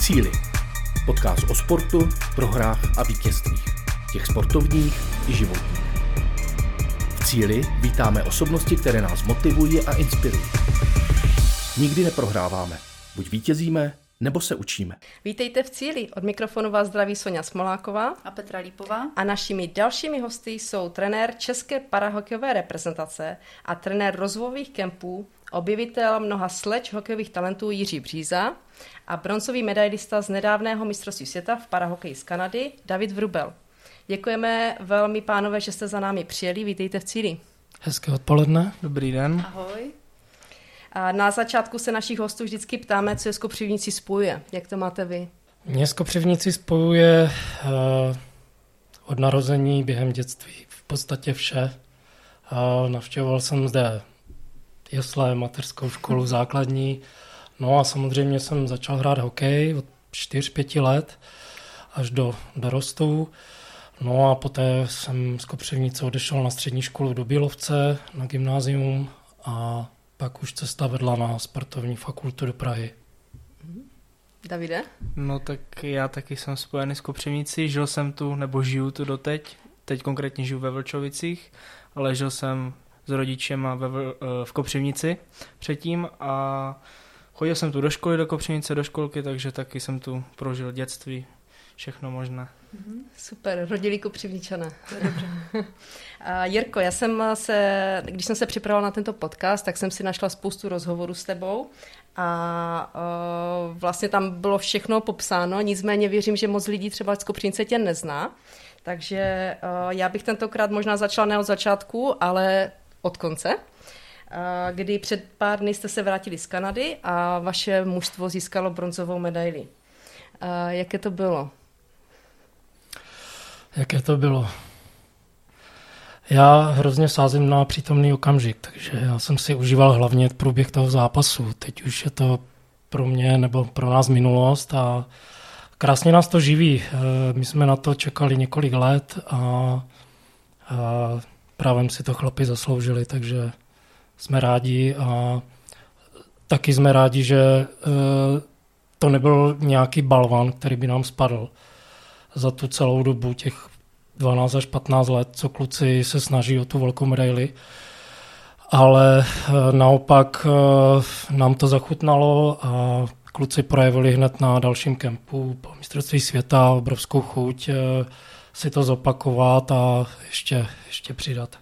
Cíli. Podcast o sportu, prohrách a vítězstvích. Těch sportovních i životních. V Cíli vítáme osobnosti, které nás motivují a inspirují. Nikdy neprohráváme. Buď vítězíme, nebo se učíme. Vítejte v Cíli. Od mikrofonu vás zdraví Soňa Smoláková a Petra Lípová. A našimi dalšími hosty jsou trenér české parahokejové reprezentace a trenér rozvojových kempů, objevitel mnoha sleč hokejových talentů Jiří Bříza a bronzový medailista z nedávného mistrovství světa v parahokeji z Kanady David Vrubel. Děkujeme velmi, pánové, že jste za námi přijeli. Vítejte v Cíli. Hezké odpoledne, dobrý den. Ahoj. A na začátku se našich hostů vždycky ptáme, co je s Kopřivnicí spojuje. Jak to máte vy? Mě s Kopřivnicí spojuje od narození během dětství v podstatě vše. Navštěvoval jsem zde jesle, mateřskou školu základní. No a samozřejmě jsem začal hrát hokej od 4-5 let až do dorostu. No a poté jsem z Kopřivnice odešel na střední školu do Bílovce, na gymnázium a pak už cesta vedla na sportovní fakultu do Prahy. Davide? No tak já taky jsem spojený s Kopřivnicí, žil jsem tu, nebo žiju tu doteď. Teď konkrétně žiju ve Vlčovicích, ale žil jsem s rodičema v Kopřivnici předtím a chodil jsem tu do školy, do Kopřivnice, do školky, takže taky jsem tu prožil dětství, všechno možné. Super, rodilí Kopřivničané. Jirko, když jsem se připravovala na tento podcast, tak jsem si našla spoustu rozhovorů s tebou a vlastně tam bylo všechno popsáno, nicméně věřím, že moc lidí třeba z Kopřivnice tě nezná, takže já bych tentokrát možná začala ne od začátku, ale od konce, kdy před pár dny jste se vrátili z Kanady a vaše mužstvo získalo bronzovou medaili. Jaké to bylo? Jaké to bylo? Já hrozně sázím na přítomný okamžik, takže já jsem si užíval hlavně průběh toho zápasu. Teď už je to pro mě nebo pro nás minulost a krásně nás to živí. My jsme na to čekali několik let a právě si to chlapi zasloužili, takže jsme rádi a taky jsme rádi, že to nebyl nějaký balvan, který by nám spadl. Za tu celou dobu, těch 12 až 15 let, co kluci se snaží o tu velkou medaili. Ale naopak nám to zachutnalo a kluci projevili hned na dalším kempu po mistrovství světa obrovskou chuť si to zopakovat a ještě přidat.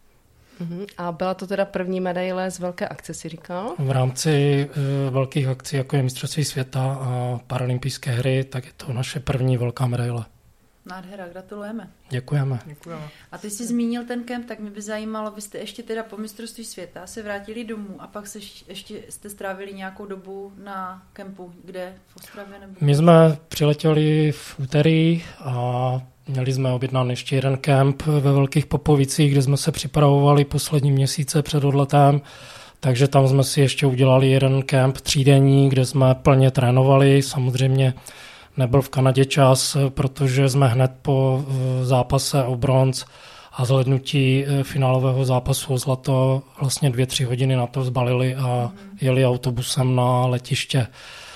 A byla to teda první medaile z velké akce, si říkal? V rámci velkých akcí, jako je mistrovství světa a paralympijské hry, tak je to naše první velká medaile. Nádhera, gratulujeme. Děkujeme. A ty jsi zmínil ten kemp, tak mě by zajímalo, vy jste ještě teda po mistrovství světa se vrátili domů a pak ještě jste strávili nějakou dobu na kempu, kde v Ostravě nebo? My jsme přiletěli v úterý a měli jsme objednán ještě jeden kemp ve Velkých Popovicích, kde jsme se připravovali poslední měsíce před odletem, takže tam jsme si ještě udělali jeden kemp třídenní, kde jsme plně trénovali. Samozřejmě nebyl v Kanadě čas, protože jsme hned po zápase o bronz a zhlédnutí finálového zápasu o zlato vlastně 2-3 hodiny na to zbalili a jeli autobusem na letiště.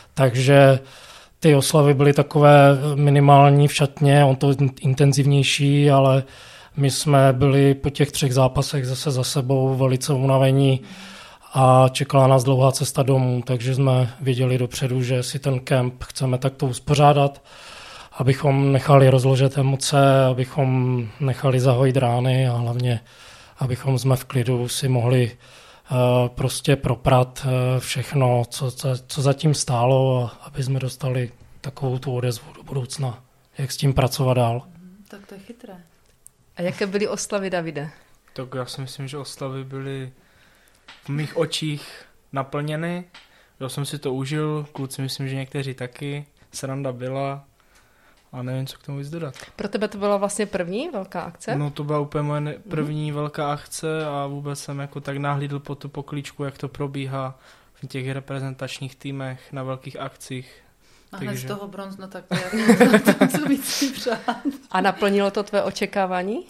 Takže ty oslavy byly takové minimální v šatně, on to intenzivnější, ale my jsme byli po těch 3 zápasech zase za sebou velice unavení a čekala nás dlouhá cesta domů, takže jsme věděli dopředu, že si ten kemp chceme takto uspořádat, abychom nechali rozložit emoce, abychom nechali zahojit rány a hlavně, abychom jsme v klidu si mohli prostě proprat všechno, co zatím stálo a aby jsme dostali takovou tu odezvu do budoucna, jak s tím pracovat dál. Tak to je chytré. A jaké byly oslavy, Davide? Tak já si myslím, že oslavy byly v mých očích naplněny. Já jsem si to užil, kluci myslím, že někteří taky. Sranda byla a nevím, co k tomu víc dodat. Pro tebe to byla vlastně první velká akce? No to byla úplně moje první velká akce a vůbec jsem jako tak nahlídl po tu poklíčku, jak to probíhá v těch reprezentačních týmech na velkých akcích. A hned z toho bronz, no tak to co víc si přát. A naplnilo to tvé očekávání?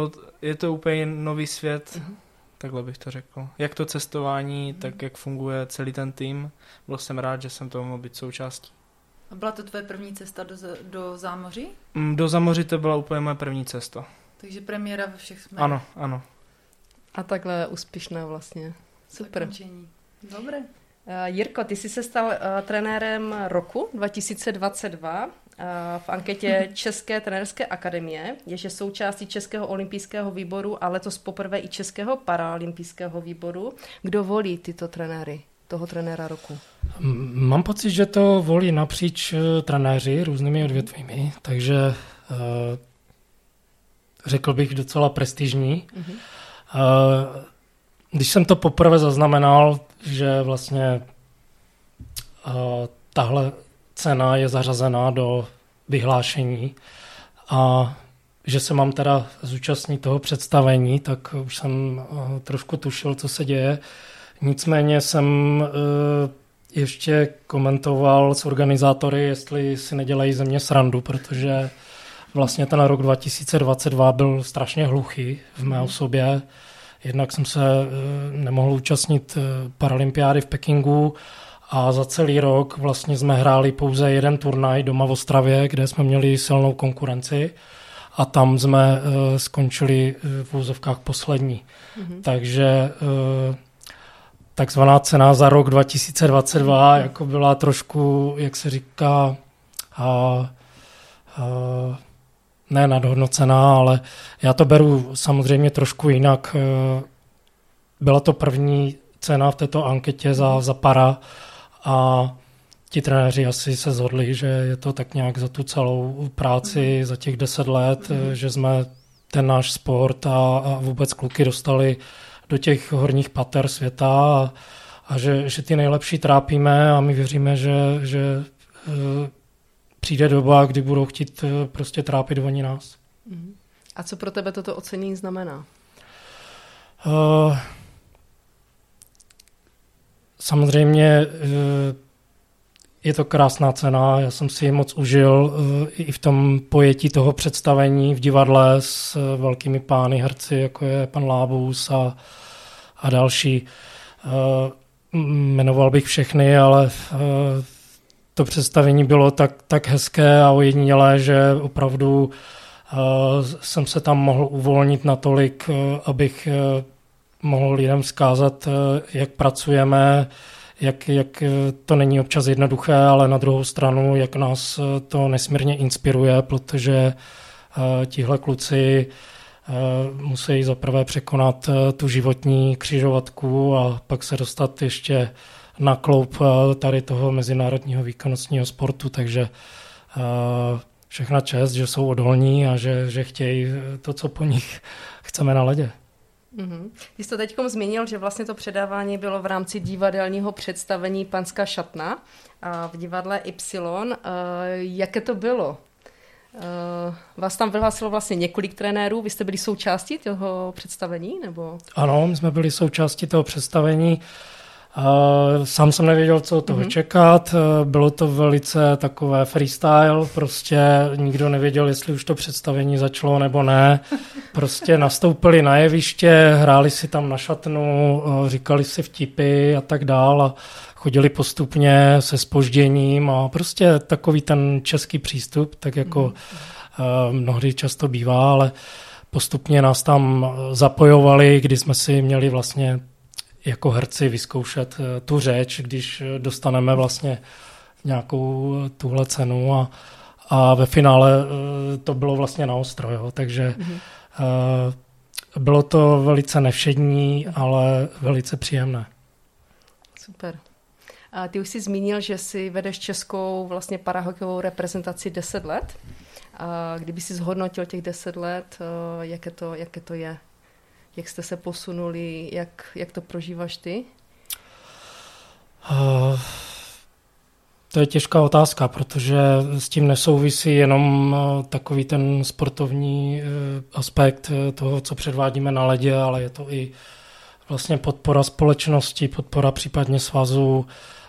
Je to úplně nový svět, takhle bych to řekl. Jak to cestování, tak jak funguje celý ten tým. Byl jsem rád, že jsem toho mohl být součástí. A byla to tvoje první cesta do zámoří? Do zámoří to byla úplně moje první cesta. Takže premiéra ve všech směrech. Ano, ano. A takhle úspěšná vlastně. Super. Zakončení. Dobré. Jirko, ty jsi se stal trenérem roku 2022 v anketě České trenérské akademie, jež je součástí Českého olympijského výboru a letos poprvé i Českého paralympijského výboru. Kdo volí tyto trenéry, toho trenéra roku? Mám pocit, že to volí napříč trenéři různými odvětvími, takže řekl bych docela prestižní. Když jsem to poprvé zaznamenal, že vlastně tahle cena je zařazená do vyhlášení a že se mám teda zúčastnit toho představení, tak už jsem trošku tušil, co se děje. Nicméně jsem ještě komentoval s organizátory, jestli si nedělají ze mě srandu, protože vlastně ten rok 2022 byl strašně hluchý v mé osobě. Jednak jsem se nemohl účastnit paralympiády v Pekingu a za celý rok vlastně jsme hráli pouze jeden turnaj doma v Ostravě, kde jsme měli silnou konkurenci a tam jsme skončili v úzovkách poslední. Takže takzvaná cena za rok 2022 jako byla trošku, jak se říká, ne nadhodnocená, ale já to beru samozřejmě trošku jinak. Byla to první cena v této anketě za para a ti trenéři asi se shodli, že je to tak nějak za tu celou práci, za těch 10 let, že jsme ten náš sport a vůbec kluky dostali do těch horních pater světa a že ty nejlepší trápíme a my věříme, že přijde doba, kdy budou chtít prostě trápit oni nás. A co pro tebe toto ocenění znamená? Samozřejmě je to krásná cena, já jsem si ji moc užil i v tom pojetí toho představení v divadle s velkými pány herci, jako je pan Lábus a další. Jmenoval bych všechny, ale to představení bylo tak hezké a ojedinělé, že opravdu jsem se tam mohl uvolnit natolik, abych mohl lidem vzkázat, jak pracujeme, jak to není občas jednoduché, ale na druhou stranu, jak nás to nesmírně inspiruje, protože tihle kluci musí zaprvé překonat tu životní křižovatku a pak se dostat ještě na kloub tady toho mezinárodního výkonnostního sportu, takže všechna čest, že jsou odolní a že chtějí to, co po nich chceme na ledě. Ty jsi to teď zmínil, že vlastně to předávání bylo v rámci divadelního představení Panská šatna v divadle Y. Jaké to bylo? Vás tam vyhlásilo vlastně několik trenérů, vy jste byli součástí toho představení? Nebo? Ano, my jsme byli součástí toho představení. Sám jsem nevěděl, co od toho čekat. Bylo to velice takové freestyle, prostě nikdo nevěděl, jestli už to představení začalo nebo ne. Prostě nastoupili na jeviště, hráli si tam na šatnu, říkali si vtipy a tak dál a chodili postupně se zpožděním a prostě takový ten český přístup, tak jako mnohdy často bývá, ale postupně nás tam zapojovali, kdy jsme si měli vlastně jako herci vyzkoušet tu řeč, když dostaneme vlastně nějakou tuhle cenu a ve finále to bylo vlastně na ostro, jo? Takže bylo to velice nevšední, ale velice příjemné. Super. A ty už jsi zmínil, že si vedeš českou vlastně parahokejovou reprezentaci 10 let. A kdyby si zhodnotil těch 10 let, jaké to je? Jak jste se posunuli, jak to prožíváš ty? To je těžká otázka, protože s tím nesouvisí jenom takový ten sportovní aspekt toho, co předvádíme na ledě, ale je to i vlastně podpora společnosti, podpora případně svazu,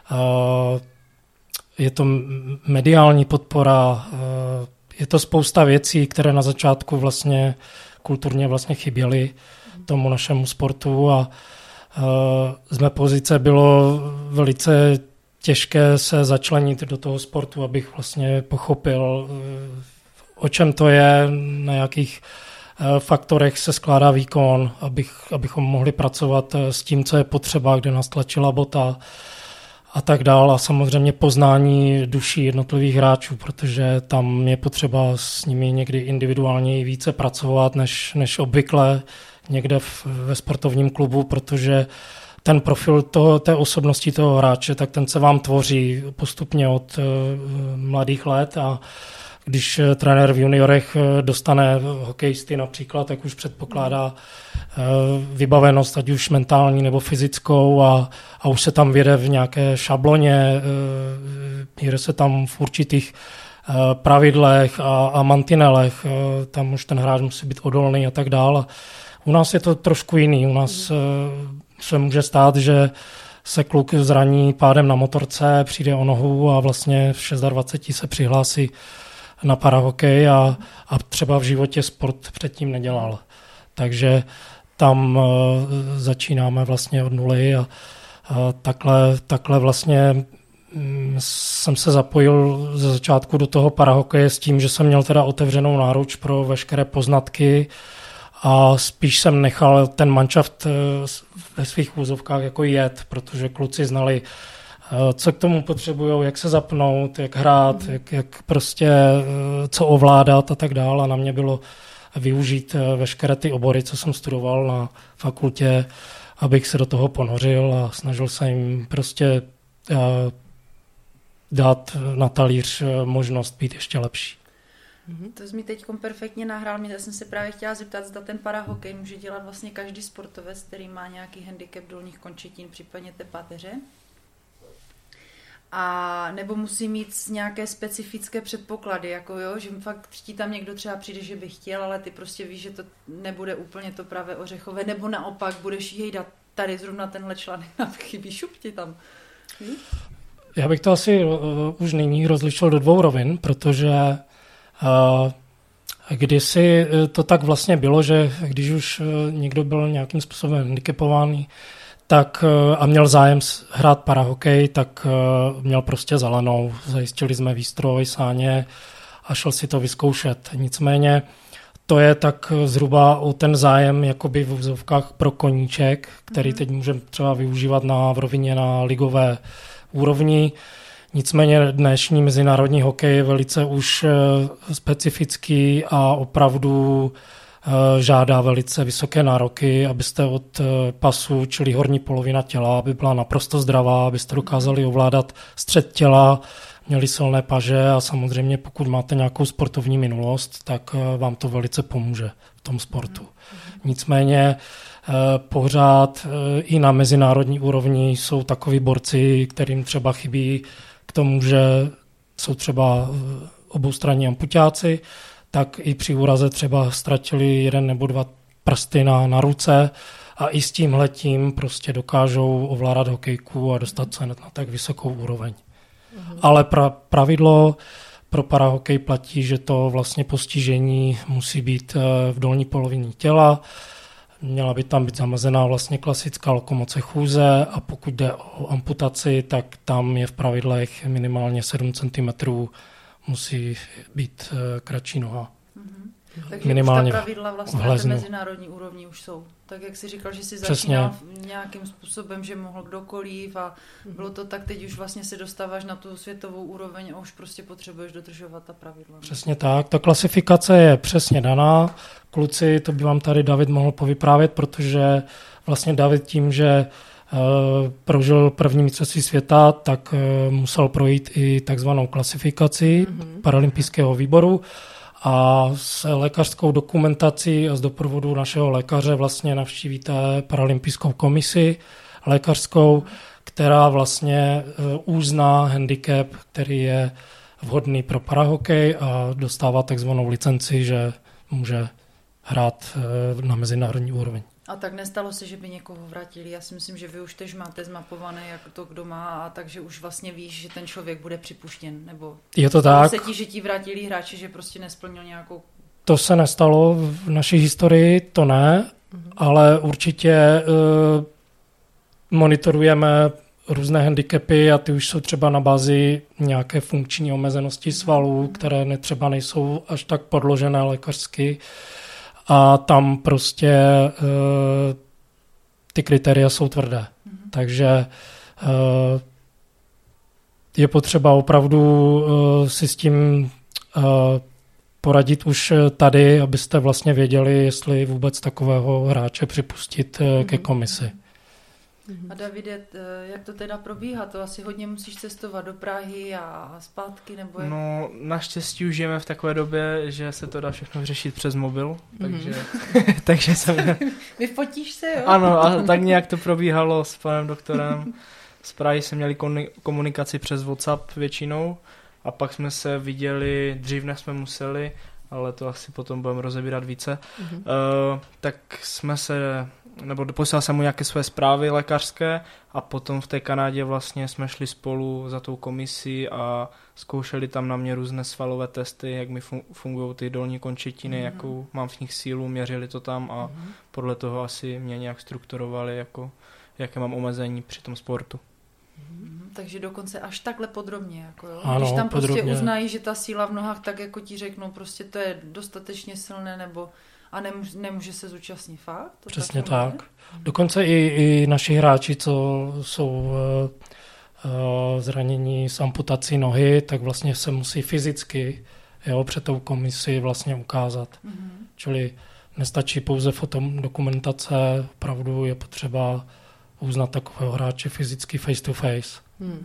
je to mediální podpora, je to spousta věcí, které na začátku vlastně kulturně vlastně chyběly tomu našemu sportu a z mé pozice bylo velice těžké se začlenit do toho sportu, abych vlastně pochopil, o čem to je, na jakých faktorech se skládá výkon, abychom mohli pracovat s tím, co je potřeba, kde nás tlačila bota a tak dál. A samozřejmě poznání duší jednotlivých hráčů, protože tam je potřeba s nimi někdy individuálně více pracovat, než obvykle někde ve sportovním klubu, protože ten profil té osobnosti toho hráče, tak ten se vám tvoří postupně od mladých let a když trenér v juniorech dostane hokejisty například, tak už předpokládá vybavenost, ať už mentální nebo fyzickou a už se tam vede v nějaké šabloně, jede se tam v určitých pravidlech a mantinelech, tam už ten hráč musí být odolný a tak dále. U nás je to trošku jiný, u nás se může stát, že se kluk zraní pádem na motorce, přijde o nohu a vlastně v 26 se přihlásí na parahokej a třeba v životě sport předtím nedělal. Takže tam začínáme vlastně od nuly a takhle vlastně jsem se zapojil ze začátku do toho parahokeje s tím, že jsem měl teda otevřenou náruč pro veškeré poznatky a spíš jsem nechal ten manšaft ve svých úzovkách jako jet, protože kluci znali, co k tomu potřebují, jak se zapnout, jak hrát, jak prostě co ovládat a tak dále. A na mě bylo využít veškeré ty obory, co jsem studoval na fakultě, abych se do toho ponořil a snažil se jim prostě dát na talíř možnost být ještě lepší. To jsi mi teď perfektně nahrál. Já jsem se právě chtěla zeptat, zda ten parahokej může dělat vlastně každý sportovec, který má nějaký handicap dolních končetin, případně té páteře. A nebo musí mít nějaké specifické předpoklady, jako jo, že fakt ti tam někdo třeba přijde, že by chtěl, ale ty prostě víš, že to nebude úplně to pravé ořechové, nebo naopak budeš jej dát tady zrovna tenhle článek na chybí, šup ti tam. Já bych to asi už nyní rozlišil do dvou rovin, protože kdysi to tak vlastně bylo, že když už někdo byl nějakým způsobem handicapovaný, tak a měl zájem hrát parahokej, tak měl prostě zelenou. Zajistili jsme výstroj, sáně a šel si to vyzkoušet. Nicméně to je tak zhruba o ten zájem jakoby v vozovkách pro koníček, který teď můžeme třeba využívat v rovině na ligové úrovni. Nicméně dnešní mezinárodní hokej je velice už specifický a opravdu žádá velice vysoké nároky, abyste od pasu, čili horní polovina těla, aby byla naprosto zdravá, abyste dokázali ovládat střed těla, měli silné paže a samozřejmě pokud máte nějakou sportovní minulost, tak vám to velice pomůže v tom sportu. Nicméně pořád i na mezinárodní úrovni jsou takoví borci, kterým třeba chybí k tomu, že jsou třeba oboustranní amputáci, tak i při úraze třeba ztratili 1 nebo 2 prsty na ruce a i s tímhletím prostě dokážou ovládat hokejku a dostat se na tak vysokou úroveň. Ale pravidlo pro parahokej platí, že to vlastně postižení musí být v dolní polovině těla, měla by tam být zamezená vlastně klasická lokomoce chůze a pokud jde o amputaci, tak tam je v pravidlech minimálně 7 cm musí být kratší noha. Takže minimálně už ta pravidla vlastně na té mezinárodní úrovni už jsou. Tak jak jsi říkal, že jsi začínal nějakým způsobem, že mohl kdokoliv a bylo to tak, teď už vlastně se dostáváš na tu světovou úroveň a už prostě potřebuješ dodržovat ta pravidla. Přesně tak, ta klasifikace je přesně daná. Kluci, to by vám tady David mohl povyprávět, protože vlastně David tím, že prožil první mistrovství světa, tak musel projít i takzvanou klasifikaci paralympijského výboru a s lékařskou dokumentací a z doprovodu našeho lékaře vlastně navštívíte paralympijskou komisi lékařskou, která vlastně uzná handicap, který je vhodný pro parahokej a dostává takzvanou licenci, že může hrát na mezinárodní úroveň. A tak nestalo se, že by někoho vrátili? Já si myslím, že vy už tež máte zmapované, jak to kdo má, a takže už vlastně víš, že ten člověk bude připuštěn, nebo je to tak? Se ti, že ti vrátili hráči, že prostě nesplnil nějakou... To se nestalo v naší historii, to ne, ale určitě monitorujeme různé handicapy a ty už jsou třeba na bázi nějaké funkční omezenosti svalů, které třeba nejsou až tak podložené lékařsky a tam prostě ty kritéria jsou tvrdé. Takže je potřeba opravdu si s tím poradit už tady, abyste vlastně věděli, jestli vůbec takového hráče připustit ke komisi. A Davide, jak to teda probíhá? To asi hodně musíš cestovat do Prahy a zpátky, nebo jak? No, naštěstí už žijeme v takové době, že se to dá všechno řešit přes mobil, takže jsem... Vyfotíš se, jo? Ano, a tak nějak to probíhalo s panem doktorem. Z Prahy jsme měli komunikaci přes WhatsApp většinou a pak jsme se viděli, dřív než jsme museli, ale to asi potom budeme rozebírat více, tak jsme se, nebo poslal jsem mu nějaké své zprávy lékařské a potom v té Kanadě vlastně jsme šli spolu za tou komisí a zkoušeli tam na mě různé svalové testy, jak mi fungují ty dolní končetiny, jakou mám v nich sílu, měřili to tam a podle toho asi mě nějak strukturovali, jako, jaké mám omezení při tom sportu. Takže dokonce až takhle podrobně, jako jo? Ano, když tam podrobně. prostě uznají, že ta síla v nohách, tak jako ti řeknou, prostě to je dostatečně silné, nebo a nemůže se zúčastnit fakt? To přesně tak. tak. Dokonce i naši hráči, co jsou zranění s amputací nohy, tak vlastně se musí fyzicky před tou komisi vlastně ukázat. Čili nestačí pouze fotodokumentace, opravdu je potřeba uznat takového hráče fyzicky face to face.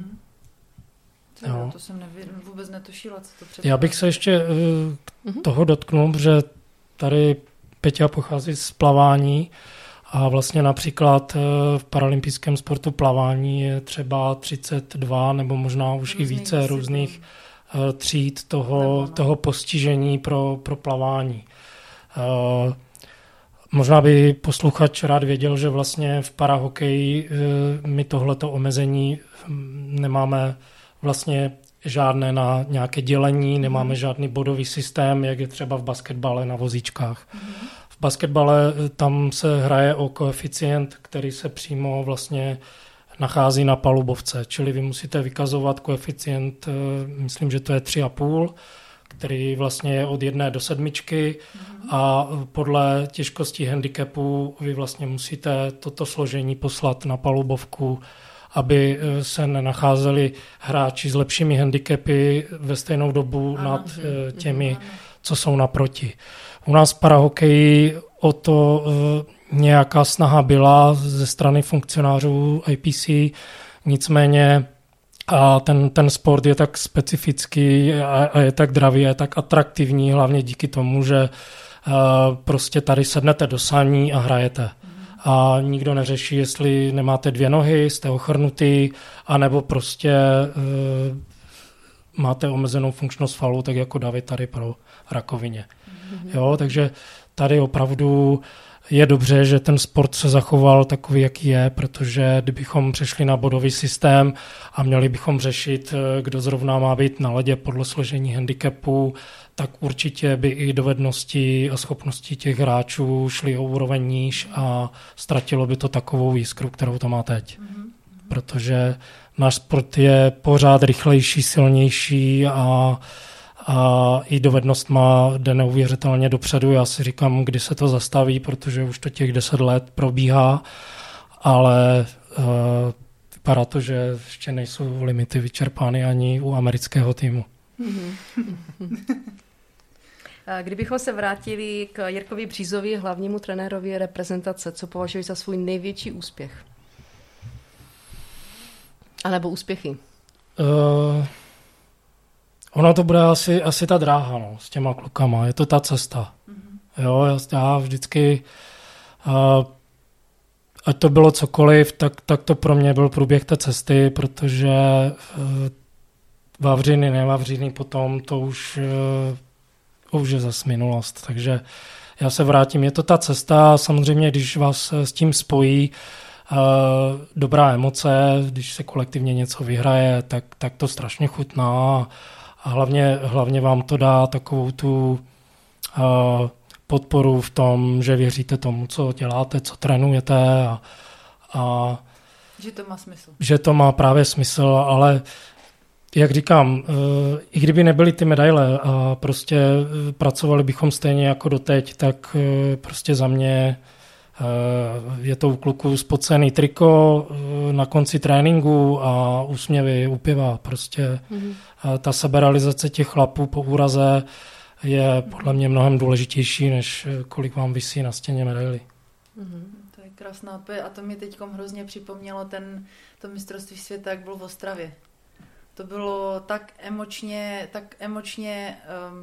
To jsem vůbec netušila, co to představuje. Já bych se ještě toho dotknul, že tady Peťa pochází z plavání a vlastně například v paralympijském sportu plavání je třeba 32 nebo možná už i více různých tříd toho postižení pro plavání. Možná by posluchač rád věděl, že vlastně v parahokeji my tohleto omezení nemáme vlastně žádné na nějaké dělení, nemáme žádný bodový systém, jak je třeba v basketbale na vozíčkách. V basketbale tam se hraje o koeficient, který se přímo vlastně nachází na palubovce, čili vy musíte vykazovat koeficient, myslím, že to je 3,5, který vlastně je od 1 do 7 a podle těžkosti handicapu vy vlastně musíte toto složení poslat na palubovku, aby se nenacházeli hráči s lepšími handicapy ve stejnou dobu nad těmi, co jsou naproti. U nás v parahokeji o to nějaká snaha byla ze strany funkcionářů IPC, nicméně a ten sport je tak specifický a je tak dravý, je tak atraktivní, hlavně díky tomu, že prostě tady sednete do saní a hrajete. A nikdo neřeší, jestli nemáte 2 nohy, jste ochrnutý, anebo prostě máte omezenou funkčnost svalů, tak jako David tady pro rakovině. Jo, takže tady opravdu je dobře, že ten sport se zachoval takový, jaký je, protože kdybychom přešli na bodový systém a měli bychom řešit, kdo zrovna má být na ledě podle složení handicapu, tak určitě by i dovednosti a schopnosti těch hráčů šly o úroveň níž a ztratilo by to takovou jiskru, kterou to má teď. Protože náš sport je pořád rychlejší, silnější a i dovednost jde neuvěřitelně dopředu. Já si říkám, kdy se to zastaví, protože už to těch 10 let probíhá, ale vypadá to, že ještě nejsou limity vyčerpány ani u amerického týmu. Kdybychom se vrátili k Jirkovi Břízovi, hlavnímu trenérovi reprezentace, co považuji za svůj největší úspěch? A nebo úspěchy? Ono to bude asi ta dráha s těma klukama, je to ta cesta. Jo, já vždycky, ať to bylo cokoliv, tak to pro mě byl průběh té cesty, protože Vavřiny, nevavřiny potom, to už je zas minulost, takže já se vrátím. Je to ta cesta, samozřejmě, když vás s tím spojí dobrá emoce, když se kolektivně něco vyhraje, tak to strašně chutná a hlavně vám to dá takovou tu podporu v tom, že věříte tomu, co děláte, co trénujete a Že to má smysl. Že to má právě smysl, ale jak říkám, i kdyby nebyly ty medaile a prostě pracovali bychom stejně jako doteď, tak prostě za mě je to u kluků spocený triko na konci tréninku a úsměvy u piva. Prostě ta seberealizace těch chlapů po úraze je podle mě mnohem důležitější, než kolik vám visí na stěně medaily. To je krásná odpověď a to mi teďkom hrozně připomnělo to mistrovství světa, jak bylo v Ostravě. To bylo tak emočně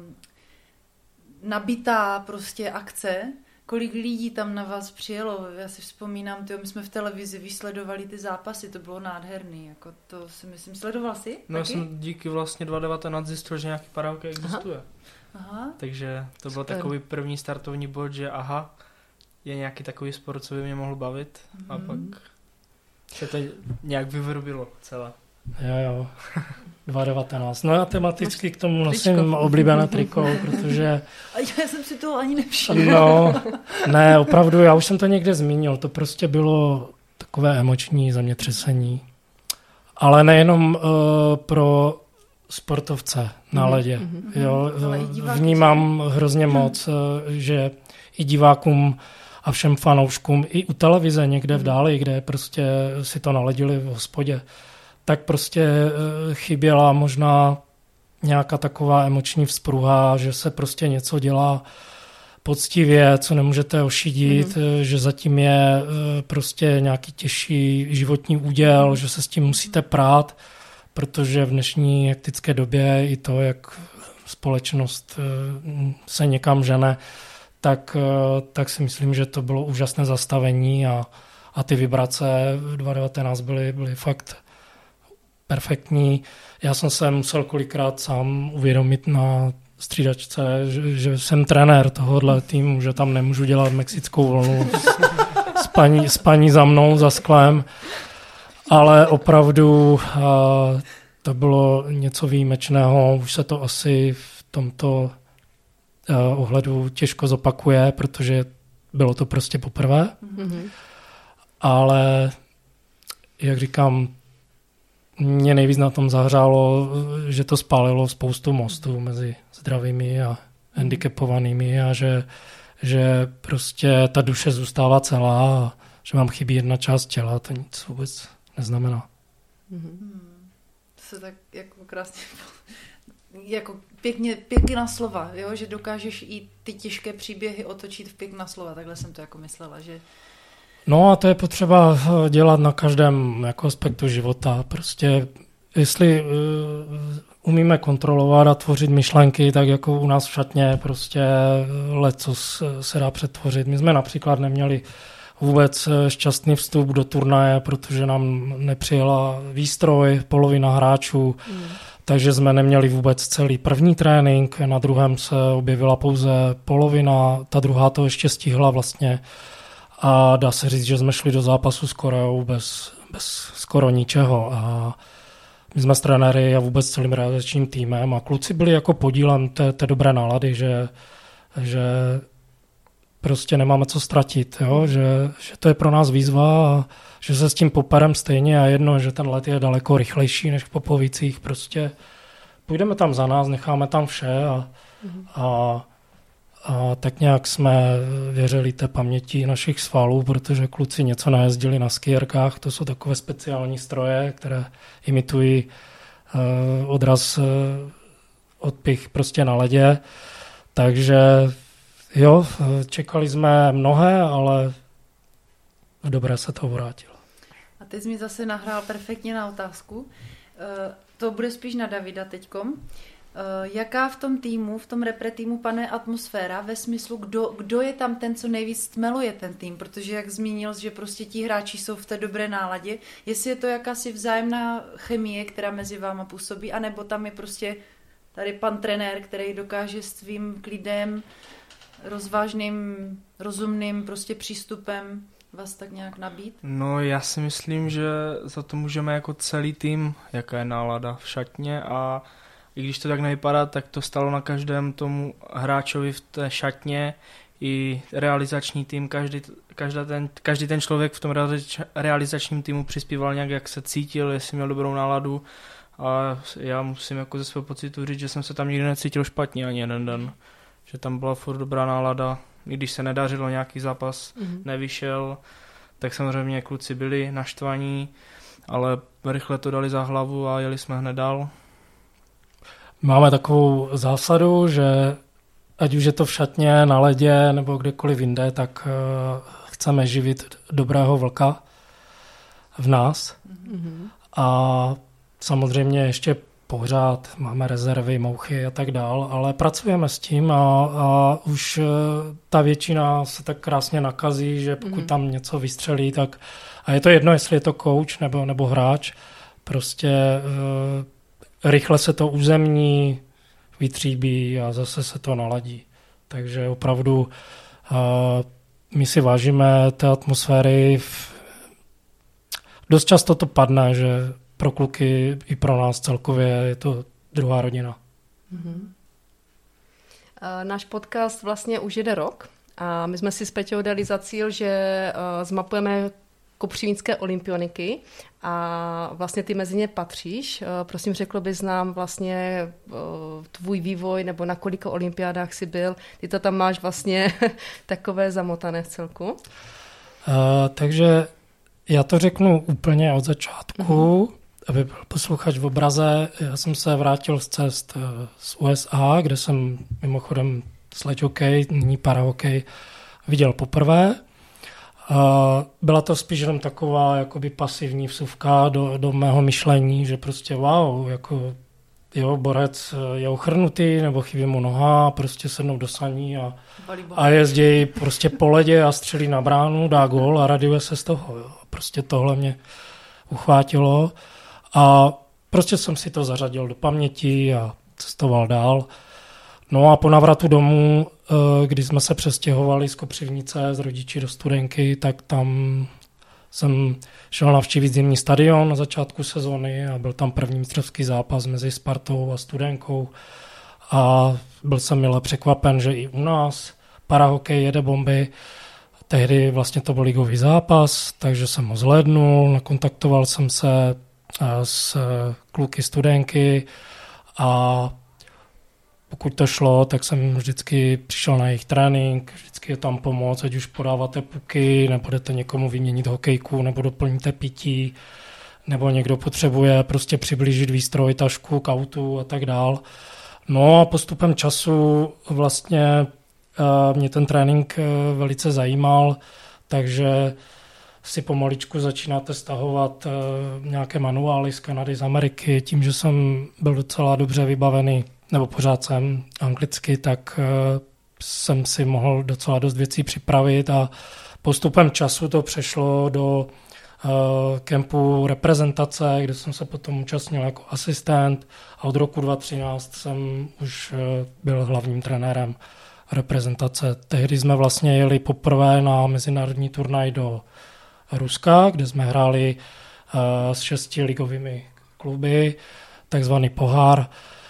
nabitá prostě akce, kolik lidí tam na vás přijelo. Já si vzpomínám, my jsme v televizi vysledovali ty zápasy, to bylo nádherný. Jako to si myslím, sledoval jsi? No, taky? Jsem díky vlastně 2019 zjistil, že nějaký paralelka existuje. Aha. Takže to byl takový první startovní bod, že je nějaký takový sport, co by mě mohl bavit. A pak se to nějak vyvrbilo celé. Jo. 2019. No já tematicky k tomu nosím oblíbené triko, protože... A já jsem si toho ani nevšiml. No, ne, opravdu, já už jsem to někde zmínil, to prostě bylo takové emoční zemětřesení. Ale nejenom pro sportovce na ledě. Jo, vnímám hrozně moc, že i divákům a všem fanouškům, i u televize někde v dáli, kde prostě si to naledili v hospodě, tak prostě chyběla možná nějaká taková emoční vzpruha, že se prostě něco dělá poctivě, co nemůžete ošidit, že zatím je prostě nějaký těžší životní úděl, že se s tím musíte prát, protože v dnešní hektické době i to, jak společnost se někam žene, tak si myslím, že to bylo úžasné zastavení a ty vibrace 2019 byly fakt perfektní. Já jsem se musel kolikrát sám uvědomit na střídačce, že jsem trenér tohohle týmu, že tam nemůžu dělat mexickou vlnu s paní za mnou, za sklem, ale opravdu to bylo něco výjimečného. Už se to asi v tomto ohledu těžko zopakuje, protože bylo to prostě poprvé. Ale jak říkám, mě nejvíc na tom zahřálo, že to spálilo spoustu mostů mezi zdravými a handicapovanými a že prostě ta duše zůstává celá a že vám chybí jedna část těla, to nic vůbec neznamená. To se tak jako krásně jako pěkná slova, jo? Že dokážeš i ty těžké příběhy otočit v pěkná slova, takhle jsem to jako myslela, že... No a to je potřeba dělat na každém jako aspektu života. Prostě jestli umíme kontrolovat a tvořit myšlenky, tak jako u nás v šatně prostě lecos se dá přetvořit. My jsme například neměli vůbec šťastný vstup do turnaje, protože nám nepřijela výstroj, polovina hráčů, takže jsme neměli vůbec celý první trénink, na druhém se objevila pouze polovina, ta druhá to ještě stihla vlastně. A dá se říct, že jsme šli do zápasu s Koreou bez skoro ničeho. A my jsme s trenéry a vůbec celým realizačním týmem a kluci byli jako podílem té dobré nálady, že prostě nemáme co ztratit, jo? Že to je pro nás výzva a že se s tím poperem stejně a jedno, že ten let je daleko rychlejší než v Popovicích. Prostě půjdeme tam za nás, necháme tam vše a tak nějak jsme věřili té paměti našich svalů, protože kluci něco najezdili na skierkách. To jsou takové speciální stroje, které imitují odraz odpich prostě na ledě. Takže jo, čekali jsme mnohé, ale dobré se to vrátilo. A teď jsi mi zase nahrál perfektně na otázku. To bude spíš na Davida teďkom. Jaká v tom týmu, v tom repre týmu panuje atmosféra ve smyslu, kdo je tam ten, co nejvíc stmeluje ten tým, protože jak zmínil, že prostě ti hráči jsou v té dobré náladě, jestli je to jakási vzájemná chemie, která mezi váma působí, anebo tam je prostě tady pan trenér, který dokáže s tvým klidem, rozvážným, rozumným prostě přístupem vás tak nějak nabít? No já si myslím, že za to můžeme jako celý tým, jaká je nálada v šatně a i když to tak nevypadá, tak to stalo na každém tomu hráčovi v té šatně, i realizační tým, každý ten člověk v tom realizačním týmu přispíval nějak, jak se cítil, jestli měl dobrou náladu a já musím jako ze svého pocitu říct, že jsem se tam nikdy necítil špatně ani jeden den, že tam byla furt dobrá nálada, i když se nedařilo, nějaký zápas nevyšel, tak samozřejmě kluci byli naštvaní, ale rychle to dali za hlavu a jeli jsme hned dál. Máme takovou zásadu, že ať už je to v šatně, na ledě nebo kdekoliv jinde, tak chceme živit dobrého vlka v nás. A samozřejmě ještě pořád máme rezervy, mouchy a tak dál, ale pracujeme s tím a už ta většina se tak krásně nakazí, že pokud tam něco vystřelí, tak a je to jedno, jestli je to coach nebo hráč, prostě rychle se to uzemní, vytříbí a zase se to naladí. Takže opravdu my si vážíme té atmosféry. Dost často to padne, že pro kluky i pro nás celkově je to druhá rodina. Náš podcast vlastně už jede rok a my jsme si s Peťou dali za cíl, že zmapujeme kopřivnické olympioniky a vlastně ty mezi ně patříš. Prosím, řekl bys nám vlastně tvůj vývoj nebo na kolika olympiádách jsi byl. Ty to tam máš vlastně takové zamotané v celku. Takže já to řeknu úplně od začátku, aby byl posluchač v obraze. Já jsem se vrátil z cest z USA, kde jsem mimochodem sledge hokej, nyní parahokej, viděl poprvé. Byla to spíš jenom taková jakoby pasivní vsuvka do mého myšlení, že prostě wow, jako jo, borec je ochrnutý nebo chybí mu noha, prostě sednou do saní a jezdí prostě po ledě a střelí na bránu, dá gól a raduje se z toho. Jo. Prostě tohle mě uchvátilo a prostě jsem si to zařadil do paměti a cestoval dál. No a po návratu domů, když jsme se přestěhovali z Kopřivnice s rodiči do Studenky, tak tam jsem šel navštívit zimní stadion na začátku sezony a byl tam první mistrovský zápas mezi Spartou a Studenkou a byl jsem mile překvapen, že i u nás parahokej jede bomby. Tehdy vlastně to byl ligový zápas, takže jsem ho zhlédnul, nakontaktoval jsem se s kluky Studenky a pokud to šlo, tak jsem vždycky přišel na jejich trénink, vždycky je tam pomoc, ať už podáváte puky, nebo jdete někomu vyměnit hokejku, nebo doplníte pití, nebo někdo potřebuje prostě přiblížit výstroj, tašku k autu a tak dál. No a postupem času vlastně mě ten trénink velice zajímal, takže si pomaličku začínáte stahovat nějaké manuály z Kanady, z Ameriky. Tím, že jsem byl docela dobře vybavený, nebo pořád jsem anglicky, tak jsem si mohl docela dost věcí připravit a postupem času to přešlo do kempu reprezentace, kde jsem se potom účastnil jako asistent a od roku 2013 jsem už byl hlavním trenérem reprezentace. Tehdy jsme vlastně jeli poprvé na mezinárodní turnaj do Ruska, kde jsme hráli s 6 ligovými kluby, takzvaný pohár,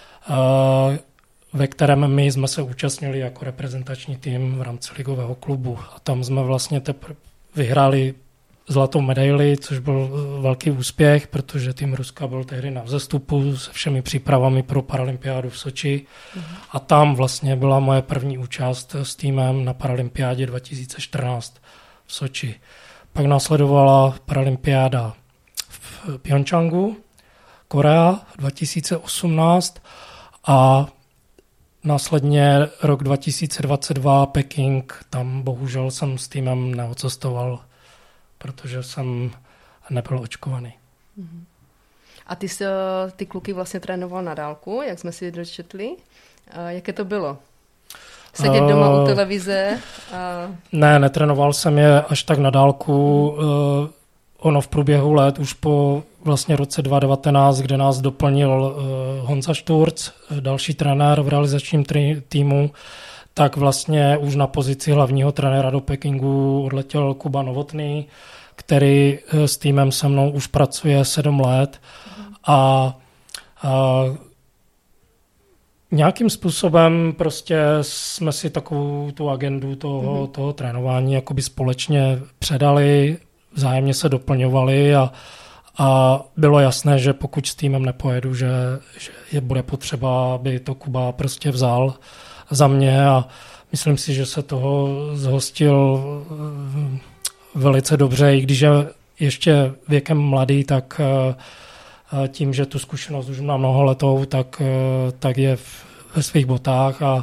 ve kterém my jsme se účastnili jako reprezentační tým v rámci ligového klubu. A tam jsme vlastně vyhráli zlatou medaili, což byl velký úspěch, protože tým Ruska byl tehdy na vzestupu se všemi přípravami pro paralympiádu v Soči. A tam vlastně byla moje první účast s týmem na paralympiádě 2014 v Soči. Pak následovala paralympiáda v Pyeongchangu, Korea 2018 a následně rok 2022 Peking, tam bohužel jsem s týmem neodcestoval, protože jsem nebyl očkovaný. A ty kluky vlastně trénoval na dálku, jak jsme si dočetli. Jaké to bylo? Sedět doma u televize? Ne, netrénoval jsem je až tak na dálku. Ono v průběhu let, už po vlastně roce 2019, kde nás doplnil Honza Šturc, další trenér v realizačním týmu, tak vlastně už na pozici hlavního trenéra do Pekingu odletěl Kuba Novotný, který s týmem se mnou už pracuje 7 let a Nějakým způsobem prostě jsme si takovou tu agendu toho trénování jakoby společně předali, vzájemně se doplňovali a bylo jasné, že pokud s týmem nepojedu, že je bude potřeba, aby to Kuba prostě vzal za mě a myslím si, že se toho zhostil velice dobře, i když je ještě věkem mladý, tak tím, že tu zkušenost už má mnoho letou, tak je ve svých botách a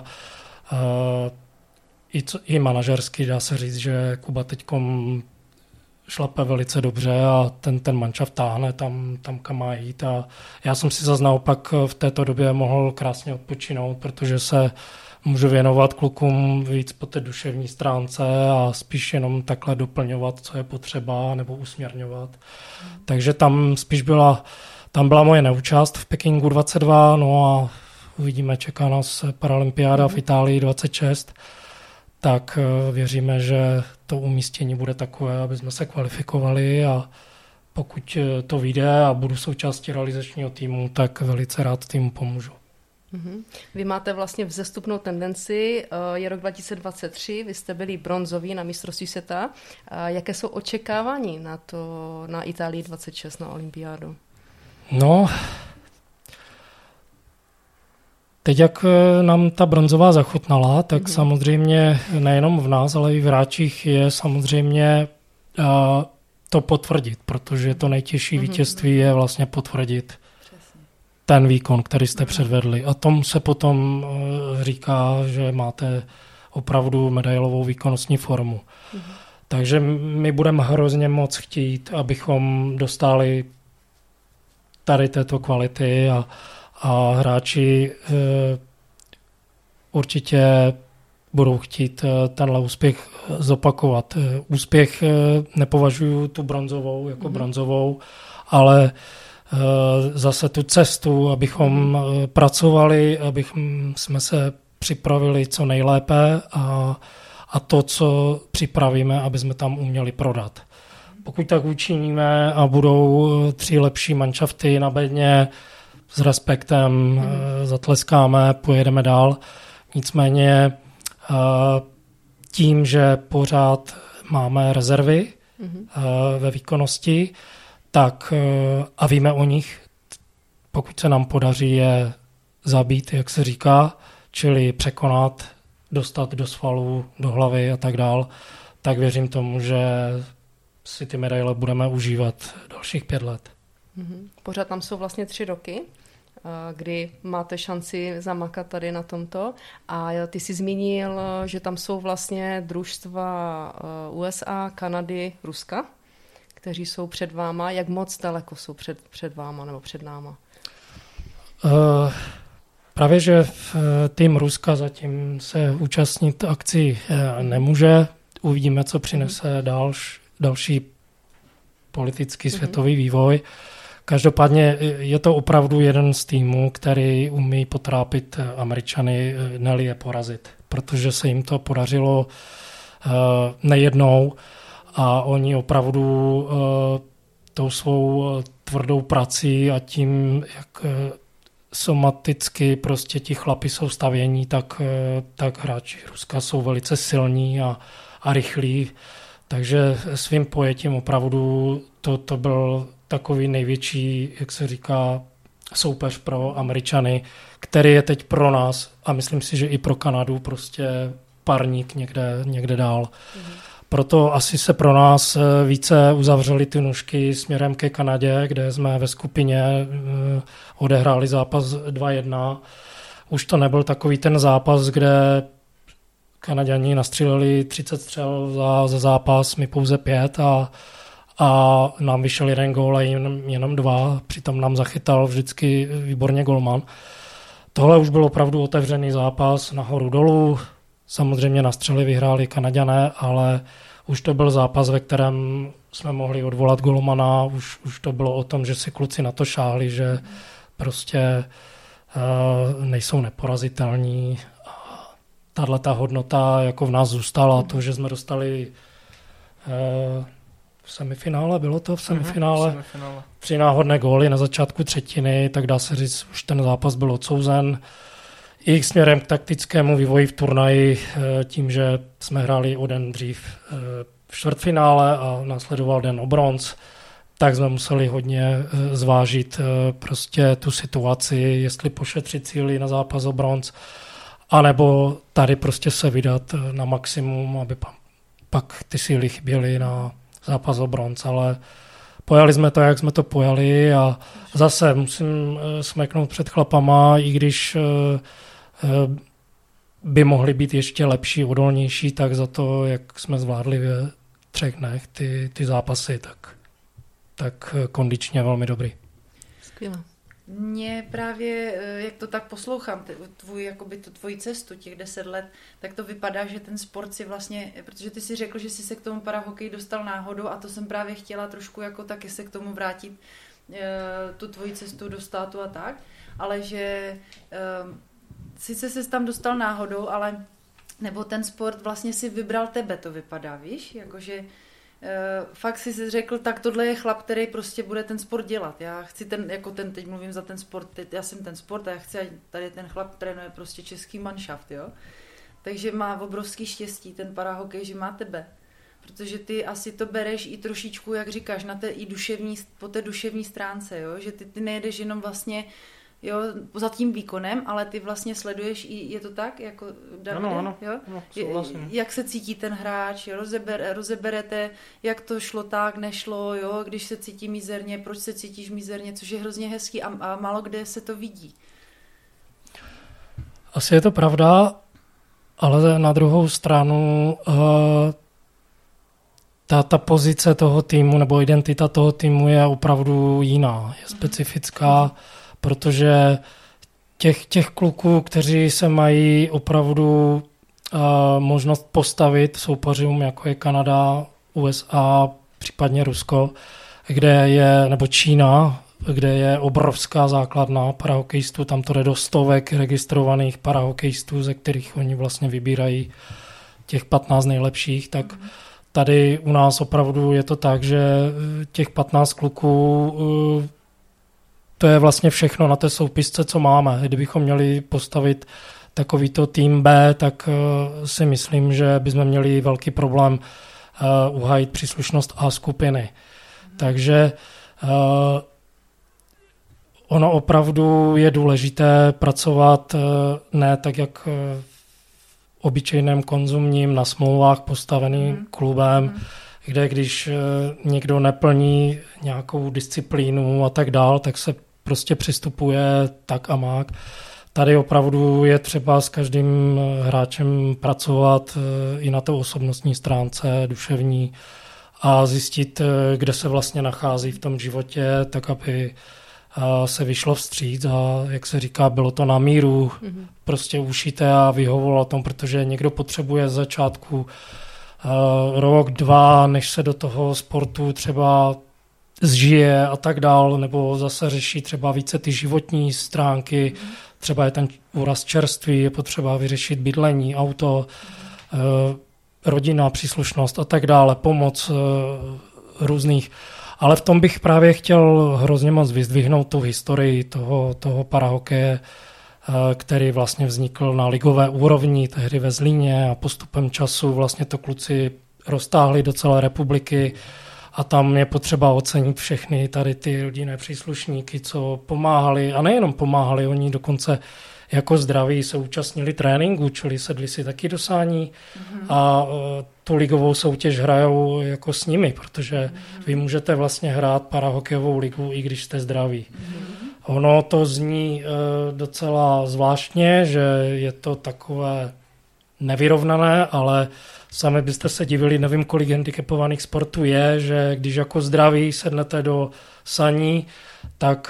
i manažersky dá se říct, že Kuba teďkom šlape velice dobře a ten mančaft táhne tam, kam má jít. A já jsem si zase naopak v této době mohl krásně odpočinout, protože se můžu věnovat klukům víc po té duševní stránce a spíš jenom takhle doplňovat, co je potřeba, nebo usměrňovat. Takže tam spíš byla moje neúčast v Pekingu 22, no a uvidíme, čeká nás paralympiáda v Itálii 26, tak věříme, že to umístění bude takové, aby jsme se kvalifikovali a pokud to vyjde a budu součástí realizačního týmu, tak velice rád týmu pomůžu. Vy máte vlastně vzestupnou tendenci, je rok 2023, vy jste byli bronzoví na mistrovství světa. Jaké jsou očekávání na Itálii 26, na olympiádu? No, teď jak nám ta bronzová zachutnala, tak samozřejmě nejenom v nás, ale i v hráčích je samozřejmě to potvrdit, protože to nejtěžší vítězství je vlastně potvrdit ten výkon, který jste předvedli. A tomu se potom říká, že máte opravdu medailovou výkonnostní formu. Takže my budeme hrozně moc chtít, abychom dostali tady této kvality a hráči určitě budou chtít tenhle úspěch zopakovat. Úspěch nepovažuji tu bronzovou jako bronzovou, ale zase tu cestu, abychom pracovali, abychom jsme se připravili co nejlépe a to, co připravíme, aby jsme tam uměli prodat. Pokud tak učiníme a budou 3 lepší manšafty na bedně s respektem, zatleskáme, pojedeme dál. Nicméně tím, že pořád máme rezervy ve výkonnosti, tak a víme o nich, pokud se nám podaří je zabít, jak se říká, čili překonat, dostat do svalů, do hlavy a tak dál, tak věřím tomu, že si ty medaile budeme užívat dalších 5 let. Pořád tam jsou vlastně 3 roky, kdy máte šanci zamakat tady na tomto. A ty jsi zmínil, že tam jsou vlastně družstva USA, Kanady, Ruska, kteří jsou před váma. Jak moc daleko jsou před váma nebo před náma? Právě, že tým Ruska zatím se účastnit akcí nemůže. Uvidíme, co přinese další politický světový vývoj. Každopádně je to opravdu jeden z týmů, který umí potrápit Američany, ne-li je porazit, protože se jim to podařilo nejednou a oni opravdu tou svou tvrdou prací a tím, jak somaticky prostě ti chlapi jsou stavění, tak hráči Ruska jsou velice silní a rychlí. Takže svým pojetím opravdu to byl takový největší, jak se říká, soupeř pro Američany, který je teď pro nás a myslím si, že i pro Kanadu prostě parník někde dál. Proto asi se pro nás více uzavřely ty nůžky směrem ke Kanadě, kde jsme ve skupině odehráli zápas 2-1. Už to nebyl takový ten zápas, kde Kanaďani nastříleli 30 střel za zápas, my pouze 5 a nám vyšel 1 gól a jenom 2, přitom nám zachytal vždycky výborně golman. Tohle už byl opravdu otevřený zápas nahoru dolů, samozřejmě na střely vyhráli Kanaďané, ale už to byl zápas, ve kterém jsme mohli odvolat golmana, už to bylo o tom, že si kluci na to šáhli, že prostě nejsou neporazitelní. Tato hodnota jako v nás zůstala, to, že jsme dostali v semifinále, bylo to v semifinále, 3 náhodné góly na začátku třetiny, tak dá se říct, už ten zápas byl odsouzen. i směrem k taktickému vývoji v turnaji, tím, že jsme hráli o den dřív v čtvrtfinále a následoval den o bronz, tak jsme museli hodně zvážit prostě tu situaci, jestli pošetřit síly na zápas o bronz, anebo tady prostě se vydat na maximum, aby pak ty síly chyběly na zápas o bronz, ale pojali jsme to, jak jsme to pojali a zase musím smeknout před chlapama, i když by mohli být ještě lepší, odolnější, tak za to, jak jsme zvládli ve 3 dnech ty zápasy, tak kondičně velmi dobrý. Skvěle. Mně právě, jak to tak poslouchám, tu tvoji cestu, těch 10 let, tak to vypadá, že ten sport si vlastně, protože ty si řekl, že jsi se k tomu parahokeji dostal náhodou a to jsem právě chtěla trošku jako taky se k tomu vrátit, tu tvoji cestu do státu a tak, ale že sice jsi tam dostal náhodou, ale nebo ten sport vlastně si vybral tebe, to vypadá, víš, jakože fakt si řekl, tak tohle je chlap, který prostě bude ten sport dělat. Já chci teď mluvím za ten sport, já jsem ten sport a já chci, ať tady ten chlap trénuje prostě český manšaft, jo. Takže má obrovský štěstí ten parahokej, že má tebe. Protože ty asi to bereš i trošičku, jak říkáš, po té duševní stránce, jo, že ty nejedeš jenom vlastně jo, za tím výkonem, ale ty vlastně sleduješ i, je to tak, jako Davide? Ano, jo? Souhlasím. Jak se cítí ten hráč, jo? Rozeberete, jak to šlo tak, nešlo, jo? Když se cítí mizerně, proč se cítíš mizerně, což je hrozně hezký a málo kde se to vidí. Asi je to pravda, ale na druhou stranu ta pozice toho týmu nebo identita toho týmu je opravdu jiná, je specifická, protože těch kluků, kteří se mají opravdu možnost postavit soupeřům, jako je Kanada, USA, případně Rusko, kde je, nebo Čína, kde je obrovská základna parahokejistů, tam to jde do 100 registrovaných parahokejistů, ze kterých oni vlastně vybírají těch 15 nejlepších, tak tady u nás opravdu je to tak, že těch 15 kluků to je vlastně všechno na té soupisce, co máme. Kdybychom měli postavit takovýto tým B, tak si myslím, že bychom měli velký problém uhájit příslušnost A skupiny. Takže ono opravdu je důležité pracovat ne tak, jak v obyčejném konzumním na smlouvách postaveným klubem, kde když někdo neplní nějakou disciplínu a tak dál, tak se prostě přistupuje tak a mák. Tady opravdu je třeba s každým hráčem pracovat i na té osobnostní stránce, duševní a zjistit, kde se vlastně nachází v tom životě, tak aby se vyšlo vstříc a jak se říká, bylo to na míru, prostě ušité a vyhovovalo tom, protože někdo potřebuje z začátku rok, 2, než se do toho sportu třeba zžije a tak dál, nebo zase řeší třeba více ty životní stránky, třeba je ten úraz čerství, je potřeba vyřešit bydlení, auto, rodinná příslušnost a tak dále, pomoc různých. Ale v tom bych právě chtěl hrozně moc vyzdvihnout tu historii toho parahokeje, který vlastně vznikl na ligové úrovni, tehdy ve Zlíně a postupem času vlastně to kluci roztáhli do celé republiky a tam je potřeba ocenit všechny tady ty rodinné příslušníky, co pomáhali a nejenom pomáhali, oni dokonce jako zdraví se účastnili tréninku, čili sedli si taky do sání a tu ligovou soutěž hrajou jako s nimi, protože vy můžete vlastně hrát parahokejovou ligu, i když jste zdraví. Ono to zní docela zvláštně, že je to takové nevyrovnané, ale sami byste se divili, nevím, kolik handicapovaných sportů je, že když jako zdraví sednete do saní, tak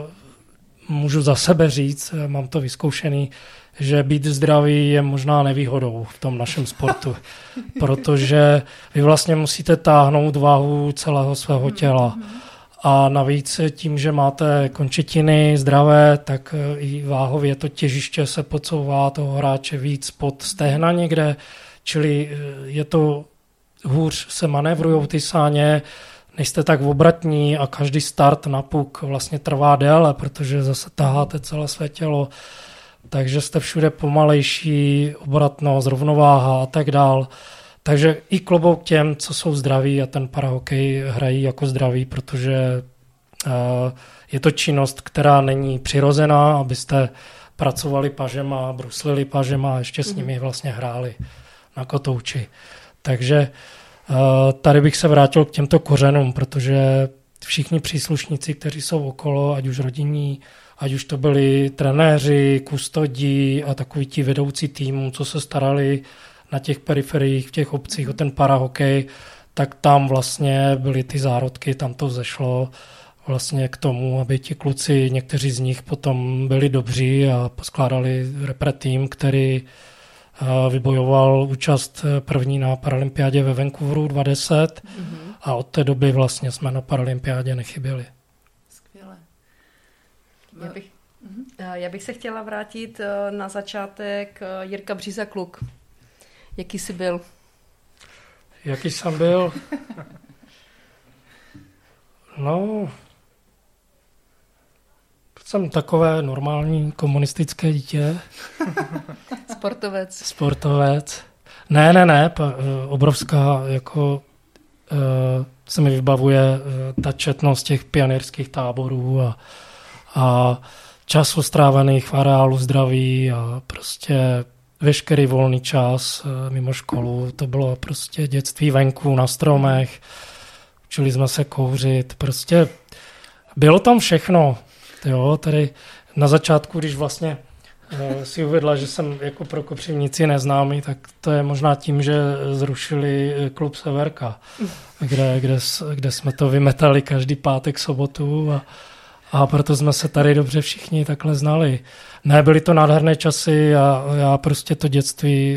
můžu za sebe říct, mám to vyzkoušený, že být zdravý je možná nevýhodou v tom našem sportu, protože vy vlastně musíte táhnout váhu celého svého těla. A navíc tím, že máte končetiny zdravé, tak i váhově to těžiště se podsouvá toho hráče víc pod stehna někde, čili je to hůř se manévrujou ty sáně, nejste tak obratní a každý start na puk vlastně trvá déle, protože zase taháte celé své tělo. takže jste všude pomalejší, obratnost, rovnováha a tak dál. Takže i klobouk těm, co jsou zdraví a ten parahokej hrají jako zdraví, protože je to činnost, která není přirozená, abyste pracovali pažema, bruslili pažema a ještě s nimi vlastně hráli na kotouči. Takže tady bych se vrátil k těmto kořenům, protože všichni příslušníci, kteří jsou okolo, ať už rodinní, ať už to byli trenéři, kustodí a takoví ti vedoucí týmů, co se starali na těch periferiích, v těch obcích o ten parahokej, tak tam vlastně byly ty zárodky, tam to vzešlo vlastně k tomu, aby ti kluci, někteří z nich potom byli dobří a poskládali repre tým, který vybojoval účast první na paralympiádě ve Vancouveru 2010 a od té doby vlastně jsme na paralympiádě nechyběli. Skvěle. Já bych se chtěla vrátit na začátek Jirka Bříza Kluk. Jaký jsi byl? Jaký jsem byl? No, jsem takové normální komunistické dítě. Sportovec. Ne, obrovská, jako se mi vybavuje ta četnost těch pionýrských táborů a času strávených v areálu zdraví a prostě veškerý volný čas mimo školu. To bylo prostě dětství venku na stromech. Učili jsme se kouřit. Prostě bylo tam všechno. Jo, tady na začátku, když vlastně si uvědla, že jsem jako pro Kopřivnici neznámý, tak to je možná tím, že zrušili klub Severka, kde jsme to vymetali každý pátek, sobotu a proto jsme se tady dobře všichni takhle znali. Ne, byly to nádherné časy a já prostě to dětství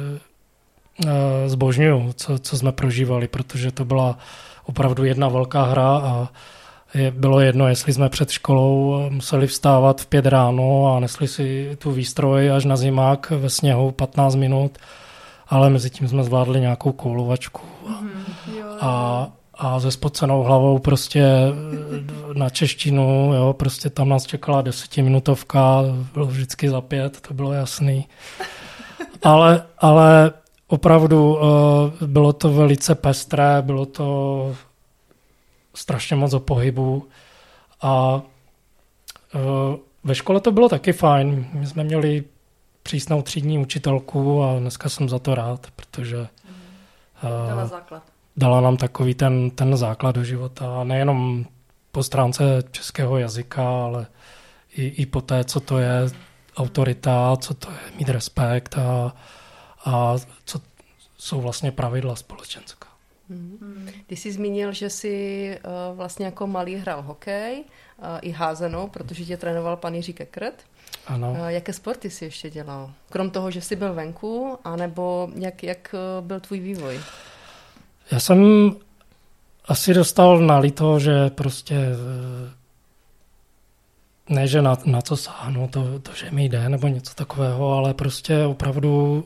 zbožňuju, co jsme prožívali, protože to byla opravdu jedna velká hra a bylo jedno, jestli jsme před školou museli vstávat v 5 ráno a nesli si tu výstroj až na zimák ve sněhu 15 minut, ale mezi tím jsme zvládli nějakou koulovačku a se spocenou hlavou prostě na češtinu, jo, prostě tam nás čekala 10minutovka, bylo vždycky za 5, to bylo jasný. Ale opravdu bylo to velice pestré, bylo to strašně moc o pohybu a ve škole to bylo taky fajn. My jsme měli přísnou třídní učitelku a dneska jsem za to rád, protože dala nám takový ten základ do života. Nejenom po stránce českého jazyka, ale i po té, co to je autorita, co to je mít respekt a co jsou vlastně pravidla společenská. Ty jsi zmínil, že jsi vlastně jako malý hrál hokej i házenou, protože tě trénoval pan Jiří Kekret. Ano. Jaké sporty jsi ještě dělal? Krom toho, že jsi byl venku, anebo jak byl tvůj vývoj? Já jsem asi dostal na líto, že prostě ne, že na co sáhnu, to, že mi jde, nebo něco takového, ale prostě opravdu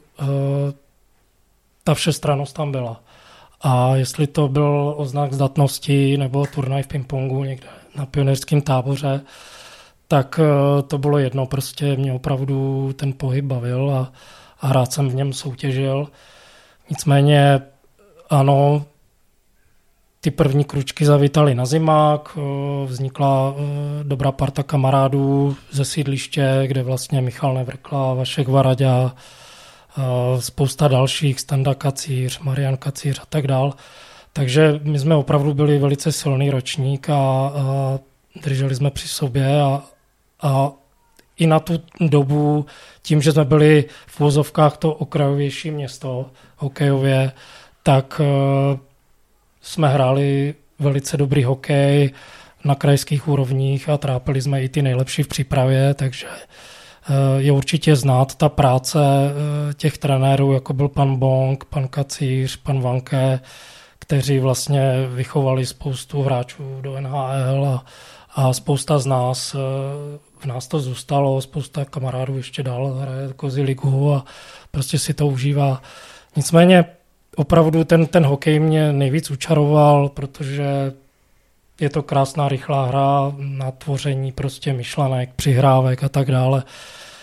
ta všestrannost tam byla. A jestli to byl oznak zdatnosti nebo turnaj v pingpongu někde na pionýrském táboře, tak to bylo jedno. Prostě mě opravdu ten pohyb bavil a rád jsem v něm soutěžil. Nicméně ano, ty první kručky zavítali na zimák, vznikla dobrá parta kamarádů ze sídliště, kde vlastně Michal Nevrkla, Vašek Varaďa, spousta dalších, Standa Kacíř, Marian Kacíř a tak dál. Takže my jsme opravdu byli velice silný ročník a drželi jsme při sobě a i na tu dobu, tím, že jsme byli v uvozovkách to okrajovější město hokejově, tak jsme hráli velice dobrý hokej na krajských úrovních a trápili jsme i ty nejlepší v přípravě, takže je určitě znát ta práce těch trenérů, jako byl pan Bong, pan Kacíř, pan Vanke, kteří vlastně vychovali spoustu hráčů do NHL a spousta z nás, v nás to zůstalo, spousta kamarádů ještě dál hraje kozy ligu a prostě si to užívá. Nicméně opravdu ten hokej mě nejvíc učaroval, protože je to krásná, rychlá hra na tvoření prostě myšlenek, přihrávek a tak dále.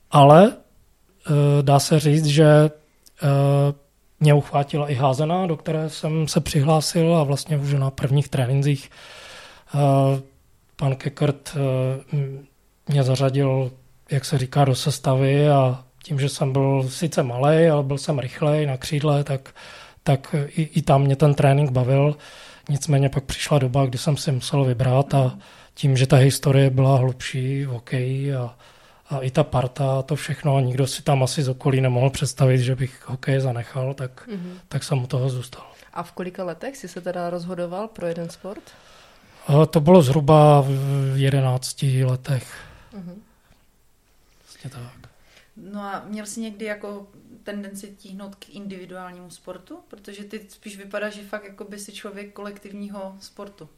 Ale dá se říct, že mě uchvátila i házená, do které jsem se přihlásil a vlastně už na prvních trénincích pan Kekert mě zařadil, jak se říká, do sestavy a tím, že jsem byl sice malej, ale byl jsem rychlej na křídle, tak i tam mě ten trénink bavil. Nicméně pak přišla doba, kdy jsem si musel vybrat a tím, že ta historie byla hlubší v hokeji a i ta parta, to všechno, nikdo si tam asi z okolí nemohl představit, že bych hokej zanechal, tak jsem u toho zůstal. A v kolika letech jsi se teda rozhodoval pro jeden sport? To bylo zhruba v 11 letech. Vlastně tak. No a měl jsi někdy jako tendenci tíhnout k individuálnímu sportu? Protože ty spíš vypadáš, že fakt jako by si člověk kolektivního sportu.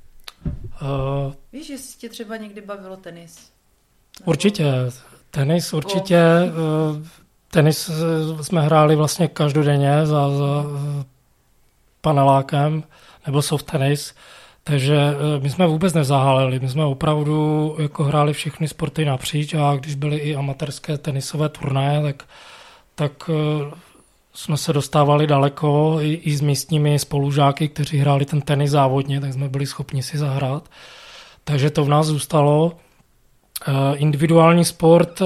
Víš, jestli tě třeba někdy bavilo tenis? Určitě. Tenis určitě. Tenis jsme hráli vlastně každodenně za panelákem, nebo soft tenis. Takže my jsme vůbec nezaháleli, my jsme opravdu jako hráli všechny sporty napříč a když byly i amatérské tenisové turnaje, tak jsme se dostávali daleko i s místními spolužáky, kteří hráli ten tenis závodně, tak jsme byli schopni si zahrát. Takže to v nás zůstalo. Individuální sport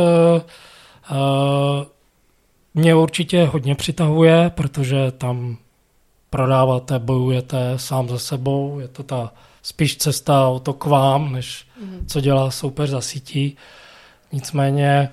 mě určitě hodně přitahuje, protože tam prodáváte, bojujete sám za sebou, je to ta spíš cesta o to k vám, než co dělá soupeř za sítí. Nicméně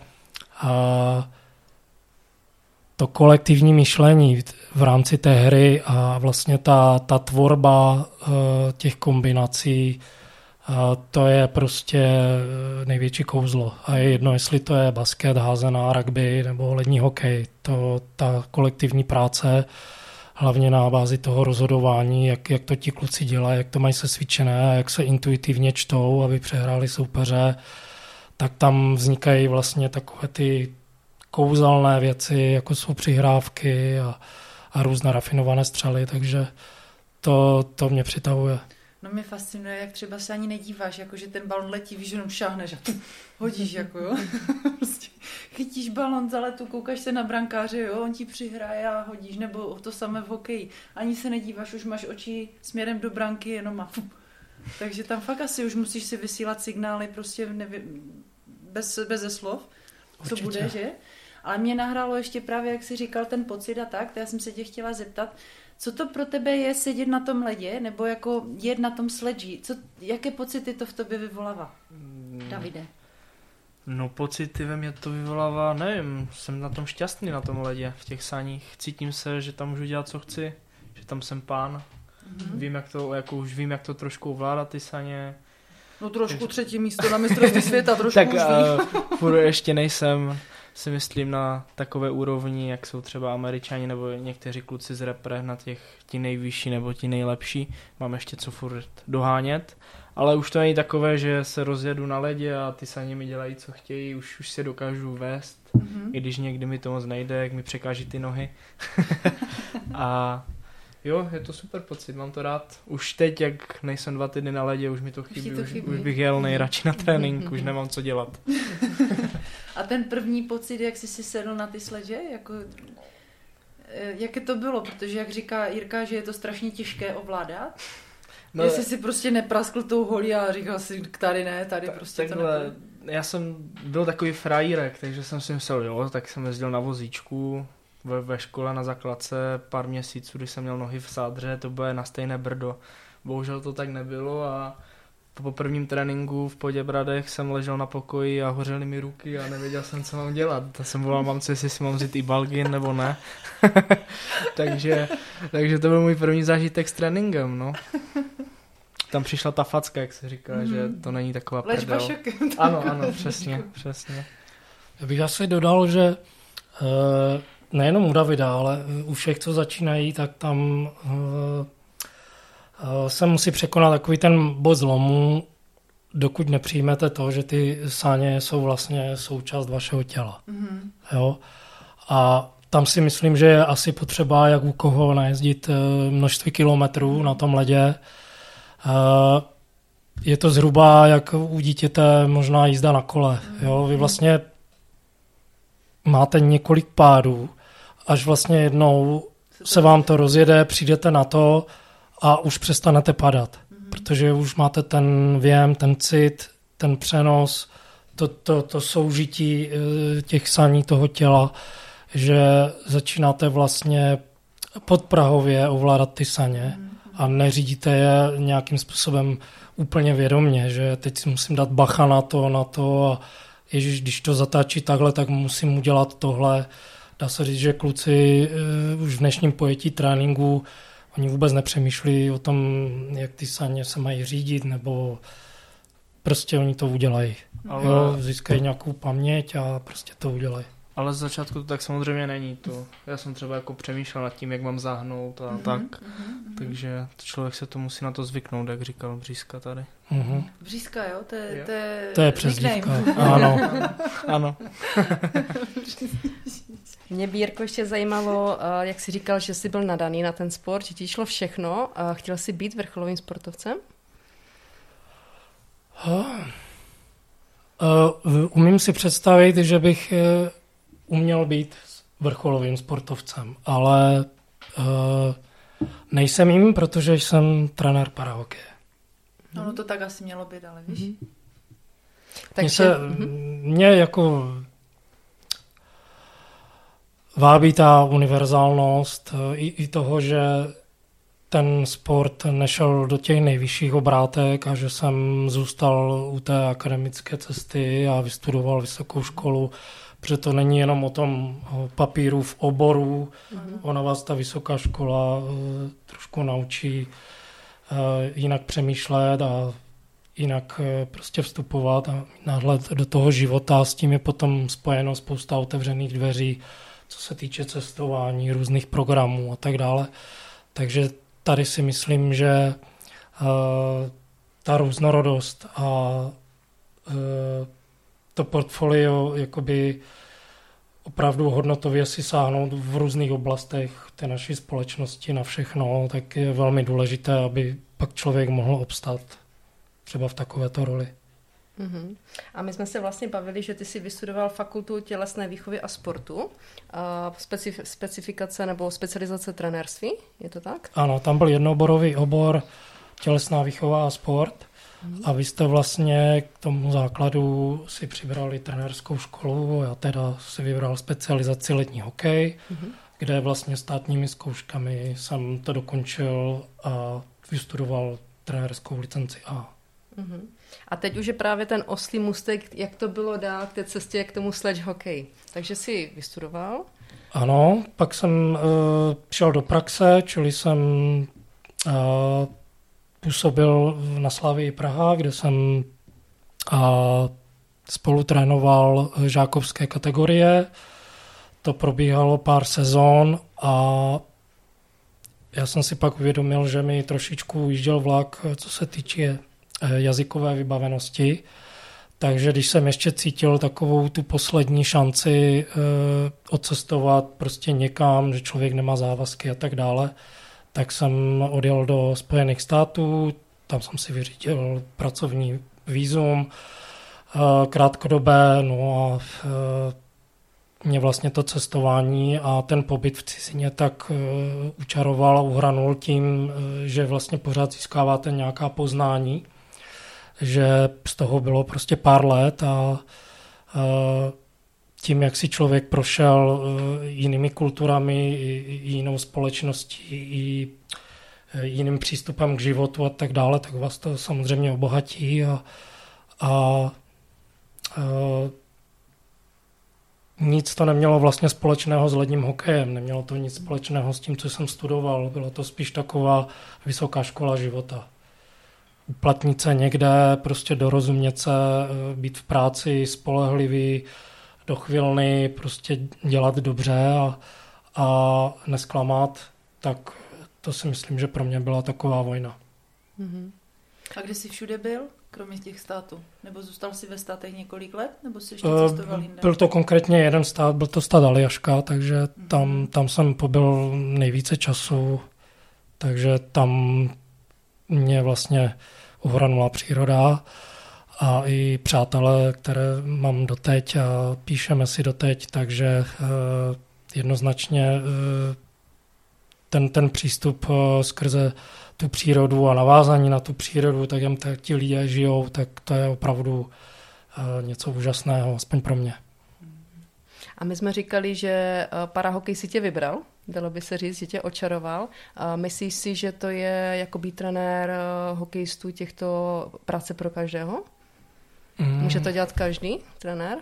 to kolektivní myšlení v rámci té hry a vlastně ta tvorba těch kombinací, to je prostě největší kouzlo. A je jedno, jestli to je basket, házená, rugby nebo lední hokej. Ta kolektivní práce, hlavně na bázi toho rozhodování, jak to ti kluci dělají, jak to mají sesvíčené, jak se intuitivně čtou, aby přehráli soupeře, tak tam vznikají vlastně takové ty kouzelné věci, jako jsou přihrávky a různé rafinované střely, takže to mě přitahuje. No mě fascinuje, jak třeba se ani nedíváš, jako že ten balon letí, víš, jenom šáhneš a hodíš, jako jo. Prostě chytíš balon za letu, koukáš se na brankáře, jo, on ti přihraje a hodíš, nebo to samé v hokeji. Ani se nedíváš, už máš oči směrem do branky, jenom a Takže tam fakt asi už musíš si vysílat signály prostě beze slov, co Určitě. bude, že? Ale mě nahrálo ještě právě, jak jsi říkal, ten pocit a tak já jsem se tě chtěla zeptat, co to pro tebe je sedět na tom ledě, nebo jako jet na tom sledži? Jaké pocity to v tobě vyvolává, Davide? No pocity ve mě to vyvolává, nevím, jsem na tom šťastný na tom ledě, v těch saních. Cítím se, že tam můžu dělat, co chci, že tam jsem pán. Vím, už vím, jak to trošku ovládat ty saně. No trošku třetí místo na mistrovství světa, trošku tak už ví. furt ještě nejsem, si myslím, na takové úrovni, jak jsou třeba Američani nebo někteří kluci z repre, na ti nejvyšší nebo ti nejlepší. Mám ještě co furt dohánět, ale už to není takové, že se rozjedu na ledě a ty saně mi dělají, co chtějí, už se dokážu vést, i když někdy mi to moc nejde, jak mi překáží ty nohy. A jo, je to super pocit, mám to rád. Už teď, jak nejsem 2 týdny na ledě, už mi to chybí, už bych jel nejradši na trénink, už nemám co dělat. A ten první pocit, jak jsi si sedl na ty sledže, jako, jaké to bylo? Protože jak říká Jirka, že je to strašně těžké ovládat. No, jestli si prostě nepraskl tou holí a říkal si, tady ne, tady prostě to nebude. Já jsem byl takový frajírek, takže jsem si myslel, jo, tak jsem jezdil na vozíčku ve škole na základce pár měsíců, když jsem měl nohy v sádře, to bude na stejné brdo. Bohužel to tak nebylo a po prvním tréninku v Poděbradech jsem ležel na pokoji a hořely mi ruky a nevěděl jsem, co mám dělat. Tak jsem volal mamce, jestli si mám vzít i balgin nebo ne. takže to byl můj první zážitek s tréninkem, no. Tam přišla ta facka, jak se říká, že to není taková prdel. Ano, přesně. Já bych asi dodal, že nejenom u Davida, ale u všech, co začínají, tak tam se musí překonat takový ten bod zlomu, dokud nepřijmete to, že ty sáně jsou vlastně součást vašeho těla. Jo? A tam si myslím, že je asi potřeba, jak u koho, najezdit množství kilometrů na tom ledě. Je to zhruba jak u dítěte možná jízda na kole. Jo? Vy vlastně máte několik pádů, až vlastně jednou se vám to rozjede, přijdete na to a už přestanete padat. Protože už máte ten věm, ten cit, ten přenos, to soužití těch saní toho těla, že začínáte vlastně podprahově ovládat ty saně a neřídíte je nějakým způsobem úplně vědomně, že teď si musím dát bacha na to a ježiš, když to zatáčí takhle, tak musím udělat tohle. Dá se říct, že kluci už v dnešním pojetí tréninku oni vůbec nepřemýšlí o tom, jak ty saně se mají řídit, nebo prostě oni to udělají. Ale... Jo, získají nějakou paměť a prostě to udělají. Ale z začátku to tak samozřejmě není to. Já jsem třeba jako přemýšlel nad tím, jak mám záhnout a tak. Takže člověk se to musí na to zvyknout, jak říkal Břízka tady. Břízka, jo? To je přezdívka. Ano. Ano. Mě by, Jirko, ještě zajímalo, jak jsi říkal, že jsi byl nadaný na ten sport, že ti šlo všechno. Chtěl jsi být vrcholovým sportovcem? Umím si představit, že bych uměl být vrcholovým sportovcem, ale nejsem jim, protože jsem trenér parahokeje. No to tak asi mělo být, ale víš. Takže... Mě jako vábí ta univerzálnost i toho, že ten sport nešel do těch nejvyšších obrátek a že jsem zůstal u té akademické cesty a vystudoval vysokou školu, protože to není jenom o tom papíru v oboru, ona vás ta vysoká škola trošku naučí jinak přemýšlet a jinak prostě vstupovat a náhled do toho života. S tím je potom spojeno spousta otevřených dveří, co se týče cestování, různých programů a tak dále. Takže tady si myslím, že ta různorodost a to portfolio jakoby opravdu hodnotově si sáhnout v různých oblastech té naší společnosti na všechno, tak je velmi důležité, aby pak člověk mohl obstát třeba v takovéto roli. A my jsme se vlastně bavili, že ty jsi vystudoval fakultu tělesné výchovy a sportu, specifikace nebo specializace trenérství, je to tak? Ano, tam byl jednooborový obor tělesná výchova a sport a vy jste vlastně k tomu základu si přibrali trenérskou školu, já teda si vybral specializaci letní hokej, kde vlastně státními zkouškami jsem to dokončil a vystudoval trenérskou licenci A. A teď už je právě ten oslý můstek, jak to bylo dál k té cestě k tomu sledge hokeji. Takže jsi vystudoval? Ano, pak jsem šel do praxe, čili jsem působil na Slavii Praha, kde jsem spolu trénoval žákovské kategorie. To probíhalo pár sezon a já jsem si pak uvědomil, že mi trošičku ujížděl vlak, co se týče jazykové vybavenosti. Takže když jsem ještě cítil takovou tu poslední šanci odcestovat prostě někam, že člověk nemá závazky a tak dále, tak jsem odjel do Spojených států, tam jsem si vyřídil pracovní vízum krátkodobé, no a mě vlastně to cestování a ten pobyt v cizině tak učaroval a uhranul tím, že vlastně pořád získáváte nějaká poznání, že z toho bylo prostě pár let a tím, jak si člověk prošel jinými kulturami, jinou společností, i jiným přístupem k životu a tak dále, tak vás to samozřejmě obohatí a nic to nemělo vlastně společného s ledním hokejem, nemělo to nic společného s tím, co jsem studoval, bylo to spíš taková vysoká škola života. Uplatnit se někde, prostě dorozumět se, být v práci spolehlivý, dochvilný, prostě dělat dobře a nesklamat, tak to si myslím, že pro mě byla taková vojna. A kde jsi všude byl, kromě těch států? Nebo zůstal jsi ve státech několik let, nebo jsi ještě cestoval jinde? Byl to konkrétně jeden stát, byl to stát Aljaška, takže tam jsem pobyl nejvíce času, takže tam mě vlastně uhranula příroda a i přátelé, které mám doteď a píšeme si doteď, takže jednoznačně ten přístup skrze tu přírodu a navázání na tu přírodu, tak jen ti lidé žijou, tak to je opravdu něco úžasného, aspoň pro mě. A my jsme říkali, že parahokej si tě vybral, dalo by se říct, že tě očaroval. Myslíš si, že to je jako být trenér hokejistů těchto práce pro každého? Může to dělat každý trenér?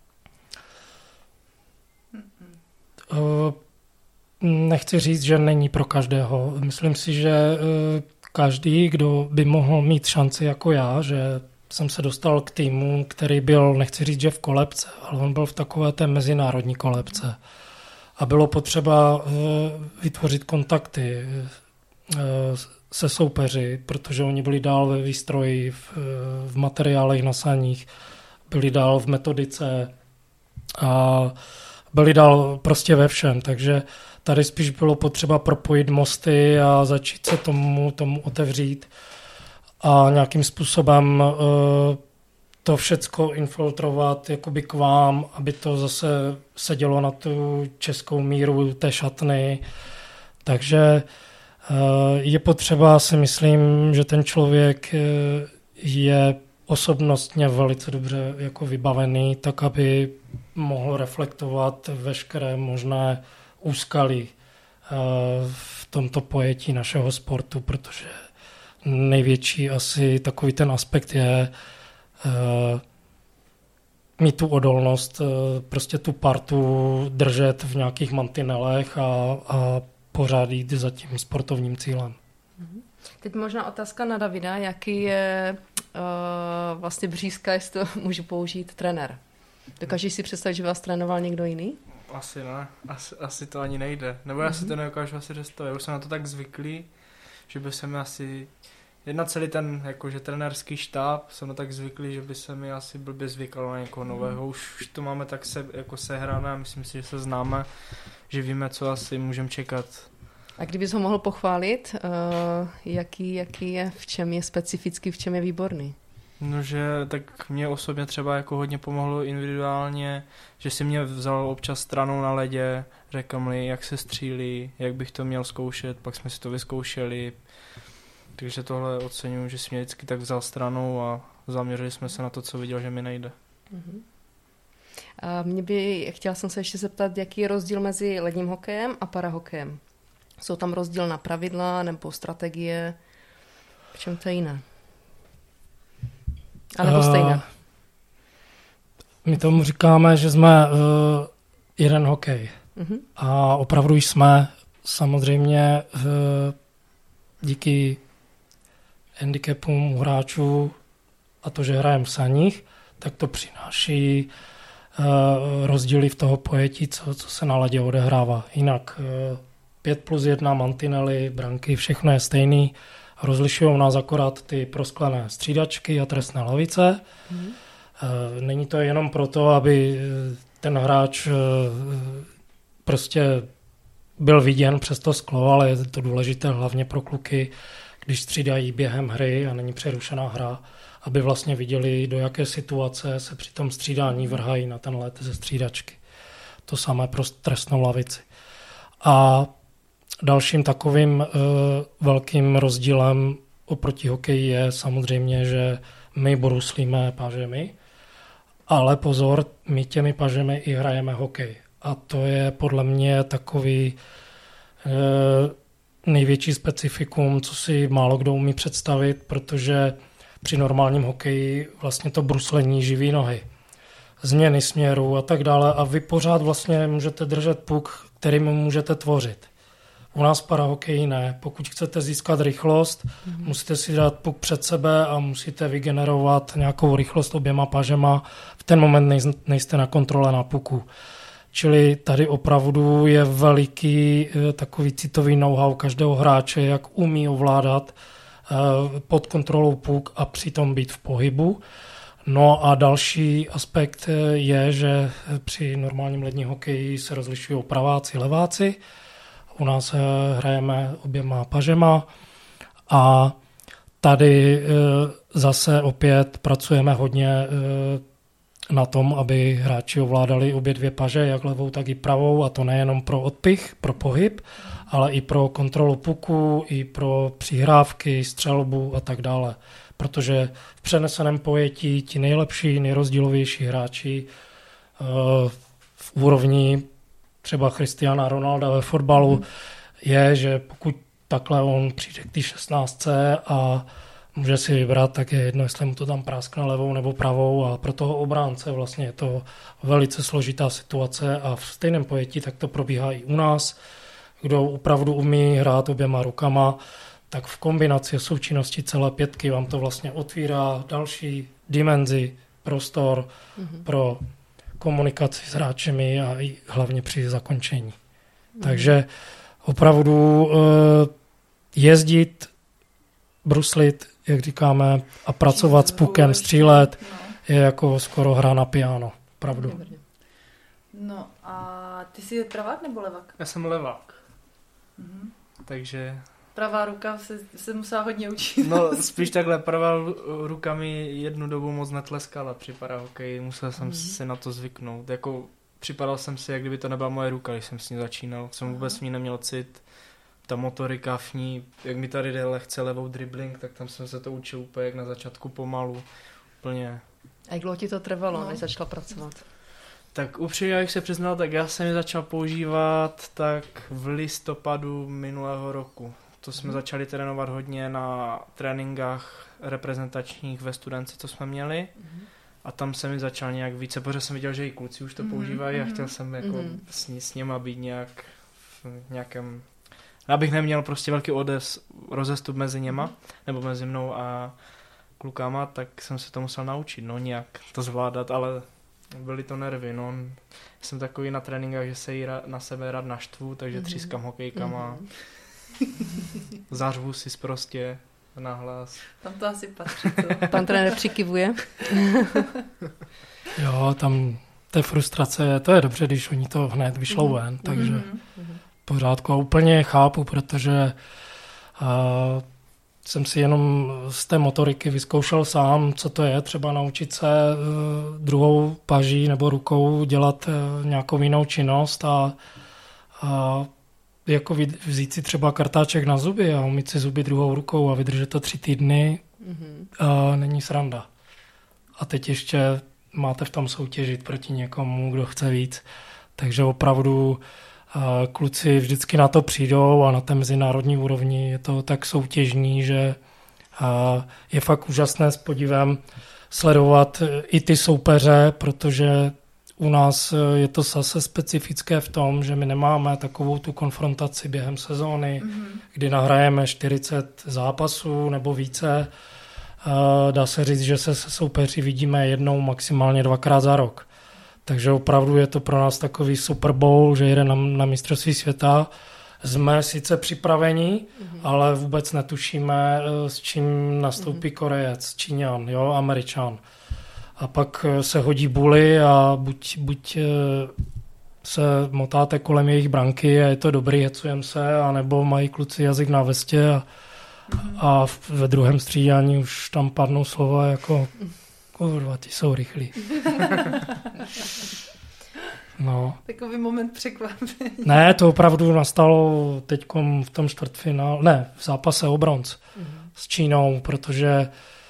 Nechci říct, že není pro každého. Myslím si, že každý, kdo by mohl mít šanci jako já, že jsem se dostal k týmu, který byl, nechci říct, že v kolebce, ale on byl v takové té mezinárodní kolebce. A bylo potřeba vytvořit kontakty se soupeři, protože oni byli dál ve výstroji, v materiálech na saních, byli dál v metodice a byli dál prostě ve všem. Takže tady spíš bylo potřeba propojit mosty a začít se tomu otevřít a nějakým způsobem to všecko infiltrovat jakoby k vám, aby to zase sedělo na tu českou míru té šatny. Takže je potřeba, si myslím, že ten člověk je osobnostně velice dobře jako vybavený, tak aby mohl reflektovat veškeré možné úskalí v tomto pojetí našeho sportu, protože největší asi takový ten aspekt je mít tu odolnost, prostě tu partu držet v nějakých mantinelech a pořád jít za tím sportovním cílem. Teď možná otázka na Davida, jaký je vlastně břízka, jestli to můžu použít, trenér. Dokážeš si představit, že vás trénoval někdo jiný? Asi ne, asi to ani nejde. Nebo já si to nedokážu asi představit. Už jsem na to tak zvyklý, že by se mi asi celý ten jakože trenérský štáb, jsem na tak zvyklý, že by se mi asi blbě zvykalo na někoho nového. Už to máme tak sehrané a myslím si, že se známe, že víme, co asi můžeme čekat. A kdybys ho mohl pochválit, jaký je, v čem je specifický, v čem je výborný? No, že tak mě osobně třeba jako hodně pomohlo individuálně, že si mě vzal občas stranou na ledě, řekl mi, jak se střílí, jak bych to měl zkoušet, pak jsme si to vyzkoušeli. Takže tohle oceňuji, že si mě vždycky tak vzal stranou a zaměřili jsme se na to, co viděl, že mi nejde. A chtěla jsem se ještě zeptat, jaký je rozdíl mezi ledním hokejem a parahokejem? Jsou tam rozdílná pravidla nebo strategie? V čem to je jiné? A nebo stejné? My tomu říkáme, že jsme jeden hokej. A opravdu jsme samozřejmě díky handicapům hráčů a to, že hrajeme v saních, tak to přináší rozdíly v toho pojetí, co se na ledě odehrává. Jinak 5+1 mantinely, branky, všechno je stejný. Rozlišují nás akorát ty prosklené střídačky a trestné lavice. Není to jenom proto, aby ten hráč prostě byl viděn přes to sklo, ale je to důležité hlavně pro kluky, když střídají během hry a není přerušená hra, aby vlastně viděli, do jaké situace se při tom střídání vrhají na ten led ze střídačky. To samé pro trestnou lavici. A dalším takovým velkým rozdílem oproti hokeji je samozřejmě, že my bruslíme pažemi, ale pozor, my těmi pažemi i hrajeme hokej. A to je podle mě takový největší specifikum, co si málo kdo umí představit, protože při normálním hokeji vlastně to bruslení živí nohy. Změny směru a tak dále a vy pořád vlastně můžete držet puk, kterým můžete tvořit. U nás v parahokeji ne. Pokud chcete získat rychlost, musíte si dát puk před sebe a musíte vygenerovat nějakou rychlost oběma pažema. V ten moment nejste na kontrole na puku. Čili tady opravdu je veliký takový citový know-how každého hráče, jak umí ovládat pod kontrolou puk a přitom být v pohybu. No a další aspekt je, že při normálním ledním hokeji se rozlišují praváci, leváci. U nás hrajeme oběma pažema a tady zase opět pracujeme hodně na tom, aby hráči ovládali obě dvě paže, jak levou, tak i pravou, a to nejenom pro odpich, pro pohyb, ale i pro kontrolu puku, i pro přihrávky, střelbu a tak dále. Protože v přeneseném pojetí ti nejlepší, nejrozdílovější hráči v úrovni třeba Cristiana Ronalda ve fotbalu je, že pokud takhle on přijde k té 16 a může si vybrat, tak je jedno, jestli mu to tam práskne levou nebo pravou, a pro toho obránce vlastně je to velice složitá situace a v stejném pojetí tak to probíhá i u nás. Kdo opravdu umí hrát oběma rukama, tak v kombinaci a součinnosti celé pětky vám to vlastně otvírá další dimenzi, prostor pro komunikaci s hráčemi a i hlavně při zakončení. Takže opravdu jezdit, bruslit, jak říkáme, a pracovat s pukem, střílet, je jako skoro hra na piano. Pravdu. No a ty jsi pravák nebo levák? Já jsem levák. Takže... Pravá ruka se musela hodně učit. No spíš takhle, pravá ruka mi jednu dobu moc netleskala při parahokeji, musel jsem si na to zvyknout. Jako připadal jsem si, jak kdyby to nebyla moje ruka, když jsem s ní začínal. Jsem vůbec v ní neměl cit. Ta motorika v ní, jak mi tady jde lehce levou dribbling, tak tam jsem se to učil úplně jak na začátku pomalu. Úplně. A jak dlouho ti to trvalo, než začala pracovat? Tak upřímně, jak se přiznal, tak já jsem ji začal používat tak v listopadu minulého roku. To jsme začali trénovat hodně na tréninkách reprezentačních ve Studence, co jsme měli. A tam jsem mi začal nějak více, protože jsem viděl, že i kluci už to používají a chtěl jsem jako s nima být nějak v nějakém... Abych neměl prostě velký rozestup mezi něma, nebo mezi mnou a klukama, tak jsem se to musel naučit, no nějak to zvládat, ale byly to nervy, no. Jsem takový na tréninkách, že se na sebe rád naštvu, takže třískám hokejkama, zařvu si prostě nahlas. Tam to asi patří, to. Pan trenér přikivuje. Jo, tam té frustrace, to je dobře, když oni to hned vyšlou ven, takže pořádku. A úplně chápu, protože jsem si jenom z té motoriky vyzkoušel sám, co to je, třeba naučit se druhou paží nebo rukou dělat nějakou jinou činnost a jako vzít si třeba kartáček na zuby a umít si zuby druhou rukou a vydržet to 3 týdny, není sranda. A teď ještě máte v tom soutěžit proti někomu, kdo chce víc. Takže opravdu kluci vždycky na to přijdou a na té mezinárodní úrovni je to tak soutěžní, že je fakt úžasné s podívem sledovat i ty soupeře, protože u nás je to zase specifické v tom, že my nemáme takovou tu konfrontaci během sezóny, kdy nahrajeme 40 zápasů nebo více. Dá se říct, že se soupeři vidíme jednou, maximálně 2krát za rok. Takže opravdu je to pro nás takový Super Bowl, že jede na mistrovství světa. Jsme sice připraveni, ale vůbec netušíme, s čím nastoupí Korejec, Číňan, jo, Američan. A pak se hodí buly a buď se motáte kolem jejich branky a je to dobrý, hecujeme se, anebo mají kluci jazyk na vestě a ve druhém střídání už tam padnou slova jako kurva, ty jsou rychlí. No. Takový moment překvapení. Ne, to opravdu nastalo teďkom v tom čtvrtfinále, ne, v zápase o bronz s Čínou, protože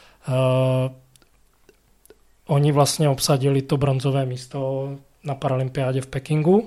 oni vlastně obsadili to bronzové místo na paralympiádě v Pekingu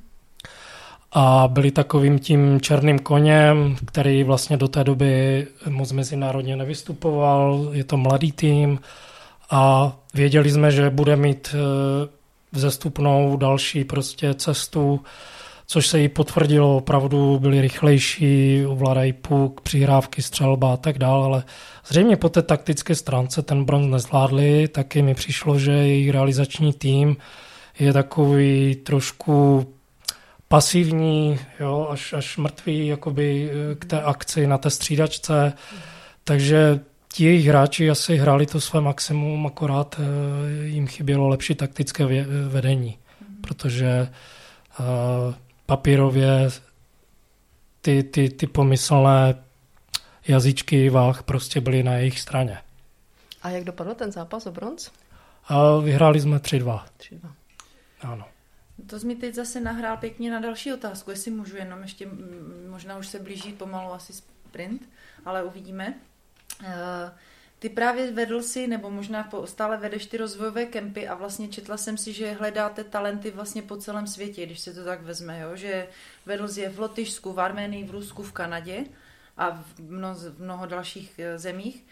a byli takovým tím černým koněm, který vlastně do té doby moc mezinárodně nevystupoval, je to mladý tým a věděli jsme, že bude mít vzestupnou další prostě cestu, což se jí potvrdilo, opravdu byli rychlejší, ovládají puk, přihrávky, střelba a tak dále, ale zřejmě po té taktické stránce ten bronz nezvládli, taky mi přišlo, že jejich realizační tým je takový trošku pasivní, jo, až mrtvý jakoby k té akci na té střídačce, takže ti jejich hráči asi hráli to své maximum, akorát jim chybělo lepší taktické vedení, protože papírově ty pomyslné jazyčky váh prostě byly na jejich straně. A jak dopadl ten zápas o bronz? A vyhráli jsme 3-2. 3-2. Ano. To jsi mi teď zase nahrál pěkně na další otázku, jestli můžu, jenom ještě, možná už se blíží pomalu asi sprint, ale uvidíme. Ty právě vedl si, nebo možná stále vedeš ty rozvojové kempy a vlastně četla jsem si, že hledáte talenty vlastně po celém světě, když se to tak vezme, jo? Že vedl jsi je v Lotyšsku, v Arménii, v Rusku, v Kanadě a v mnoho dalších zemích.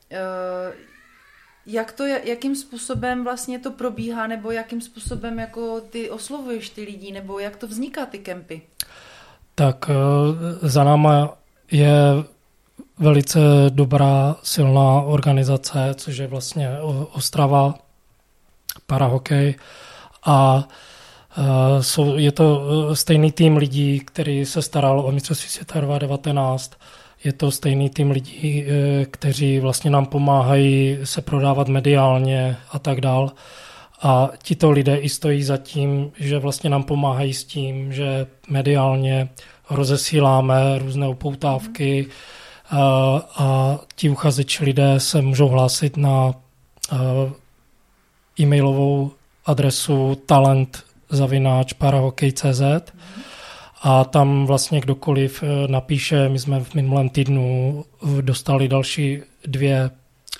Jakým způsobem vlastně to probíhá, nebo jakým způsobem jako ty oslovuješ ty lidi, nebo jak to vzniká ty kempy? Tak za náma je velice dobrá, silná organizace, což je vlastně Ostrava parahokej a je to stejný tým lidí, který se staral o mistrovství světa 2019. Je to stejný tým lidí, kteří vlastně nám pomáhají se prodávat mediálně a tak dál. A tito lidé i stojí za tím, že vlastně nám pomáhají s tím, že mediálně rozesíláme různé upoutávky a ti uchazeči lidé se můžou hlásit na e-mailovou adresu talent@parahokej.cz a tam vlastně kdokoliv napíše, my jsme v minulém týdnu dostali další 2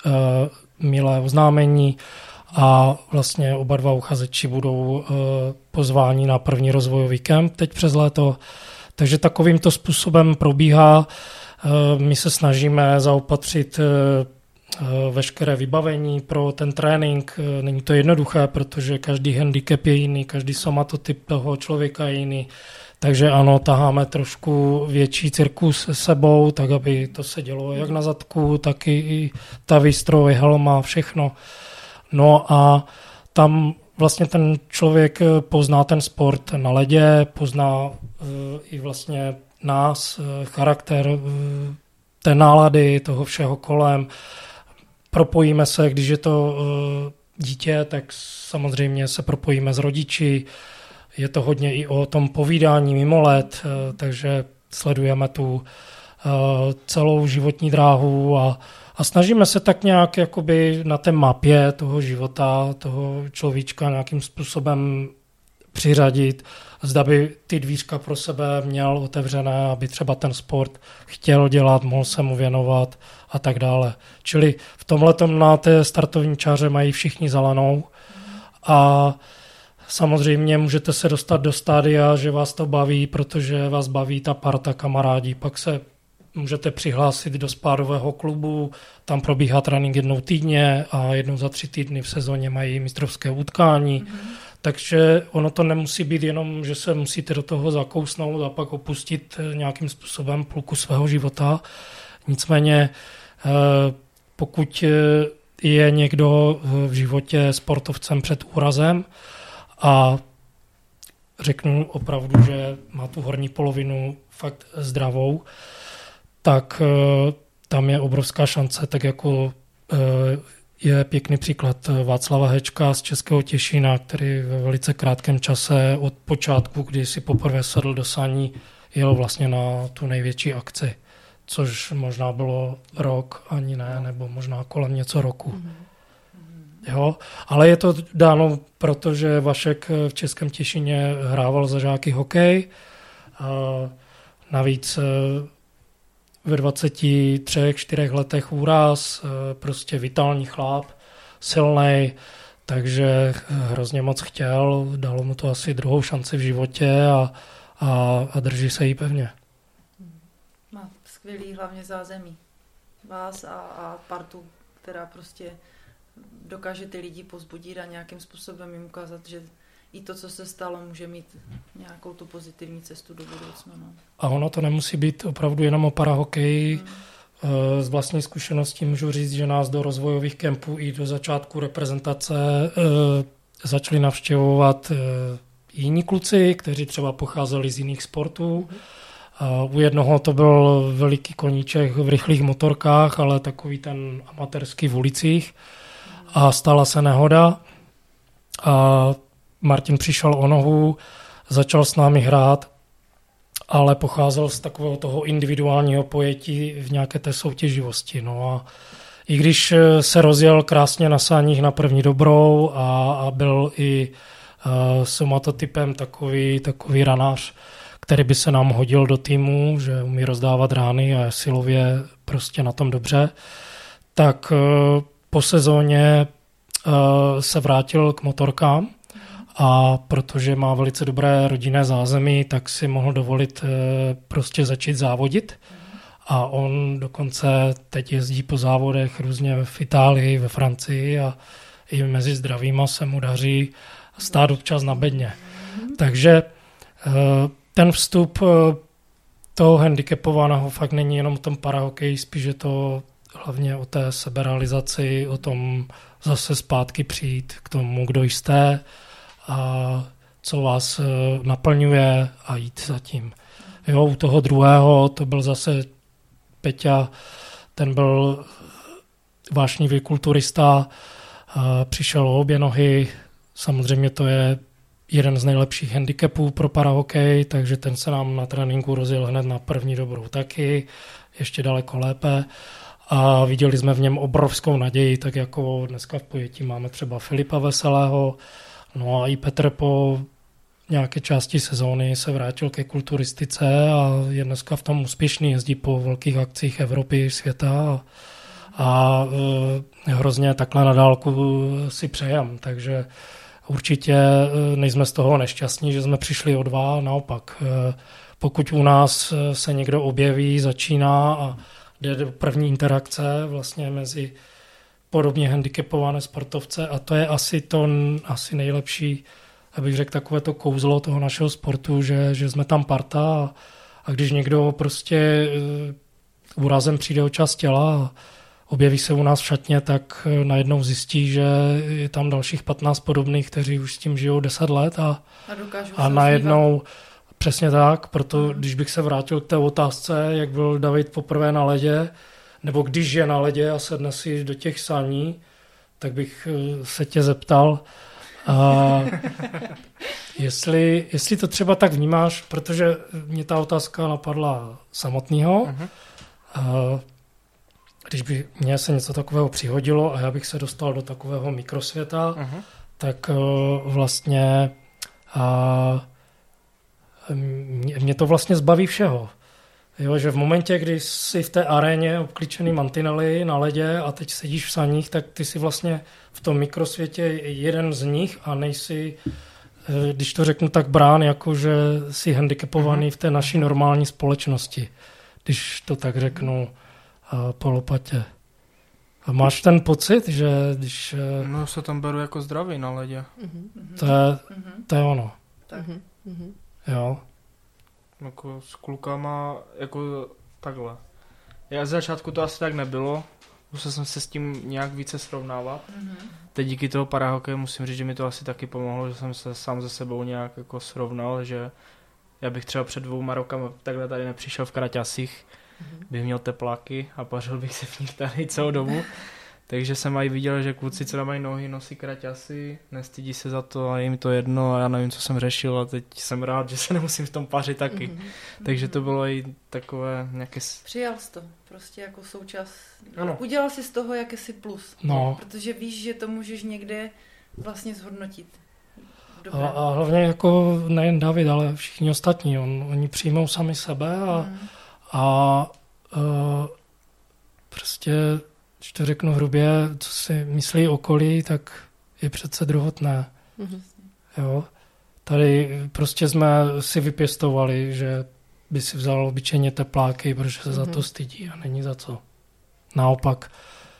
milé oznámení a vlastně oba 2 uchazeči budou pozváni na první rozvojový kemp teď přes léto. Takže takovýmto způsobem probíhá. My se snažíme zaopatřit veškeré vybavení pro ten trénink. Není to jednoduché, protože každý handicap je jiný, každý somatotyp toho člověka je jiný. Takže ano, taháme trošku větší cirkus s sebou, tak aby to se dělo jak na zadku, tak i ta výstroj, helma, všechno. No a tam vlastně ten člověk pozná ten sport na ledě, pozná i vlastně nás, charakter té nálady, toho všeho kolem. Propojíme se, když je to dítě, tak samozřejmě se propojíme s rodiči. Je to hodně i o tom povídání mimo let, takže sledujeme tu celou životní dráhu a snažíme se tak nějak jakoby na té mapě toho života, toho človíčka nějakým způsobem přiřadit, zda by ty dvířka pro sebe měl otevřené, aby třeba ten sport chtěl dělat, mohl se mu věnovat a tak dále. Čili v tomhletom na té startovní čáře mají všichni zelenou a samozřejmě můžete se dostat do stádia, že vás to baví, protože vás baví ta parta kamarádi. Pak se můžete přihlásit do spádového klubu, tam probíhá trénink 1 týdně a 1 za 3 týdny v sezóně mají mistrovské utkání. Takže ono to nemusí být jenom, že se musíte do toho zakousnout a pak opustit nějakým způsobem půlku svého života. Nicméně pokud je někdo v životě sportovcem před úrazem a řeknu opravdu, že má tu horní polovinu fakt zdravou, tak tam je obrovská šance, tak jako je pěkný příklad Václava Hečka z Českého Těšína, který ve velice krátkém čase od počátku, kdy si poprvé sedl do saní, jel vlastně na tu největší akci, což možná bylo rok, ani ne, nebo možná kolem něco roku. Jo, ale je to dáno, protože Vašek v Českém Těšíně hrával za žáky hokej. Navíc ve 23-4 letech úraz, prostě vitální chlap, silnej, takže hrozně moc chtěl, dalo mu to asi druhou šanci v životě a drží se jí pevně. Má skvělý hlavně zázemí. Vás a partu, která prostě dokáže ty lidi povzbudit a nějakým způsobem jim ukázat, že i to, co se stalo, může mít nějakou tu pozitivní cestu do budoucna. No. A ono to nemusí být opravdu jenom o parahokeji. Z vlastní zkušenosti můžu říct, že nás do rozvojových kempů i do začátku reprezentace začali navštěvovat jiní kluci, kteří třeba pocházeli z jiných sportů. U jednoho to byl veliký koníček v rychlých motorkách, ale takový ten amatérský v ulicích. A stala se nehoda a Martin přišel o nohu, začal s námi hrát ale pocházel z takového toho individuálního pojetí v nějaké té soutěživosti. No a i když se rozjel krásně na sáních na první dobrou a byl i somatotypem takový ranář, který by se nám hodil do týmu, že umí rozdávat rány a je silově prostě na tom dobře, tak po sezóně se vrátil k motorkám a protože má velice dobré rodinné zázemí, tak si mohl dovolit prostě začít závodit. A on dokonce teď jezdí po závodech různě v Itálii, ve Francii a i mezi zdravýma se mu daří stát občas na bedně. Takže ten vstup toho handicapovaného fakt není jenom o tom parahokeji, spíš je to hlavně o té seberealizaci, o tom zase zpátky přijít k tomu, kdo jste a co vás naplňuje a jít za tím. Jo, u toho druhého to byl zase Peťa, ten byl vášnivý kulturista, přišel o obě nohy, samozřejmě to je jeden z nejlepších handicapů pro parahokej, takže ten se nám na tréninku rozjel hned na první dobrou taky, ještě daleko lépe a viděli jsme v něm obrovskou naději, tak jako dneska v pojetí máme třeba Filipa Veselého, no a i Petr po nějaké části sezóny se vrátil ke kulturistice a je dneska v tom úspěšný, jezdí po velkých akcích Evropy, světa a hrozně takhle na dálku si přejem, takže určitě nejsme z toho nešťastní, že jsme přišli o dva, naopak. Pokud u nás se někdo objeví, začíná a jde do první interakce vlastně mezi podobně handicapované sportovce a to je asi nejlepší, abych řekl, takové to kouzlo toho našeho sportu, že jsme tam parta a když někdo prostě úrazem přijde o část těla a objeví se u nás v šatně, tak najednou zjistí, že je tam dalších 15 podobných, kteří už s tím žijou 10 let a najednou přesně tak, proto když bych se vrátil k té otázce, jak byl David poprvé na ledě, nebo když je na ledě a sedne si do těch sání, tak bych se tě zeptal, jestli to třeba tak vnímáš, protože mě ta otázka napadla samotného, když by mně se něco takového přihodilo a já bych se dostal do takového mikrosvěta, tak vlastně mě to vlastně zbaví všeho. Jo, že v momentě, kdy jsi v té aréně obklíčený mantinely na ledě a teď sedíš v saních, tak ty jsi vlastně v tom mikrosvětě jeden z nich a nejsi, když to řeknu tak, brán, jako že jsi handicapovaný v té naší normální společnosti. Když to tak řeknu po lopatě. A máš ten pocit, že když... No se tam beru jako zdravý na ledě. To je ono. Tak. Jo. Jako s klukama, jako takhle. Já z začátku to asi tak nebylo, musel jsem se s tím nějak více srovnávat. Teď díky toho parahokeju musím říct, že mi to asi taky pomohlo, že jsem se sám ze sebou nějak jako srovnal, že já bych třeba před 2 rokama takhle tady nepřišel v kraťasích, bych měl tepláky a pařil bych se v nich tady celou dobu. Takže jsem aj viděl, že kluci, co mají nohy, nosí kraťasy, nestydí se za to a jim to jedno a já nevím, co jsem řešil a teď jsem rád, že se nemusím v tom pařit taky. Takže to bylo i takové nějaké... Přijal jsi to prostě jako součást. Ano. Udělal si z toho jakési plus. No. Protože víš, že to můžeš někde vlastně zhodnotit. A hlavně jako nejen David, ale všichni ostatní. Oni přijmou sami sebe a prostě, když to řeknu hrubě, co si myslí okolí, tak je přece druhotné. Jo? Tady prostě jsme si vypěstovali, že by si vzal obyčejně tepláky, protože se za to stydí a není za co. Naopak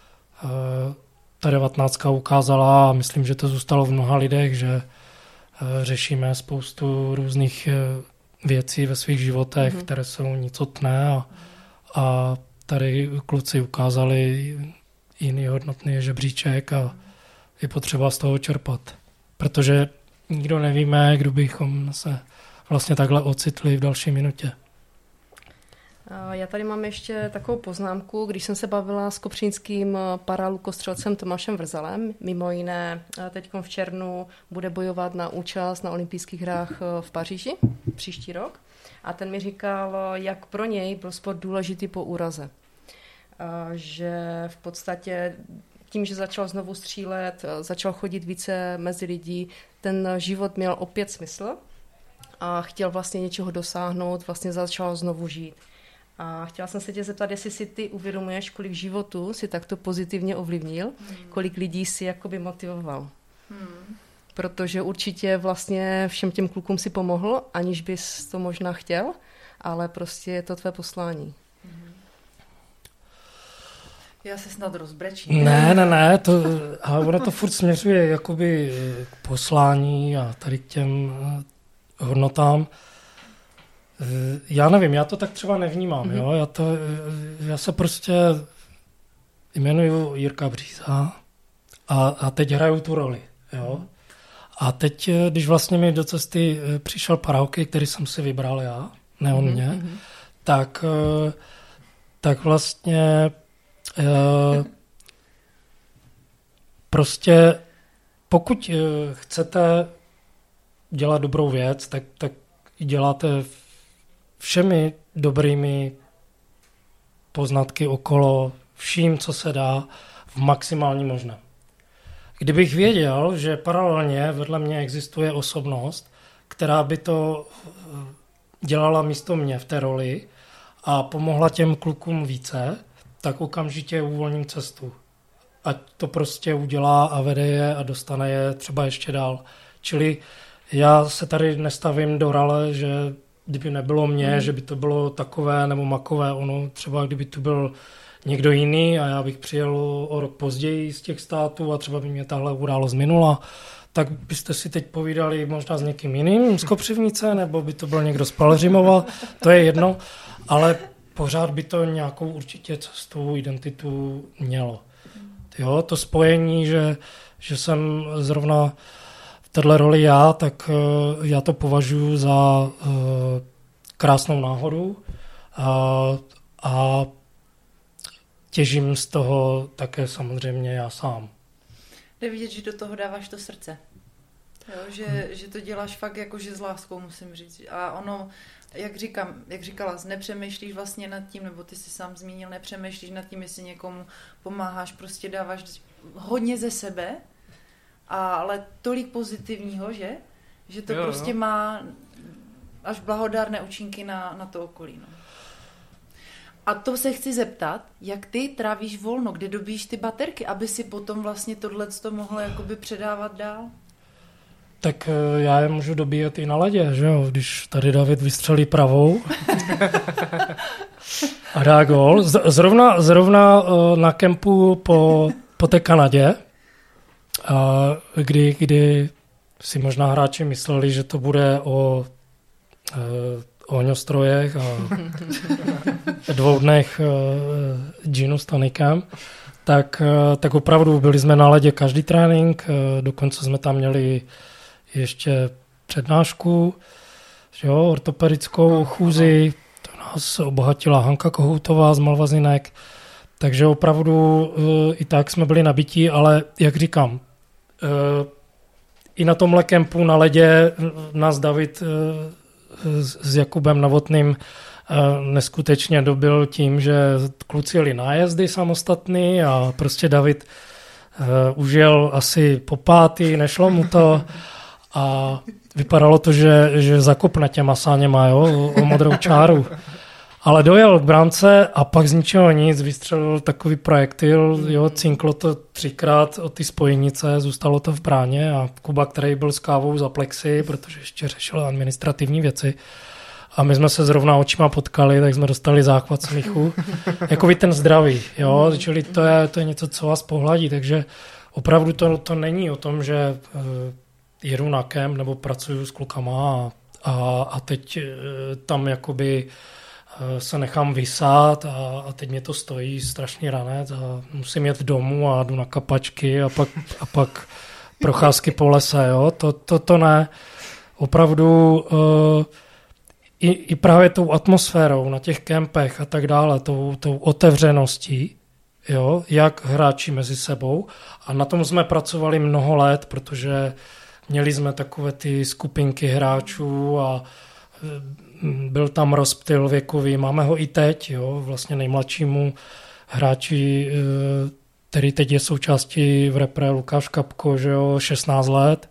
ta 19 ukázala, a myslím, že to zůstalo v mnoha lidech, že řešíme spoustu různých věcí ve svých životech, které jsou nicotné a tady kluci ukázali jiný hodnotný žebříček a je potřeba z toho čerpat. Protože nikdo nevíme, kdo bychom se vlastně takhle ocitli v další minutě. Já tady mám ještě takovou poznámku, když jsem se bavila s kopřínským paralukostřelcem Tomášem Vrzalem, mimo jiné teď v červnu bude bojovat na účast na olympijských hrách v Paříži příští rok. A ten mi říkal, jak pro něj byl sport důležitý po úraze. Že v podstatě tím, že začal znovu střílet, začal chodit více mezi lidi, ten život měl opět smysl a chtěl vlastně něčeho dosáhnout, vlastně začal znovu žít. A chtěla jsem se tě zeptat, jestli si ty uvědomuješ, kolik životů si takto pozitivně ovlivnil, kolik lidí si jakoby motivoval. Protože určitě vlastně všem těm klukům si pomohl, aniž bys to možná chtěl, ale prostě je to tvé poslání. Já se snad rozbrečím. Ne, ale ono to furt směřuje jakoby k poslání a tady k těm hodnotám. Já nevím, já to tak třeba nevnímám, jo? Já se prostě jmenuji Jirka Bříza a teď hraju tu roli, jo? A teď, když vlastně mi do cesty přišel parahokej, který jsem si vybral já, ne on mě, tak vlastně prostě pokud chcete dělat dobrou věc, tak děláte všemi dobrými poznatky okolo, vším, co se dá v maximální možném. Kdybych věděl, že paralelně vedle mě existuje osobnost, která by to dělala místo mě v té roli a pomohla těm klukům více, tak okamžitě uvolním cestu. Ať to prostě udělá a vede je a dostane je třeba ještě dál. Čili já se tady nestavím do role, že kdyby nebylo mě, že by to bylo takové nebo makové. Ono třeba kdyby tu byl někdo jiný a já bych přijel o rok později z těch států a třeba by mě tahle událost minula, tak byste si teď povídali možná s někým jiným z Kopřivnice, nebo by to byl někdo z Pelhřimova, to je jedno, ale pořád by to nějakou určitě cestu, identitu mělo. Jo, to spojení, že jsem zrovna v této roli já, tak já to považuji za krásnou náhodu a těžím z toho také samozřejmě já sám. Jde vidět, že do toho dáváš to srdce. Jo, že to děláš fakt jakože s láskou, musím říct. A ono, jak říkala, nepřemýšlíš vlastně nad tím, nebo ty jsi sám zmínil, nepřemýšlíš nad tím, jestli někomu pomáháš, prostě dáváš hodně ze sebe, ale tolik pozitivního, že to prostě má až blahodárné účinky na to okolí. No. A to se chci zeptat, jak ty trávíš volno, kde dobíš ty baterky, aby si potom vlastně tohleto mohlo jakoby předávat dál? Tak já je můžu dobíjet i na ledě, že jo? Když tady David vystřelí pravou a dá gól. Zrovna na kempu po té Kanadě, kdy si možná hráči mysleli, že to bude o ohňostrojech a 2 dnech džinu s tonikem, tak opravdu byli jsme na ledě každý trénink, dokonce jsme tam měli ještě přednášku, jo, ortopedickou chůzi, to nás obohatila Hanka Kohoutová z Malvazinek, takže opravdu i tak jsme byli nabití, ale jak říkám, i na tomhle kempu na ledě nás David s Jakubem Novotným neskutečně dobil tím, že kluci jeli nájezdy samostatný a prostě David užil asi po 5., nešlo mu to a vypadalo to, že zakopne těma sáněma, jo, o modrou čáru. Ale dojel k bránce a pak z ničeho nic vystřelil takový projektil, jo, cinklo to 3krát od ty spojenice, zůstalo to v bráně a Kuba, který byl s kávou za plexi, protože ještě řešil administrativní věci. A my jsme se zrovna očima potkali, tak jsme dostali záchvat smíchu. Jakoby ten zdravý, jo, čili to je něco, co vás pohladí, takže opravdu to není o tom, že jedu na kemp nebo pracuju s klukama a teď tam jakoby se nechám vysát a teď mě to stojí strašný ranec a musím jet domů a jdu na kapačky a pak procházky po lese, jo, to ne. Opravdu i právě tou atmosférou na těch kempech a tak dále, tou otevřeností, jo, jak hráči mezi sebou. A na tom jsme pracovali mnoho let, protože měli jsme takové ty skupinky hráčů a byl tam rozptyl věkový. Máme ho i teď, jo, vlastně nejmladšímu hráči, který teď je součástí v repre, Lukáš Kapko, že jo, 16 let.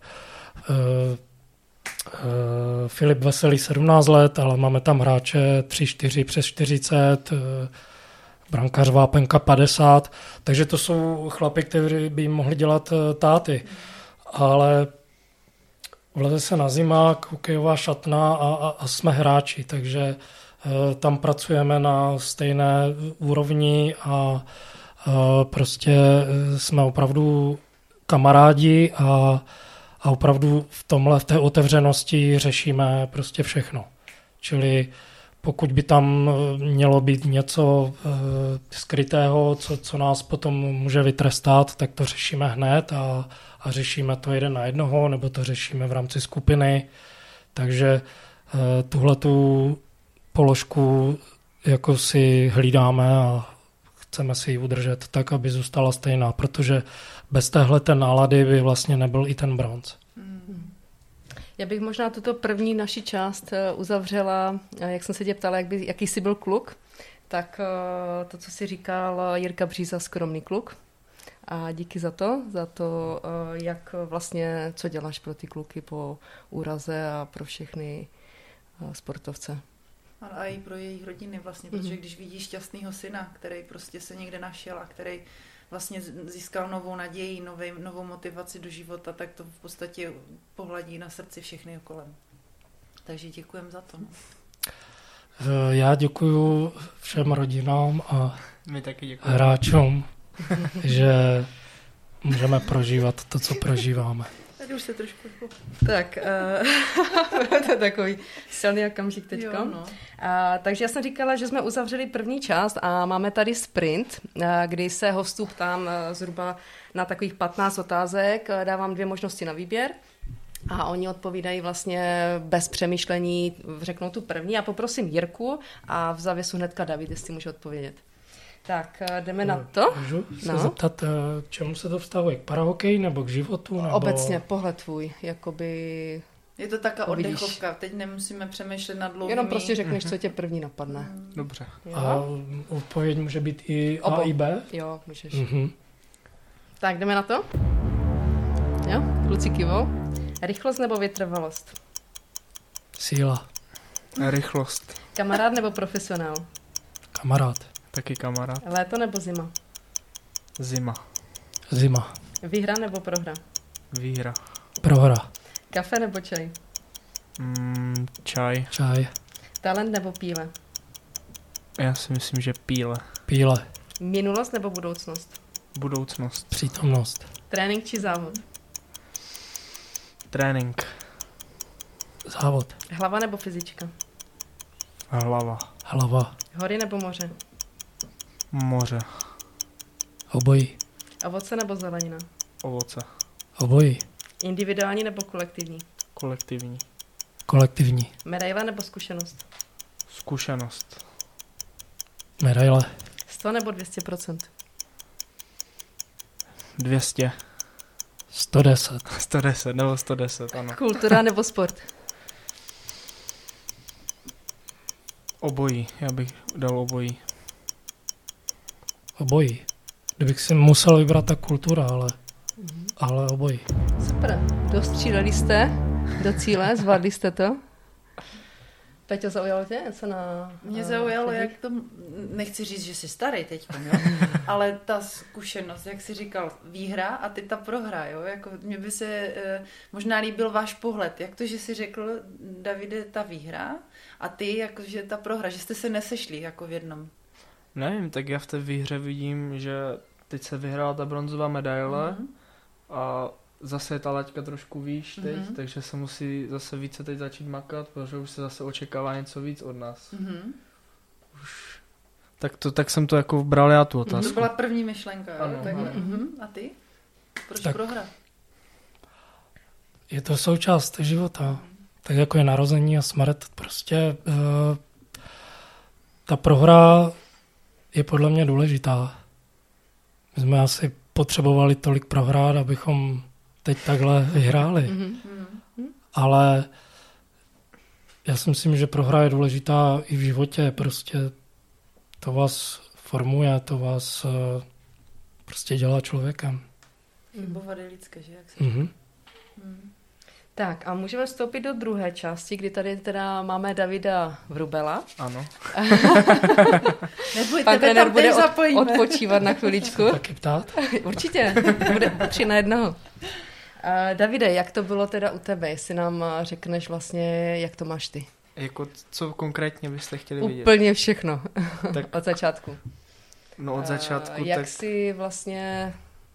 Filip Veselý 17 let, ale máme tam hráče 3-4 přes 40, brankář Vápenka 50, takže to jsou chlapi, kteří by mohli dělat táty. Ale vleze se na zimák, hokejová šatna a jsme hráči, takže tam pracujeme na stejné úrovni a prostě jsme opravdu kamarádi a opravdu v tomhle, v té otevřenosti řešíme prostě všechno. Čili pokud by tam mělo být něco skrytého, co nás potom může vytrestat, tak to řešíme hned a řešíme to jeden na jednoho, nebo to řešíme v rámci skupiny. Takže tuhletu položku jako si hlídáme a chceme si ji udržet tak, aby zůstala stejná, protože bez téhleté nálady by vlastně nebyl i ten bronz. Já bych možná tuto první naši část uzavřela, jak jsem se tě ptala, jaký jsi byl kluk, tak to, co jsi říkal, Jirka Bříza, skromný kluk. A díky za to, jak vlastně, co děláš pro ty kluky po úraze a pro všechny sportovce. A i pro jejich rodiny vlastně, protože když vidíš šťastného syna, který prostě se někde našel a který vlastně získal novou naději, novou motivaci do života, tak to v podstatě pohladí na srdci všechny kolem. Takže děkujem za to. No. Já děkuju všem rodinám a my taky děkujeme hráčům, že můžeme prožívat to, co prožíváme. Tady už se trošku... Tak, to je takový silný okamžik teďko. Jo, no. Takže já jsem říkala, že jsme uzavřeli první část a máme tady sprint, kdy se hostů ptám zhruba na takových 15 otázek, dávám 2 možnosti na výběr a oni odpovídají vlastně bez přemýšlení, řeknou tu první a poprosím Jirku a v závěsu hnedka David, jestli může odpovědět. Tak, jdeme na to. Můžu se zeptat, k čemu se to vztahuje? K parahokeji nebo k životu? Nebo... Obecně, pohled tvůj, jakoby... Je to taková oddechovka, teď nemusíme přemýšlet nad dlouhými... Jenom prostě řekneš, co tě první napadne. Dobře. Jo? A odpověď může být i A i B? Jo, můžeš. Tak, jdeme na to? Jo, kluci kivou. Rychlost nebo vytrvalost? Síla. Rychlost. Kamarád nebo profesionál? Kamarád. Taky kamarád. Léto nebo zima? Zima. Zima. Výhra nebo prohra? Výhra. Prohra. Kafe nebo čaj? Čaj. Čaj. Talent nebo píle? Já si myslím, že píle. Píle. Minulost nebo budoucnost? Budoucnost. Přítomnost. Trénink či závod? Trénink. Závod. Hlava nebo fyzička? Hlava. Hlava. Hory nebo moře? Moře. Obojí. Ovoce nebo zelenina? Ovoce. Obojí. Individuální nebo kolektivní? Kolektivní. Kolektivní. Medaile nebo zkušenost? Zkušenost. Medaile. 100 nebo 200%? 200. 110. 110 nebo 110, ano. Kultura nebo sport? Obojí, já bych dal obojí. Obojí. Kdybych si musel vybrat, ta kultura, ale obojí. Super. Dostříleli jste do cíle, zvládli jste to? Peťo, zaujalo tě něco na... Mě zaujalo, jak to, nechci říct, že jsi starý teď, ale ta zkušenost, jak jsi říkal, výhra a ty ta prohra, jo, jako mně by se možná líbil váš pohled, jak to, že jsi řekl, Davide, ta výhra a ty, jakože ta prohra, že jste se nesešli jako v jednom. Nevím, tak já v té výhře vidím, že teď se vyhrála ta bronzová medaile a zase je ta laťka trošku výš teď, takže se musí zase více teď začít makat, protože už se zase očekává něco víc od nás. Už. Tak jsem to jako bral já tu otázku. To byla první myšlenka, ano, jo? Takhle. A ty? Proč tak prohra? Je to součást života. tak jako je narození a smrt, prostě ta prohra je podle mě důležitá. My jsme asi potřebovali tolik prohrát, abychom teď takhle vyhráli. Ale já si myslím, že prohra je důležitá i v životě. Prostě to vás formuje, to vás prostě dělá člověkem. Chybovat je lidské, že? Jak se... Tak a můžeme vstoupit do druhé části, kdy tady teda máme Davida Vrubela. Ano. Pan trenér bude odpočívat na chviličku. Taky ptát? Určitě, bude 3 na 1. Davide, jak to bylo teda u tebe? Jestli nám řekneš vlastně, jak to máš ty? Jako co konkrétně byste chtěli vidět? Úplně všechno. Tak, od začátku. No od začátku. Jak tak... si vlastně...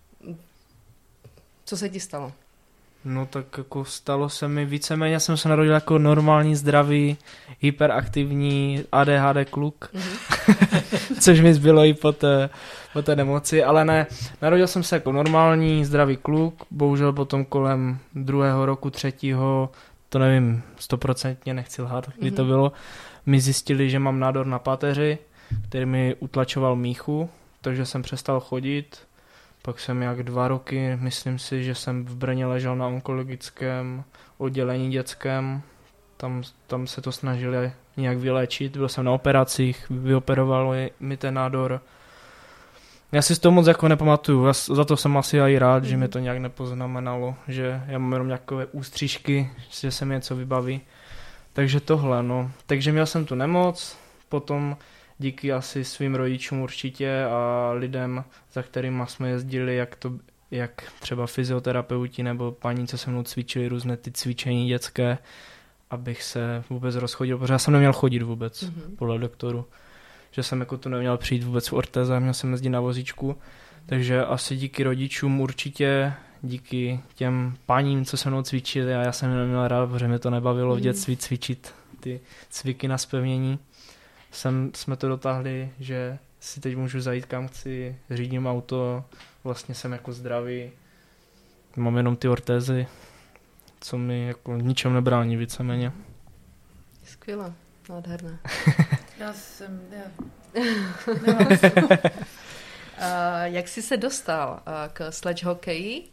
Co se ti stalo? No tak jako stalo se mi víceméně, jsem se narodil jako normální, zdravý, hyperaktivní ADHD kluk, což mi zbylo i po té nemoci, ale ne, narodil jsem se jako normální, zdravý kluk, bohužel potom kolem 2. roku, 3., to nevím, 100% nechci lhát, kdy to bylo, mi zjistili, že mám nádor na páteři, který mi utlačoval míchu, takže jsem přestal chodit. Pak jsem jak 2 roky, myslím si, že jsem v Brně ležel na onkologickém oddělení dětském. Tam se to snažili nějak vyléčit. Byl jsem na operacích, vyoperovali mi ten nádor. Já si z toho moc jako nepamatuju, za to jsem asi i rád, že mi to nějak nepoznamenalo, že já mám jenom nějaké ústřížky, že se mi něco vybaví. Takže tohle, no. Takže měl jsem tu nemoc, potom... Díky asi svým rodičům určitě a lidem, za kterými jsme jezdili, jak třeba fyzioterapeuti nebo paní, co se mnou cvičili různé ty cvičení dětské, abych se vůbec rozchodil, protože já jsem neměl chodit vůbec, podle doktoru. Že jsem jako tu neměl přijít vůbec v ortéze, měl jsem jezdit na vozíčku. Takže asi díky rodičům určitě, díky těm paním, co se mnou cvičili, a já jsem neměl rád, protože mě to nebavilo v dětství cvičit ty cviky na zpevnění. Jsme to dotáhli, že si teď můžu zajít kam chci, řídím auto, vlastně jsem jako zdravý, mám jenom ty ortézy, co mi jako ničem nebrání víceméně. Skvělé, nádherné. Jak jsi se dostal k sledge hokeji?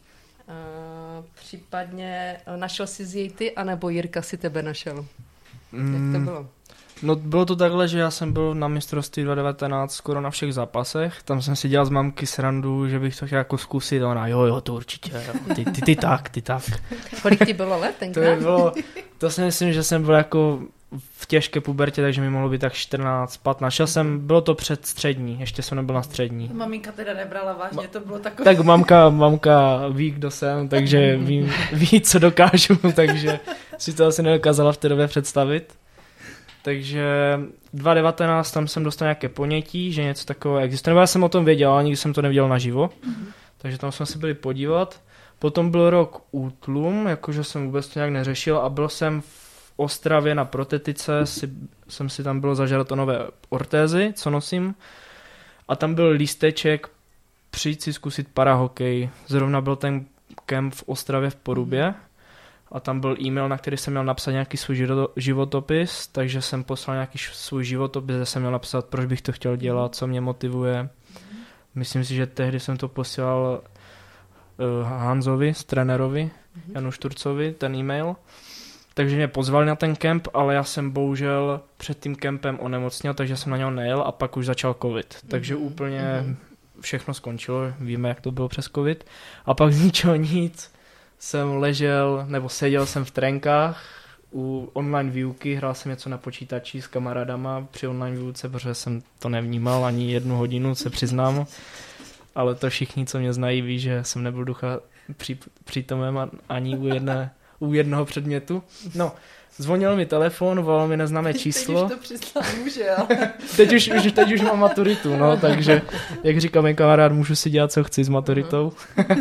Případně našel jsi z jej ty, anebo Jirka si tebe našel? Jak to bylo? No bylo to takhle, že já jsem byl na mistrovství 2019 skoro na všech zápasech, tam jsem si dělal z mamky srandu, že bych to chtěl jako zkusit, a ona jo, to určitě, ty tak. Kolik ti bylo let tenkrát? To si myslím, že jsem byl jako v těžké pubertě, takže mi mohlo být tak 14, 15, bylo to před střední, ještě jsem nebyl na střední. Maminka teda nebrala vážně, to bylo takové. Tak mamka ví, kdo jsem, takže ví, co dokážu, takže si to asi nedokázala v té době představit. Takže 2019 tam jsem dostal nějaké ponětí, že něco takového existuje. Nebo já jsem o tom věděl, ale nikdy jsem to neviděl naživo. Takže tam jsme se byli podívat. Potom byl rok útlum, jakože jsem vůbec to nějak neřešil, a byl jsem v Ostravě na protetice, jsem si tam byl zažádat o nové ortézy, co nosím. A tam byl lísteček přijít si zkusit parahokej. Zrovna byl ten kemp v Ostravě v Porubě. A tam byl e-mail, na který jsem měl napsat nějaký svůj životopis, takže jsem poslal nějaký svůj životopis, kde jsem měl napsat, proč bych to chtěl dělat, co mě motivuje. Myslím si, že tehdy jsem to posílal Hanzovi, trenérovi, Janu Šturcovi, ten e-mail. Takže mě pozvali na ten kemp, ale já jsem bohužel před tím kempem onemocněl, takže jsem na něho nejel a pak už začal covid. Takže úplně všechno skončilo, víme, jak to bylo přes covid. A pak z ničeho nic jsem ležel, nebo seděl jsem v trenkách u online výuky, hrál jsem něco na počítači s kamarádama při online výuce, protože jsem to nevnímal ani 1 hodinu, se přiznám. Ale to všichni, co mě znají, ví, že jsem nebyl ducha přítomem ani u jednoho předmětu. No, zvonil mi telefon, volal mi neznámé číslo. Teď už to přiznal může, ale... teď už mám maturitu, no, takže, jak říká můj kamarád, můžu si dělat, co chci s maturitou.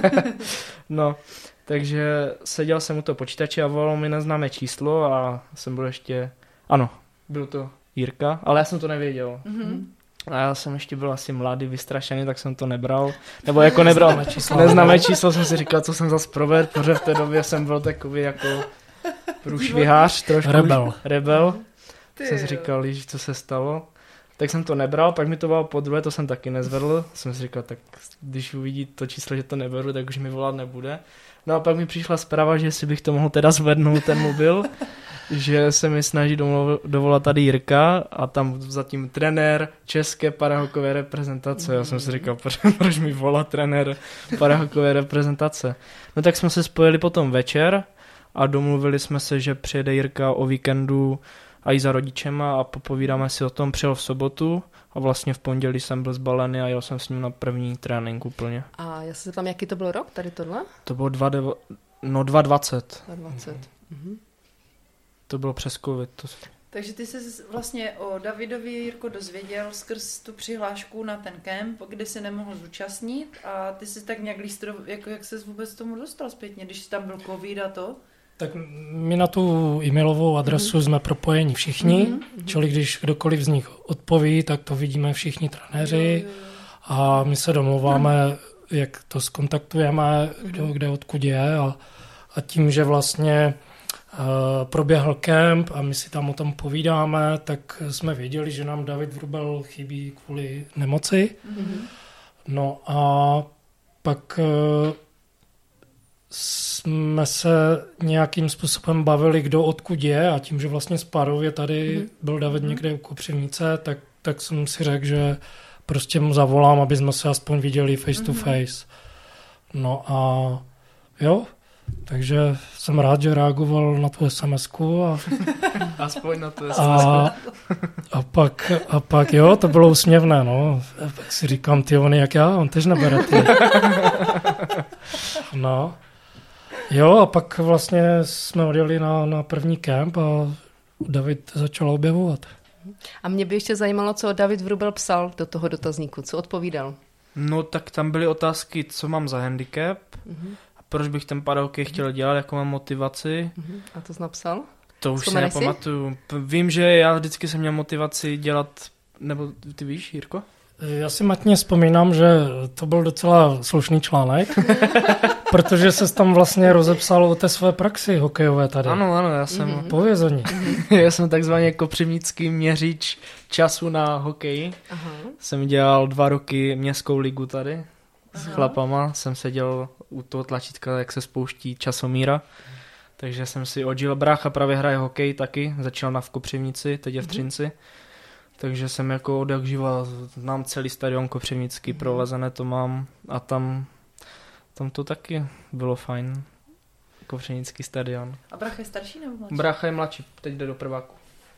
No, takže seděl jsem u toho počítače a volal mi neznámé číslo a jsem byl ještě... Ano, byl to Jirka, ale já jsem to nevěděl. A já jsem ještě byl asi mladý, vystrašený, tak jsem to nebral. Nebo jako nebral neznámé číslo, jsem si říkal, co jsem zas provedl, protože v té době jsem byl takový jako... průšvihář, trošku rebel. Ty Jsem si říkal, že co se stalo. Tak jsem to nebral, pak mi to bylo podruhé, to jsem taky nezvedl. Jsem si říkal, tak když uvidí to číslo, že to neberu, tak už mi volat nebude. No a pak mi přišla zpráva, že si bych to mohl teda zvednout, ten mobil, že se mi snaží dovolat tady Jirka a tam zatím trenér české parahokové reprezentace. Já jsem si říkal, proč mi volá trenér parahokové reprezentace. No tak jsme se spojili potom večer a domluvili jsme se, že přijede Jirka o víkendu a i za rodičema a popovídáme si o tom. Přijel v sobotu a vlastně v pondělí jsem byl zbalený a jel jsem s ním na první trénink úplně. A já se tam, jaký to byl rok, tady tohle? To bylo 2020. 2020. To bylo přes covid. Takže ty jsi vlastně o Davidovi, Jirko, dozvěděl skrz tu přihlášku na ten kemp, kde se nemohl zúčastnit a ty jsi tak nějak jak ses vůbec tomu dostal zpětně, když tam byl covid a to? Tak my na tu e-mailovou adresu jsme propojeni všichni, čili když kdokoliv z nich odpoví, tak to vidíme všichni trenéři a my se domluváme, jak to skontaktujeme, kdo kde odkud je a tím, že vlastně proběhl kemp a my si tam o tom povídáme, tak jsme věděli, že nám David Vrubel chybí kvůli nemoci. No a pak jsme se nějakým způsobem bavili, kdo odkud je a tím, že vlastně z Párově tady byl David někde u Kopřivnice, tak jsem si řekl, že prostě mu zavolám, aby jsme se aspoň viděli face to face. No a jo, takže jsem rád, že reagoval na tu SMS-ku aspoň na tu SMS-ku. A pak jo, to bylo úsměvné, no. Tak si říkám, ty on jak já, on tež nebere ty. No. Jo, a pak vlastně jsme odjeli na první kemp a David začal objevovat. A mě by ještě zajímalo, co David Vrubel psal do toho dotazníku, co odpovídal. No tak tam byly otázky, co mám za handicap, a proč bych ten parahokej chtěl dělat, jakou mám motivaci. A to jsi napsal? To už si nepamatuju. Vím, že já vždycky jsem měl motivaci dělat, nebo ty víš, Jirko? Já si matně vzpomínám, že to byl docela slušný článek, protože ses tam vlastně rozepsal o té své praxi hokejové tady. Ano, já jsem... Pověz o ní. Já jsem takzvaně kopřivnický měřič času na hokej. Aha. Jsem dělal 2 roky městskou ligu tady s chlapama. Jsem seděl u toho tlačítka, jak se spouští časomíra. Takže jsem si odžil. Brácha právě hraje hokej taky. Začal v Kopřivnici, teď je v Třinci. Takže jsem jako od jak živa, znám celý stadion kopřivnický, prolezené to mám a tam to taky bylo fajn. Kopřivnický stadion. A brácha je starší nebo mladší? Brácha je mladší, teď jde do prváku.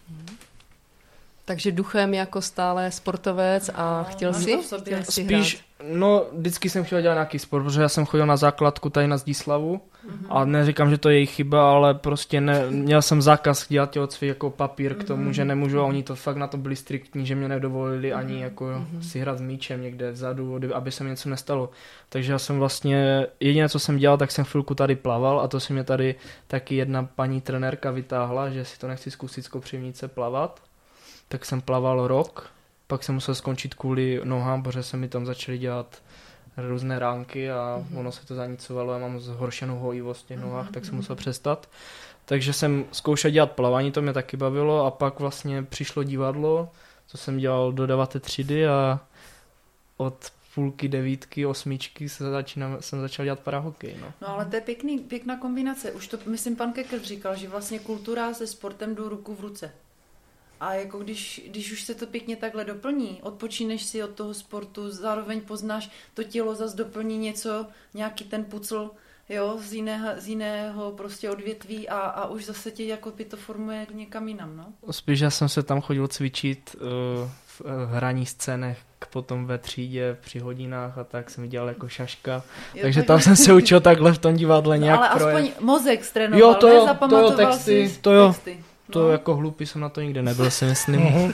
Takže duchem jako stále sportovec a chtěl si hrát? Spíš, no vždycky jsem chtěl dělat nějaký sport, protože já jsem chodil na základku tady na Zdislavu a neříkám, že to je jejich chyba, ale prostě měl jsem zákaz dělat tělocvik jako papír k tomu, že nemůžu a oni to fakt na to byli striktní, že mě nedovolili ani jako si hrát s míčem někde vzadu, aby se mi něco nestalo. Takže já jsem vlastně, jediné co jsem dělal, tak jsem chvilku tady plaval a to si mě tady taky jedna paní trenérka vytáhla, že si to nechci zkusit z Kopřivnice plavat. Tak jsem plaval rok, pak jsem musel skončit kvůli nohám, protože se mi tam začaly dělat různé ránky a ono se to zanicovalo, já mám zhoršenou hojivost v těch nohách, tak jsem musel přestat. Takže jsem zkoušel dělat plavání, to mě taky bavilo a pak vlastně přišlo divadlo, co jsem dělal do 9. třídy a od 8:30, 9, 8 jsem začal dělat parahokej. No ale to je pěkná kombinace, už to myslím pan Kekl říkal, že vlastně kultura se sportem jdou ruku v ruce. A jako když už se to pěkně takhle doplní, odpočíneš si od toho sportu, zároveň poznáš, to tělo zase doplní něco, nějaký ten pucl, jo, z jiného prostě odvětví a už zase tě jako by to formuje někam jinam, no. Spíš já jsem se tam chodil cvičit v hraní scénech, potom ve třídě, při hodinách a tak jsem dělal jako šaška, takže tam jsem se učil takhle v tom divadle nějak ale projet. aspoň mozek trénoval, zapamatoval texty, si texty. To jako hlupý jsem na to nikdy nebyl, si myslím.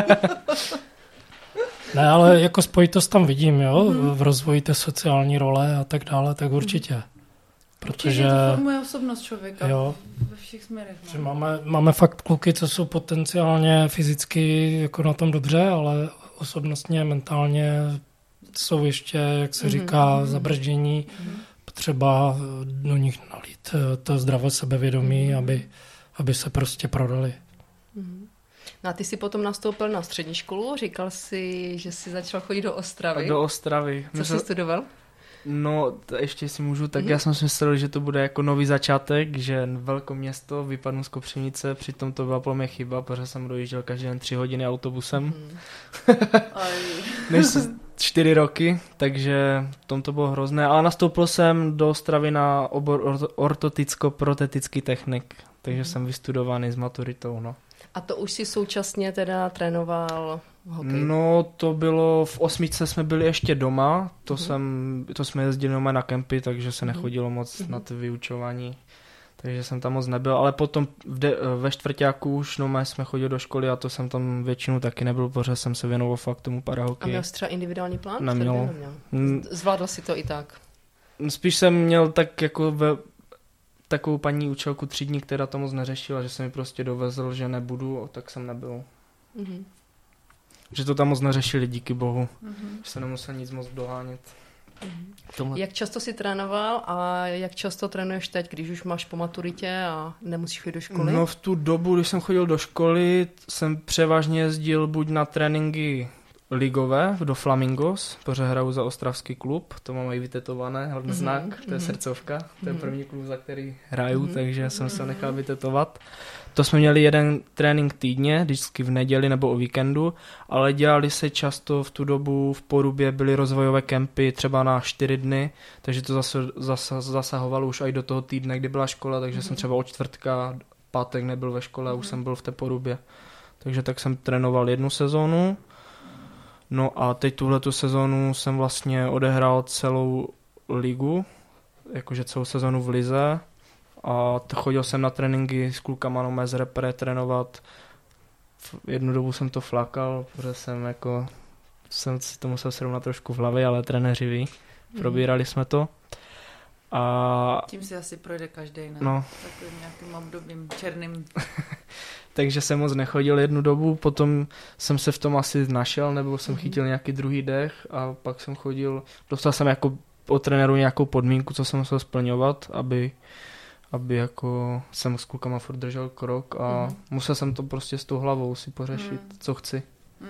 Ne, ale jako spojitost tam vidím, jo, v rozvoji té sociální role a tak dále, tak určitě. Protože to formuje osobnost člověka ve všech směrech. No. Že máme fakt kluky, co jsou potenciálně fyzicky jako na tom dobře, ale osobnostně, mentálně jsou ještě, jak se říká, zabrždění. Potřeba do nich nalít to zdravé sebevědomí, aby aby se prostě prodali. No a ty jsi potom nastoupil na střední školu, říkal jsi, že jsi začal chodit do Ostravy. Do Ostravy. Co jsi studoval? No, ještě si můžu, tak já jsem si myslel, že to bude jako nový začátek, že velké město, vypadnu z Kopřivnice, přitom to byla pro mě chyba, protože jsem dojížděl každý den 3 hodiny autobusem. Než 4 roky, takže tom to bylo hrozné. Ale nastoupil jsem do Ostravy na obor ortoticko-protetický technik, takže jsem vystudovaný s maturitou, no. A to už si současně teda trénoval hokej? No, to bylo, v 8 jsme byli ještě doma, to jsme jezdili doma na kempy, takže se nechodilo moc na to vyučování, takže jsem tam moc nebyl, ale potom ve čtvrťáku už jsme chodili do školy a to jsem tam většinu taky nebyl, protože jsem se věnoval fakt tomu parahokeji. A měl jsi třeba individuální plán? Neměl. Zvládl si to i tak? Spíš jsem měl tak jako takovou paní učitelku třídní, která to moc neřešila, že se mi prostě dovezl, že nebudu, tak jsem nebyl. Že to tam moc neřešili, díky bohu. Že se nemusel nic moc dohánět. Jak často jsi trénoval a jak často trénuješ teď, když už máš po maturitě a nemusíš chodit do školy? No v tu dobu, když jsem chodil do školy, jsem převážně jezdil buď na tréninky ligové do Flamingos, protože hraju za ostravský klub, to mám i vytetované, hlavní znak, to je srdcovka, to je první klub, za který hraju, takže jsem se nechal vytetovat. To jsme měli jeden trénink týdně, vždycky v neděli nebo o víkendu, ale dělali se často v tu dobu v Porubě, byly rozvojové kempy třeba na 4 dny, takže to zasahovalo už i do toho týdne, kdy byla škola, takže jsem třeba od čtvrtka, pátek nebyl ve škole a už jsem byl v té Porubě. Takže tak jsem trénoval 1 sezónu. No a teď tuhletu sezónu jsem vlastně odehrál celou ligu, jakože celou sezónu v lize a chodil jsem na tréninky s klukama no z repre trénovat. V jednu dobu jsem to flakal, protože jsem si to musel srovnat trošku v hlavě, ale trenéři ví, probírali jsme to. A tím si asi projde každý, ne? No. Takovým nějakým obdobím černým. Takže jsem moc nechodil jednu dobu, potom jsem se v tom asi našel, nebo jsem chytil nějaký druhý dech a pak jsem chodil, dostal jsem jako od trenéru nějakou podmínku, co jsem musel splňovat, aby jako jsem s klukama furt držel krok a musel jsem to prostě s tou hlavou si pořešit, co chci.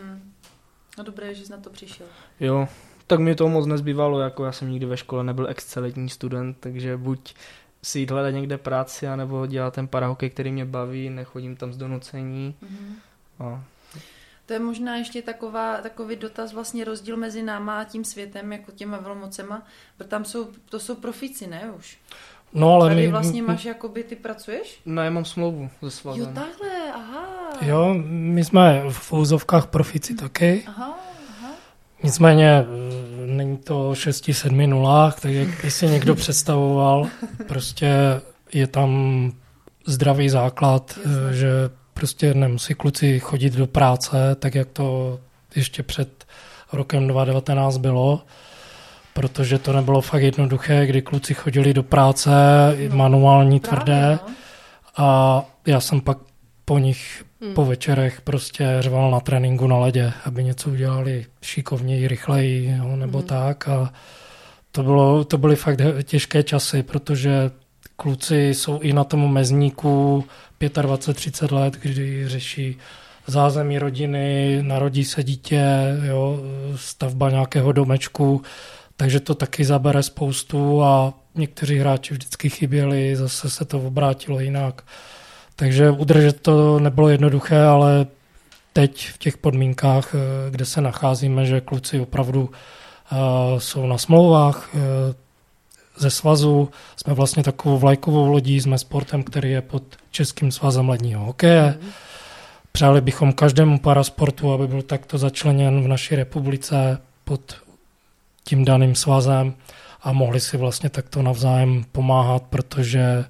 No dobré, že jsi na to přišel. Jo, tak mi to moc nezbývalo, jako já jsem nikdy ve škole nebyl excelentní student, takže buď si jít hledat někde práci, anebo dělat ten parahokej, který mě baví, nechodím tam z donucení. A to je možná ještě takový dotaz, vlastně rozdíl mezi náma a tím světem, jako těma velmocema, protože tam to jsou profíci, ne už? No, ale tady vlastně máš, jakoby ty pracuješ? Ne, já mám smlouvu se svazem. Jo, takhle, aha. Jo, my jsme v úzovkách profíci taky. Aha. Nicméně není to 6-7-0, tak jak si někdo představoval, prostě je tam zdravý základ, že prostě nemusí kluci chodit do práce, tak jak to ještě před rokem 2019 bylo, protože to nebylo fakt jednoduché, kdy kluci chodili do práce, manuální, tvrdé, a já jsem pak po nich po večerech prostě řval na tréninku na ledě, aby něco udělali šikovněji, rychleji, jo, nebo tak. A to byly fakt těžké časy, protože kluci jsou i na tom mezníku 25-30 let, kdy řeší zázemí rodiny, narodí se dítě, jo, stavba nějakého domečku, takže to taky zabere spoustu a někteří hráči vždycky chyběli, zase se to obrátilo jinak. Takže udržet to nebylo jednoduché, ale teď v těch podmínkách, kde se nacházíme, že kluci opravdu jsou na smlouvách ze svazu, jsme vlastně takovou vlajkovou lodí, jsme sportem, který je pod Českým svazem ledního hokeje. Přáli bychom každému parasportu, aby byl takto začleněn v naší republice pod tím daným svazem a mohli si vlastně takto navzájem pomáhat, protože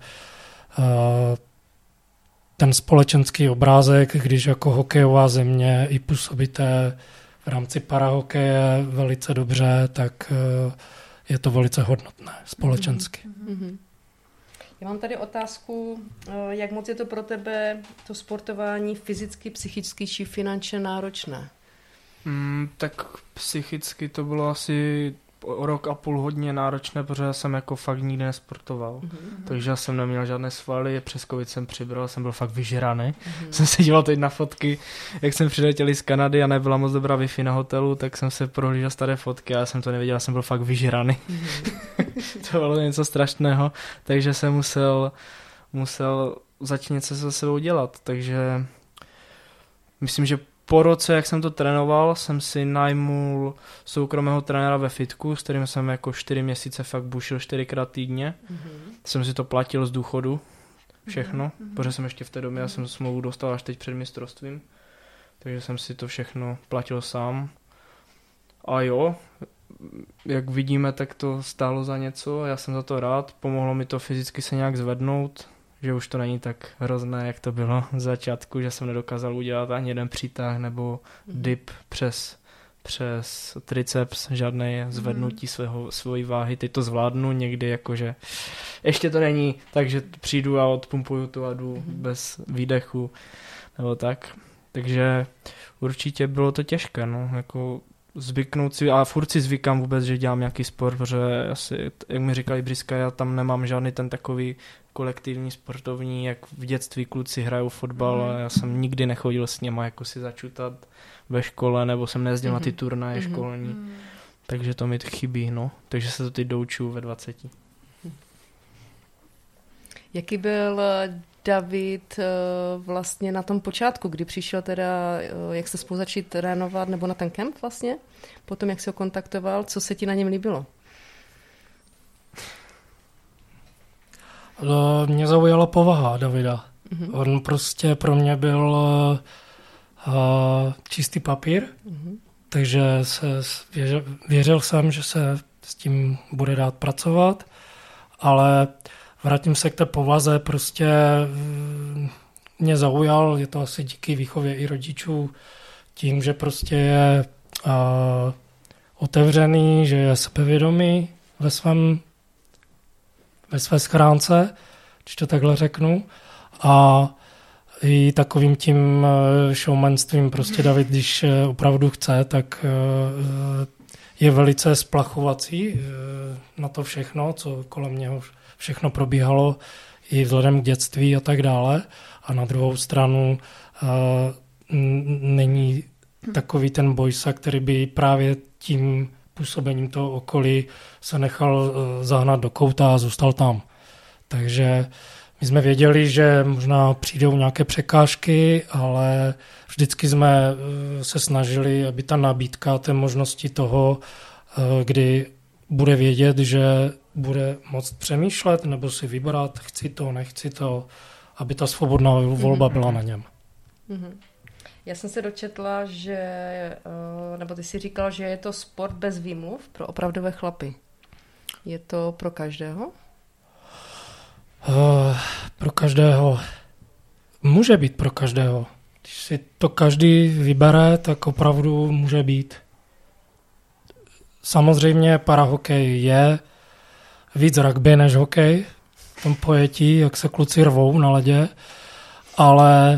ten společenský obrázek, když jako hokejová země i působíte v rámci parahokeje velice dobře, tak je to velice hodnotné společensky. Já mám tady otázku, jak moc je to pro tebe to sportování fyzicky, psychicky či finančně náročné? Tak psychicky to bylo asi rok a půl hodně náročné, protože já jsem jako fakt nikdy nesportoval. Takže já jsem neměl žádné svaly, přes covid jsem přibral, jsem byl fakt vyžraný. Jsem se díval teď na fotky, jak jsem přiletěl z Kanady a nebyla moc dobrá Wi-Fi na hotelu, tak jsem se prohlížel staré fotky a já jsem to nevěděl, já jsem byl fakt vyžraný. To bylo něco strašného, takže jsem musel začít něco se sebou dělat, takže myslím, že po roce, jak jsem to trénoval, jsem si najmul soukromého trenéra ve fitku, s kterým jsem jako 4 měsíce fakt bušil 4krát týdně. Jsem si to platil z důchodu, všechno, protože jsem ještě v té době, já jsem smlouvu dostal až teď před mistrovstvím, takže jsem si to všechno platil sám. A jo, jak vidíme, tak to stálo za něco, já jsem za to rád, pomohlo mi to fyzicky se nějak zvednout, že už to není tak hrozné, jak to bylo v začátku, že jsem nedokázal udělat ani jeden přítah nebo dip přes triceps, žádné zvednutí svojí váhy. Teď to zvládnu někdy, jakože ještě to není, takže přijdu a odpumpuju tu a jdu bez výdechu nebo tak. Takže určitě bylo to těžké, no, jako zvyknout si, a furt si zvykám vůbec, že dělám nějaký sport, protože asi, jak mi říkali Briska, já tam nemám žádný ten takový kolektivní sportovní, jak v dětství kluci hrajou fotbal a já jsem nikdy nechodil s něma jako si začutat ve škole, nebo jsem nejezdil na ty turnaje školní, takže to mi chybí, no, takže se to teď doučuju ve 20. Jaký byl David vlastně na tom počátku, kdy přišel teda, jak se spolu začít trénovat, nebo na ten kemp vlastně, potom jak se ho kontaktoval, co se ti na něm líbilo? Mě zaujala povaha Davida. On prostě pro mě byl čistý papír, takže věřil jsem, že se s tím bude dát pracovat, ale vrátím se k té povaze, prostě mě zaujal, je to asi díky výchově i rodičů, tím, že prostě je otevřený, že je sebevědomý ve své schránce, když to takhle řeknu, a i takovým tím showmanstvím prostě David, když opravdu chce, tak je velice splachovací na to všechno, co kolem něho všechno probíhalo i vzhledem k dětství a tak dále. A na druhou stranu není takový ten bojsa, který by právě tím působením toho okolí se nechal zahnat do kouta a zůstal tam. Takže my jsme věděli, že možná přijdou nějaké překážky, ale vždycky jsme se snažili, aby ta nabídka té možnosti toho, kdy bude vědět, že bude moct přemýšlet nebo si vybrat, chci to, nechci to, aby ta svobodná volba byla na něm. Já jsem se dočetla, že, nebo ty jsi říkal, že je to sport bez výmluv pro opravdové chlapy. Je to pro každého? Pro každého. Může být pro každého. Když si to každý vybere, tak opravdu může být. Samozřejmě parahokej je víc rugby než hokej v tom pojetí, jak se kluci rvou na ledě, ale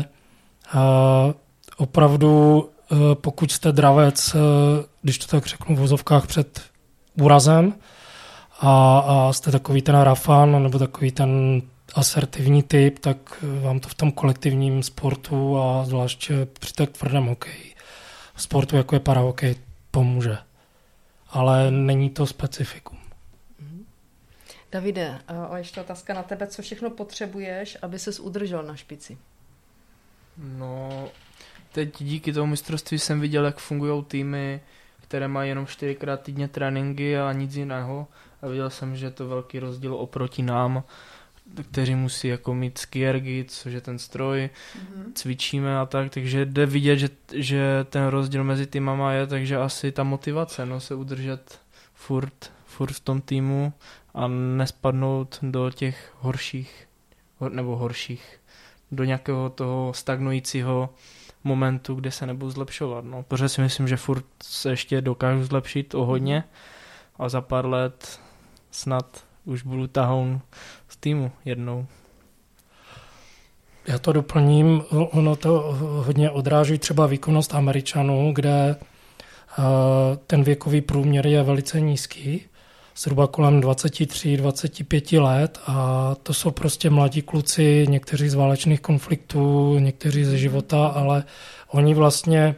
opravdu pokud jste dravec, když to tak řeknu v vozovkách před úrazem a jste takový ten rafan nebo takový ten asertivní typ, tak vám to v tom kolektivním sportu a zvlášť při tak tvrdém hokeji, sportu jako je parahokej, pomůže. Ale není to specifikum. Davide, a ještě otázka na tebe, co všechno potřebuješ, aby ses udržel na špici? No, teď díky tomu mistrovství jsem viděl, jak fungují týmy, které mají jenom 4krát týdně tréninky a nic jiného. A viděl jsem, že je to velký rozdíl oproti nám, kteří musí jako mít skiergy, což je ten stroj, cvičíme a tak, takže jde vidět, že ten rozdíl mezi týmama je, takže asi ta motivace, no, se udržet furt v tom týmu a nespadnout do těch horších, do nějakého toho stagnujícího momentu, kde se nebudu zlepšovat, no, protože si myslím, že furt se ještě dokážu zlepšit o hodně a za pár let snad už budu tahoun z týmu jednou. Já to doplním, ono to hodně odráží třeba výkonnost Američanů, kde ten věkový průměr je velice nízký, zhruba kolem 23-25 let a to jsou prostě mladí kluci, někteří z válečných konfliktů, někteří ze života, ale oni vlastně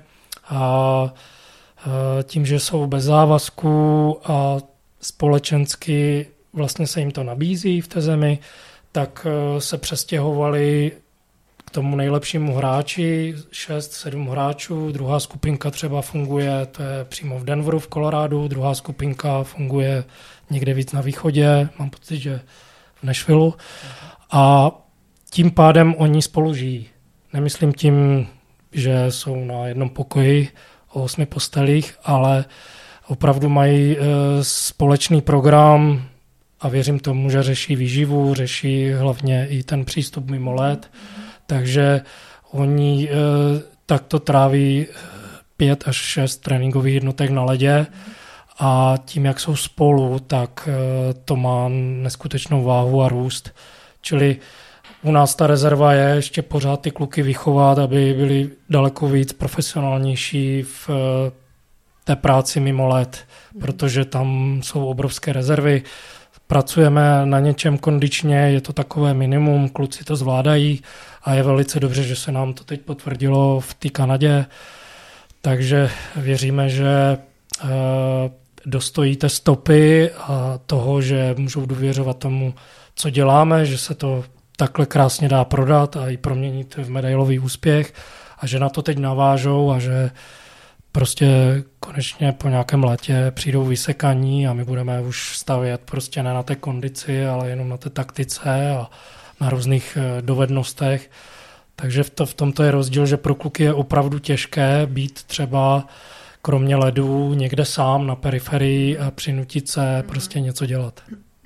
tím, že jsou bez závazků a společensky vlastně se jim to nabízí v té zemi, tak se přestěhovali k tomu nejlepšímu hráči, 6-7 hráčů, druhá skupinka třeba funguje, to je přímo v Denveru v Kolorádu, druhá skupinka funguje někde víc na východě, mám pocit, že v Nashvilleu a tím pádem oni spolu žijí. Nemyslím tím, že jsou na jednom pokoji o 8 postelích, ale opravdu mají společný program a věřím tomu, že řeší výživu, řeší hlavně i ten přístup mimo let. Takže oni takto tráví 5 až 6 tréninkových jednotek na ledě a tím, jak jsou spolu, tak to má neskutečnou váhu a růst. Čili u nás ta rezerva je ještě pořád ty kluky vychovat, aby byli daleko víc profesionálnější v té práci mimo let, protože tam jsou obrovské rezervy. Pracujeme na něčem kondičně, je to takové minimum, kluci to zvládají a je velice dobře, že se nám to teď potvrdilo v té Kanadě. Takže věříme, že dostojí té stopy a toho, že můžou důvěřovat tomu, co děláme, že se to takhle krásně dá prodat a i proměnit v medailový úspěch a že na to teď navážou a že prostě konečně po nějakém letě přijdou vysekaní a my budeme už stavět prostě ne na té kondici, ale jenom na té taktice a na různých dovednostech. Takže v tomto je rozdíl, že pro kluky je opravdu těžké být třeba kromě ledu někde sám na periferii a přinutit se prostě něco dělat.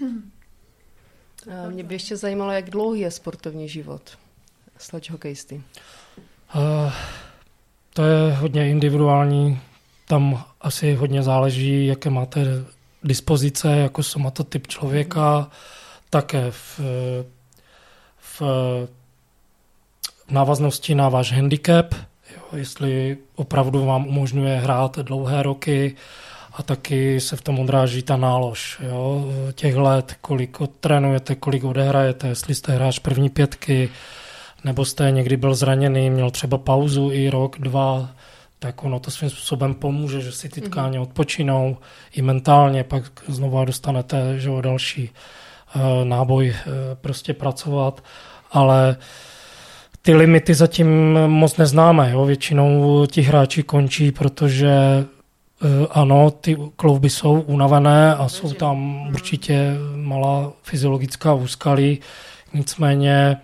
Mě by ještě zajímalo, jak dlouhý je sportovní život sledge hokejisty. To je hodně individuální, tam asi hodně záleží, jaké máte dispozice, jako somatotyp člověka, také v návaznosti na váš handicap, jo, jestli opravdu vám umožňuje hrát dlouhé roky a taky se v tom odráží ta nálož. Jo, těch let, kolik odtrénujete, kolik odehrajete, jestli jste hráč první 5, nebo jste někdy byl zraněný, měl třeba pauzu i rok, 2, tak ono to svým způsobem pomůže, že si ty tkáně odpočinou i mentálně, pak znovu dostanete další náboj prostě pracovat, ale ty limity zatím moc neznáme. Jo? Většinou ti hráči končí, protože ano, ty klouby jsou unavené a jsou tam určitě malá fyziologická úskalí, nicméně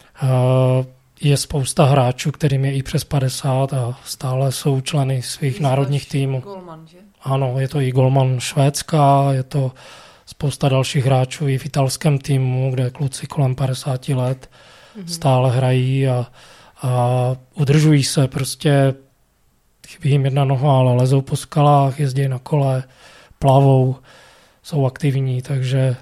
je spousta hráčů, kterým je i přes 50 a stále jsou členy svých národních týmů. Golman, že? Ano, je to i golman Švédska, je to spousta dalších hráčů i v italském týmu, kde kluci kolem 50 let stále hrají a udržují se. Prostě chybí jim jedna noha, ale lezou po skalách, jezdí na kole, plavou, jsou aktivní, takže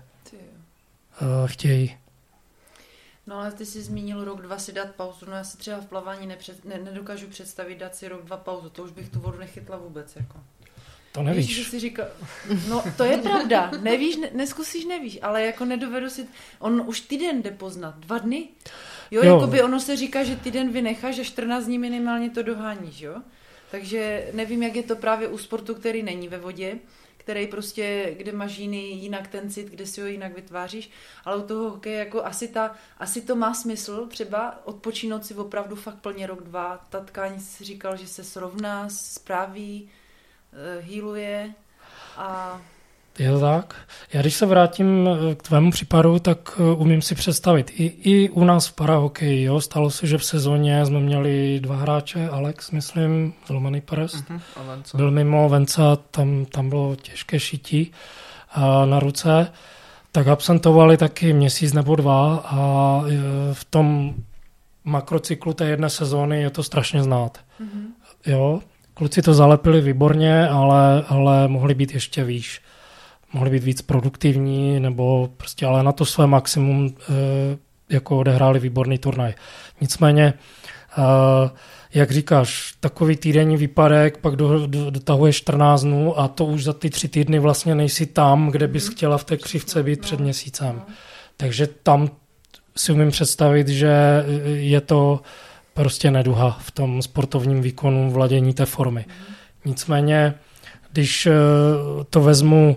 chtějí. No ale ty jsi zmínil rok, 2 si dát pauzu, no já si třeba v plavání nedokážu představit dát si rok, 2 pauzu, to už bych tu vodu nechytla vůbec, jako. To nevíš. Víš, že si říká, no to je pravda, nevíš, neskusíš, nevíš, ale jako nedovedu si, on už týden jde poznat, 2 dny, jo. Jakoby ono se říká, že týden vynecháš a 14 dní minimálně to doháníš, jo, takže nevím, jak je to právě u sportu, který není ve vodě, který prostě, kde máš jinak ten cit, kde si ho jinak vytváříš, ale u toho hokeje jako asi to má smysl, třeba odpočinout si opravdu fakt plně rok, 2, ta tkáň si říkal, že se srovná, spraví, healuje a... Je to tak? Já když se vrátím k tvému případu, tak umím si představit. I u nás v parahokeji, jo, stalo se, že v sezóně jsme měli 2 hráče, Alex, myslím, zlomený prst. Byl mimo, Venca, tam bylo těžké šití na ruce, tak absentovali taky měsíc nebo 2 a v tom makrocyklu té jedné sezóny je to strašně znát. Jo, kluci to zalepili výborně, ale mohli být ještě výš. Mohli být víc produktivní, nebo prostě ale na to své maximum jako odehráli výborný turnaj. Nicméně jak říkáš, takový týdenní výpadek, pak dotahuješ 14 dnů a to už za ty 3 týdny vlastně nejsi tam, kde bys chtěla v té křivce být před měsícem. Takže tam si umím představit, že je to prostě neduha v tom sportovním výkonu, vladění té formy. Nicméně, když to vezmu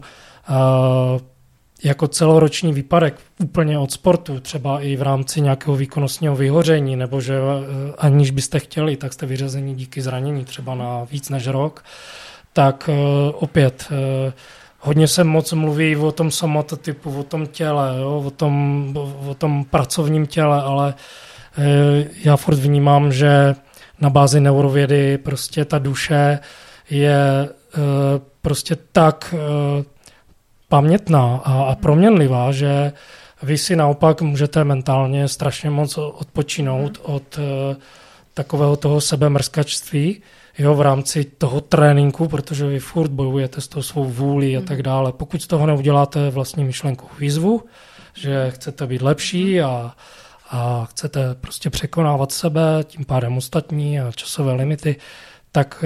jako celoroční výpadek úplně od sportu, třeba i v rámci nějakého výkonnostního vyhoření, nebo že aniž byste chtěli, tak jste vyřazeni díky zranění třeba na víc než rok, tak opět hodně se moc mluví o tom somatotypu, o tom těle, jo, o tom pracovním těle, ale já furt vnímám, že na bázi neurovědy prostě ta duše je prostě tak pamětná a proměnlivá, že vy si naopak můžete mentálně strašně moc odpočinout od takového toho sebemrskačství, jo, v rámci toho tréninku, protože vy furt bojujete s tou svou vůli a tak dále. Pokud z toho neuděláte vlastní myšlenku výzvu, že chcete být lepší a chcete prostě překonávat sebe, tím pádem ostatní a časové limity, tak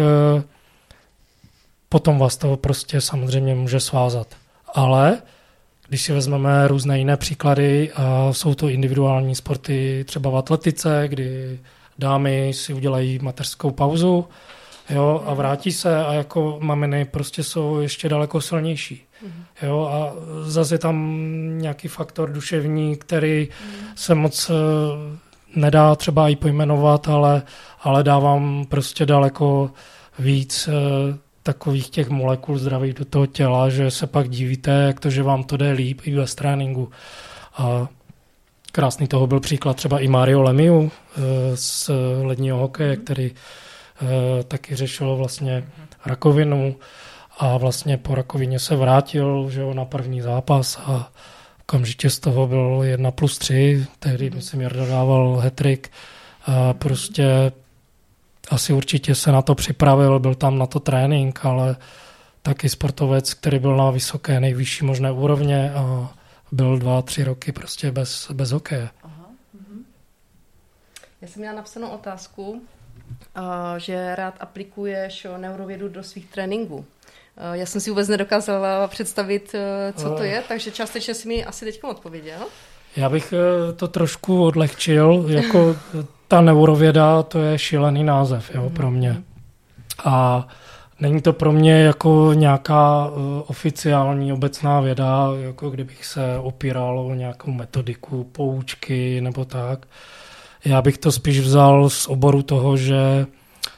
potom vás to prostě samozřejmě může svázat. Ale když si vezmeme různé jiné příklady, a jsou to individuální sporty třeba v atletice, kdy dámy si udělají mateřskou pauzu, jo, a vrátí se a jako maminy prostě jsou ještě daleko silnější. Jo, a zase je tam nějaký faktor duševní, který se moc nedá třeba i pojmenovat, ale dávám prostě daleko víc takových těch molekul zdravých do toho těla, že se pak divíte, jak to, že vám to jde líp i bez tréninku. A krásný toho byl příklad třeba i Mario Lemieux z ledního hokeje, který taky řešil vlastně rakovinu a vlastně po rakovině se vrátil, že jo, na první zápas a okamžitě z toho byl 1+3, tehdy myslím Jarda dával hat-trick a prostě asi určitě se na to připravil, byl tam na to trénink, ale taky sportovec, který byl na vysoké, nejvyšší možné úrovně a byl 2-3 roky prostě bez hokeje. Aha, Já jsem měla napsanou otázku, že rád aplikuješ neurovědu do svých tréninků. Já jsem si vůbec nedokázala představit, co to je, takže částečně si mi asi teď odpověděl. Já bych to trošku odlehčil, jako ta neurověda, to je šílený název, jo, pro mě. A není to pro mě jako nějaká oficiální obecná věda, jako kdybych se opíral o nějakou metodiku, poučky nebo tak. Já bych to spíš vzal z oboru toho, že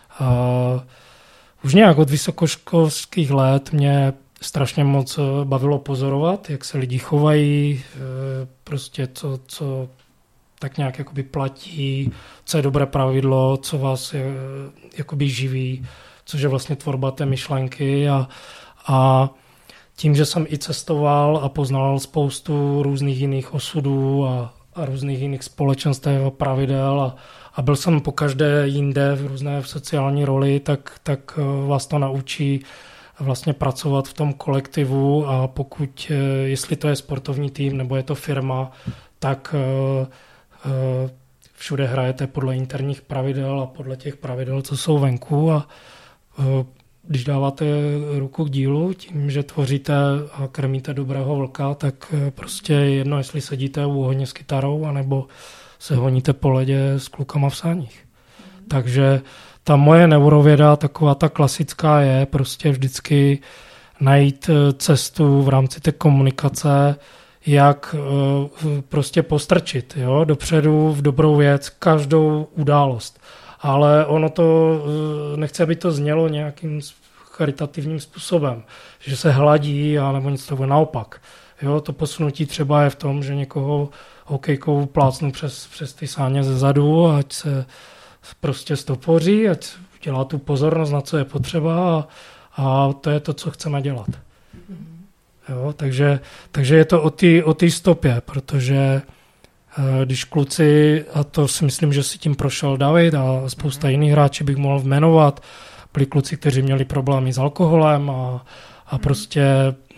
už nějak od vysokoškolských let mě strašně moc bavilo pozorovat, jak se lidi chovají, prostě co tak nějak jakoby platí, co je dobré pravidlo, co vás jakoby živí, což je vlastně tvorba té myšlenky a tím, že jsem i cestoval a poznal spoustu různých jiných osudů a různých jiných společenstev a pravidel a byl jsem pokaždé jinde v různé sociální roli, tak vás to naučí vlastně pracovat v tom kolektivu a pokud, jestli to je sportovní tým nebo je to firma, tak všude hrajete podle interních pravidel a podle těch pravidel, co jsou venku a když dáváte ruku k dílu tím, že tvoříte a krmíte dobrého vlka, tak prostě jedno, jestli sedíte u ohně s kytarou anebo se honíte po ledě s klukama v sáních. Takže ta moje neurověda, taková ta klasická je prostě vždycky najít cestu v rámci té komunikace, jak prostě postrčit, jo, dopředu v dobrou věc každou událost. Ale ono to, nechce, aby to znělo nějakým charitativním způsobem, že se hladí a nebo nic toho naopak. Jo, to posunutí třeba je v tom, že někoho hokejkou plácnu přes ty sáně ze zadu, ať se prostě stopoří, ať dělá tu pozornost, na co je potřeba a to je to, co chceme dělat. Jo, takže je to o té stopě, protože když kluci, a to si myslím, že si tím prošel David a spousta jiných hráčů bych mohl jmenovat, byli kluci, kteří měli problémy s alkoholem a prostě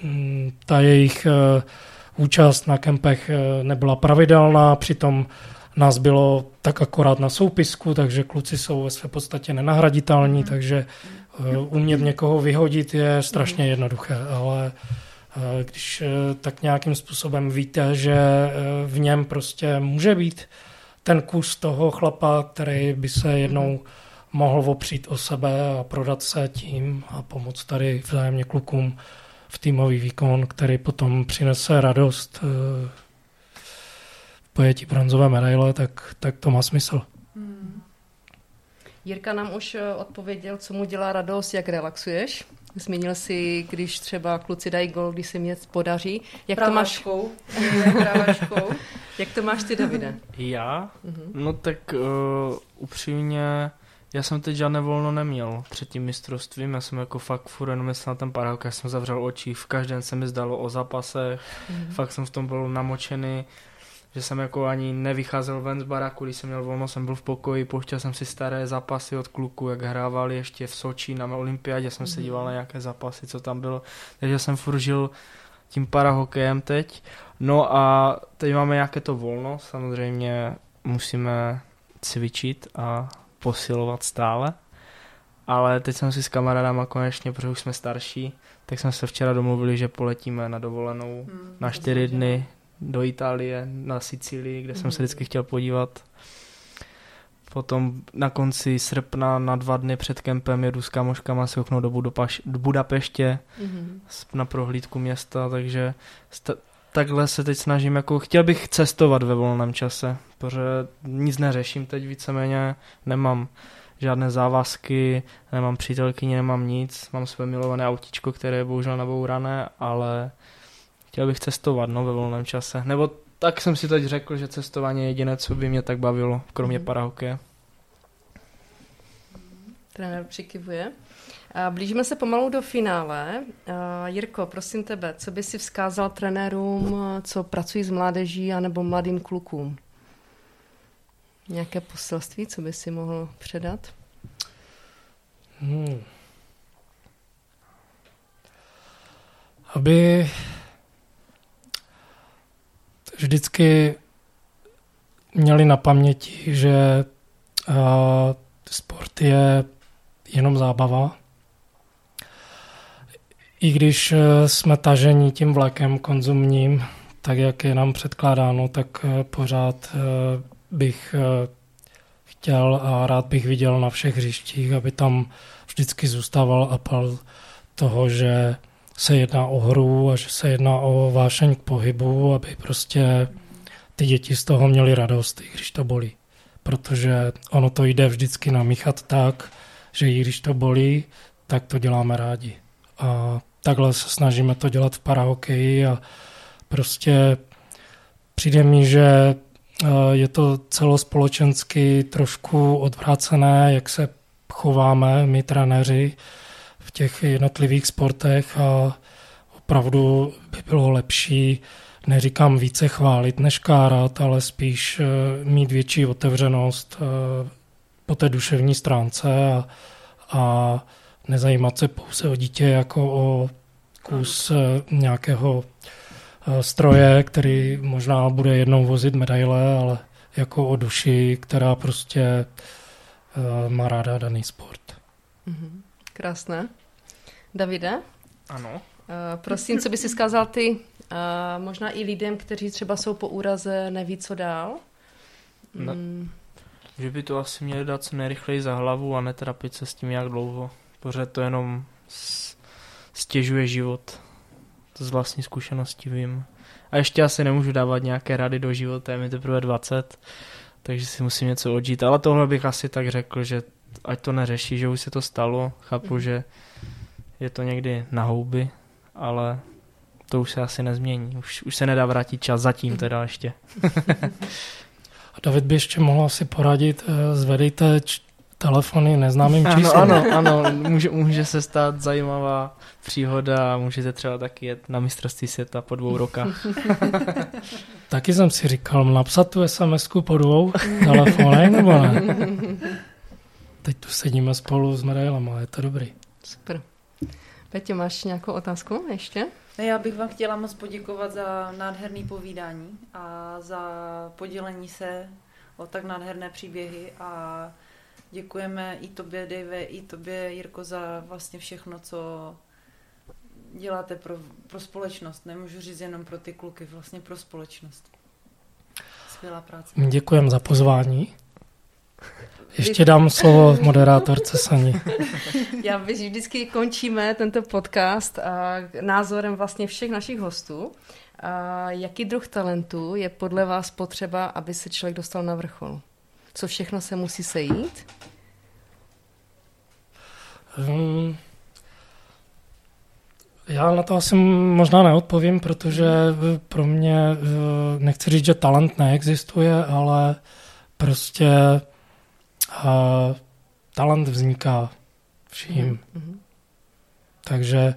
ta jejich účast na kempech nebyla pravidelná, přitom nás bylo tak akorát na soupisku, takže kluci jsou ve své podstatě nenahraditelní, takže umět někoho vyhodit je strašně jednoduché, ale když tak nějakým způsobem víte, že v něm prostě může být ten kus toho chlapa, který by se jednou mohl opřít o sebe a prodat se tím a pomoct tady vzájemně klukům v týmový výkon, který potom přinese radost v pojetí bronzové medaile, tak to má smysl. Jirka nám už odpověděl, co mu dělá radost, jak relaxuješ. Zmínil si, když třeba kluci dají gol, když se mě podaří. Jak Pravačkou. Jak to máš ty, Davide? Já? No tak upřímně, já jsem teď žádné volno neměl před tím mistrovstvím, já jsem jako fakt furt jenom myslel na ten parák, já jsem zavřel oči, v každém se mi zdalo o zápasech, fakt jsem v tom byl namočený, že jsem jako ani nevycházel ven z baráku, když jsem měl volno, jsem byl v pokoji, pouštěl jsem si staré zápasy od kluků, jak hrávali ještě v Soči na olympiádě, jsem se díval na nějaké zápasy, co tam bylo, takže jsem furt žil tím parahokejem teď. No a teď máme nějaké to volno, samozřejmě musíme cvičit a posilovat stále, ale teď jsem si s kamarádama konečně, protože už jsme starší, tak jsme se včera domluvili, že poletíme na dovolenou na 4 dny do Itálie, na Sicílii, kde jsem se vždycky chtěl podívat. Potom na konci srpna na 2 dny před kempem jedu s kamoškama se oknou do Budapeště na prohlídku města, takže takhle se teď snažím, jako chtěl bych cestovat ve volném čase, protože nic neřeším teď víceméně, nemám žádné závazky, nemám přítelkyni, nemám nic, mám své milované autíčko, které je bohužel nabourané, ale chtěl bych cestovat, ve volném čase. Nebo tak jsem si teď řekl, že cestování je jediné, co by mě tak bavilo, kromě parahokeje. Trenér přikivuje. Blížíme se pomalu do finále. Jirko, prosím tebe, co by si vzkázal trenérům, co pracují s mládeží anebo mladým klukům? Nějaké poselství, co by si mohl předat? Aby vždycky měli na paměti, že sport je jenom zábava. I když jsme taženi tím vlakem konzumním, tak jak je nám předkládáno, tak pořád bych chtěl a rád bych viděl na všech hřištích, aby tam vždycky zůstával apel toho, že se jedná o hru a že se jedná o vášeň k pohybu, aby prostě ty děti z toho měly radost, i když to bolí. Protože ono to jde vždycky namíchat tak, že i když to bolí, tak to děláme rádi. A takhle se snažíme to dělat v parahokeji a prostě přijde mi, že je to celospolečensky trošku odvrácené, jak se chováme my trenéři v těch jednotlivých sportech a opravdu by bylo lepší, neříkám více chválit než kárat, ale spíš mít větší otevřenost po té duševní stránce a nezajímat se pouze o dítě jako o kus nějakého stroje, který možná bude jednou vozit medaile, ale jako o duši, která prostě má ráda daný sport. Krásné. Davide? Ano. Prosím, co by si vzkázal ty, možná i lidem, kteří třeba jsou po úraze, neví co dál? Že by to asi měli dát co nejrychleji za hlavu a netrapit se s tím jak dlouho, protože to jenom stěžuje život. To z vlastní zkušenosti vím. A ještě asi nemůžu dávat nějaké rady do života, je mi teprve 20, takže si musím něco odžít. Ale tohle bych asi tak řekl, že ať to neřeší, že už se to stalo. Chápu, že je to někdy na houby, ale to už se asi nezmění. Už se nedá vrátit čas, zatím teda ještě. A David by ještě mohl asi poradit, zvedejte telefony neznámým číslem. Ano, může se stát zajímavá příhoda a můžete třeba taky jet na mistrovství světa po 2 rokách. Taky jsem si říkal, napsat tu SMS-ku po 2 telefonech, nebo ne? Teď tu sedíme spolu s medailama, je to dobrý. Super. Peťo, máš nějakou otázku ještě? Já bych vám chtěla moc poděkovat za nádherný povídání a za podělení se o tak nádherné příběhy a děkujeme i tobě, Dave, i tobě, Jirko, za vlastně všechno, co děláte pro společnost. Nemůžu říct jenom pro ty kluky, vlastně pro společnost. Skvělá práce. Děkujeme za pozvání. Ještě dám slovo moderátorce Sani. Já vždycky končíme tento podcast názorem vlastně všech našich hostů. Jaký druh talentu je podle vás potřeba, aby se člověk dostal na vrchol? Co všechno se musí sejít? Já na to asi možná neodpovím, protože pro mě, nechci říct, že talent neexistuje, ale prostě talent vzniká vším. Takže,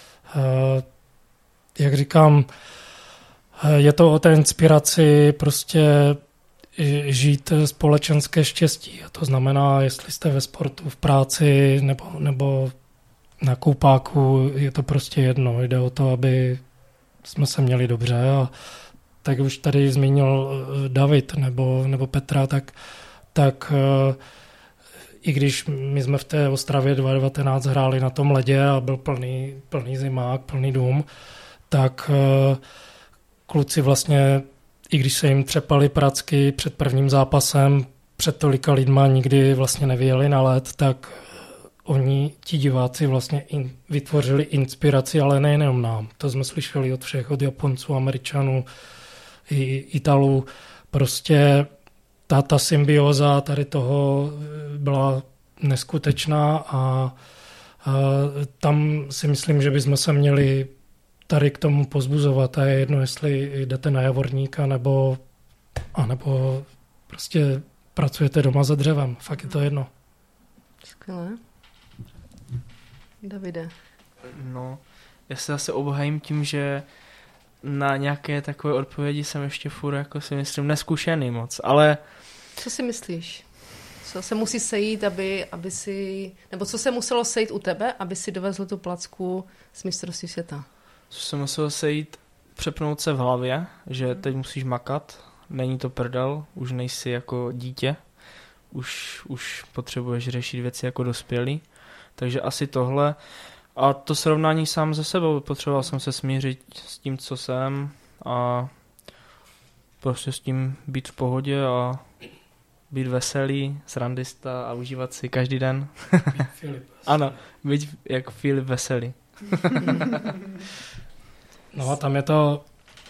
jak říkám, je to o té inspiraci prostě žít společenské štěstí. A to znamená, jestli jste ve sportu, v práci nebo na koupáku, je to prostě jedno. Jde o to, aby jsme se měli dobře. A tak už tady zmínil David nebo Petra, tak i když my jsme v té Ostravě 2019 hráli na tom ledě a byl plný zimák, plný dům, tak kluci vlastně, i když se jim třepaly pracky před prvním zápasem, před tolika lidma nikdy vlastně nevyjeli na led, tak oni, ti diváci, vlastně vytvořili inspiraci, ale nejenom nám. To jsme slyšeli od všech, od Japonců, Američanů, i Italů. Prostě ta symbioza tady toho byla neskutečná a tam si myslím, že bychom se měli tady k tomu pozbuzovat. A je jedno, jestli jdete na Javorníka nebo prostě pracujete doma za dřevem. Fakt je to jedno. Skvělé. Davide. No, já se zase obhajím tím, že na nějaké takové odpovědi jsem ještě furt, jako si myslím, neskušený moc, ale... Co si myslíš? Co se musí sejít, aby si... Nebo co se muselo sejít u tebe, aby si dovezl tu placku z mistrovství světa? Co se muselo sejít, přepnout se v hlavě, že teď musíš makat, není to prdel, už nejsi jako dítě, už potřebuješ řešit věci jako dospělý, takže asi tohle. A to srovnání sám ze sebou, potřeboval jsem se smířit s tím, co jsem a prostě s tím být v pohodě a být veselý, srandista a užívat si každý den. Ano, být jak Filip veselý. No a tam je to,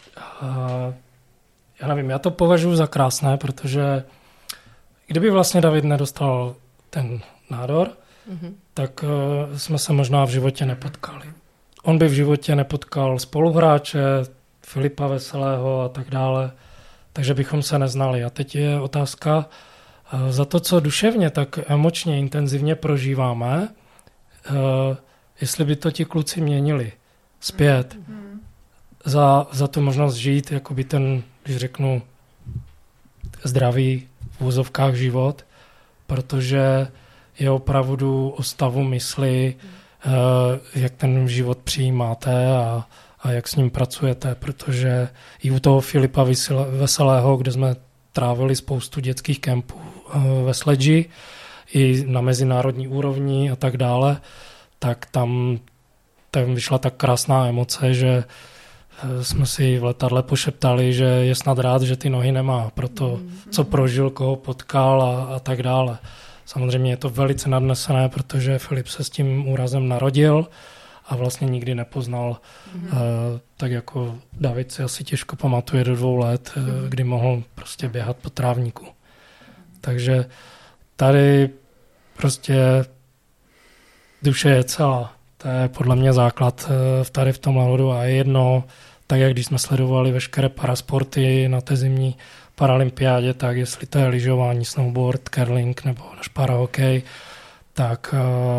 já nevím, já to považuji za krásné, protože kdyby vlastně David nedostal ten nádor, tak jsme se možná v životě nepotkali. On by v životě nepotkal spoluhráče, Filipa Veselého a tak dále, takže bychom se neznali. A teď je otázka, za to, co duševně tak emočně intenzivně prožíváme, jestli by to ti kluci měnili zpět za tu možnost žít, jakoby ten, když řeknu, zdravý v úzovkách život, protože je opravdu o stavu mysli, jak ten život přijímáte a jak s ním pracujete, protože i u toho Filipa Veselého, kde jsme trávili spoustu dětských kempů ve sledži, i na mezinárodní úrovni a tak dále, tak tam vyšla tak krásná emoce, že jsme si v letadle pošeptali, že je snad rád, že ty nohy nemá, proto co prožil, koho potkal a tak dále. Samozřejmě je to velice nadnesené, protože Filip se s tím úrazem narodil a vlastně nikdy nepoznal, tak jako David si asi těžko pamatuje do 2 let, kdy mohl prostě běhat po trávníku. Takže tady prostě duše je celá. To je podle mě základ tady v tom náhodu a je jedno, tak jak když jsme sledovali veškeré parasporty na té zimní paralympiádě, tak jestli to je lyžování, snowboard, curling nebo náš parahokej, tak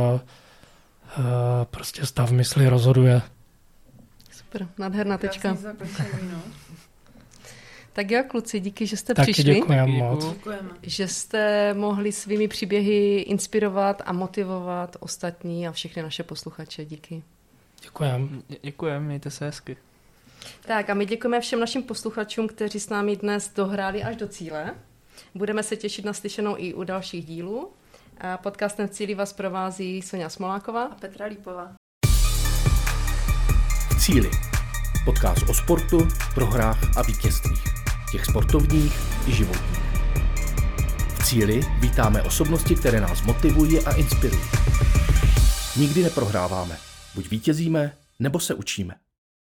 prostě stav mysli rozhoduje. Super, nádherná tečka. Tak jo, kluci, díky, že jste taky přišli. Děkujeme moc. Že jste mohli svými příběhy inspirovat a motivovat ostatní a všechny naše posluchače. Díky. Děkujeme. Děkujeme, mějte se hezky. Tak a my děkujeme všem našim posluchačům, kteří s námi dnes dohráli až do cíle. Budeme se těšit na slyšenou i u dalších dílů. Podcastem V cíli vás provází Soňa Smoláková a Petra Lípová. V cíli. Podcast o sportu, prohrách a vítězstvích. Těch sportovních i životních. V cíli vítáme osobnosti, které nás motivují a inspirují. Nikdy neprohráváme. Buď vítězíme, nebo se učíme.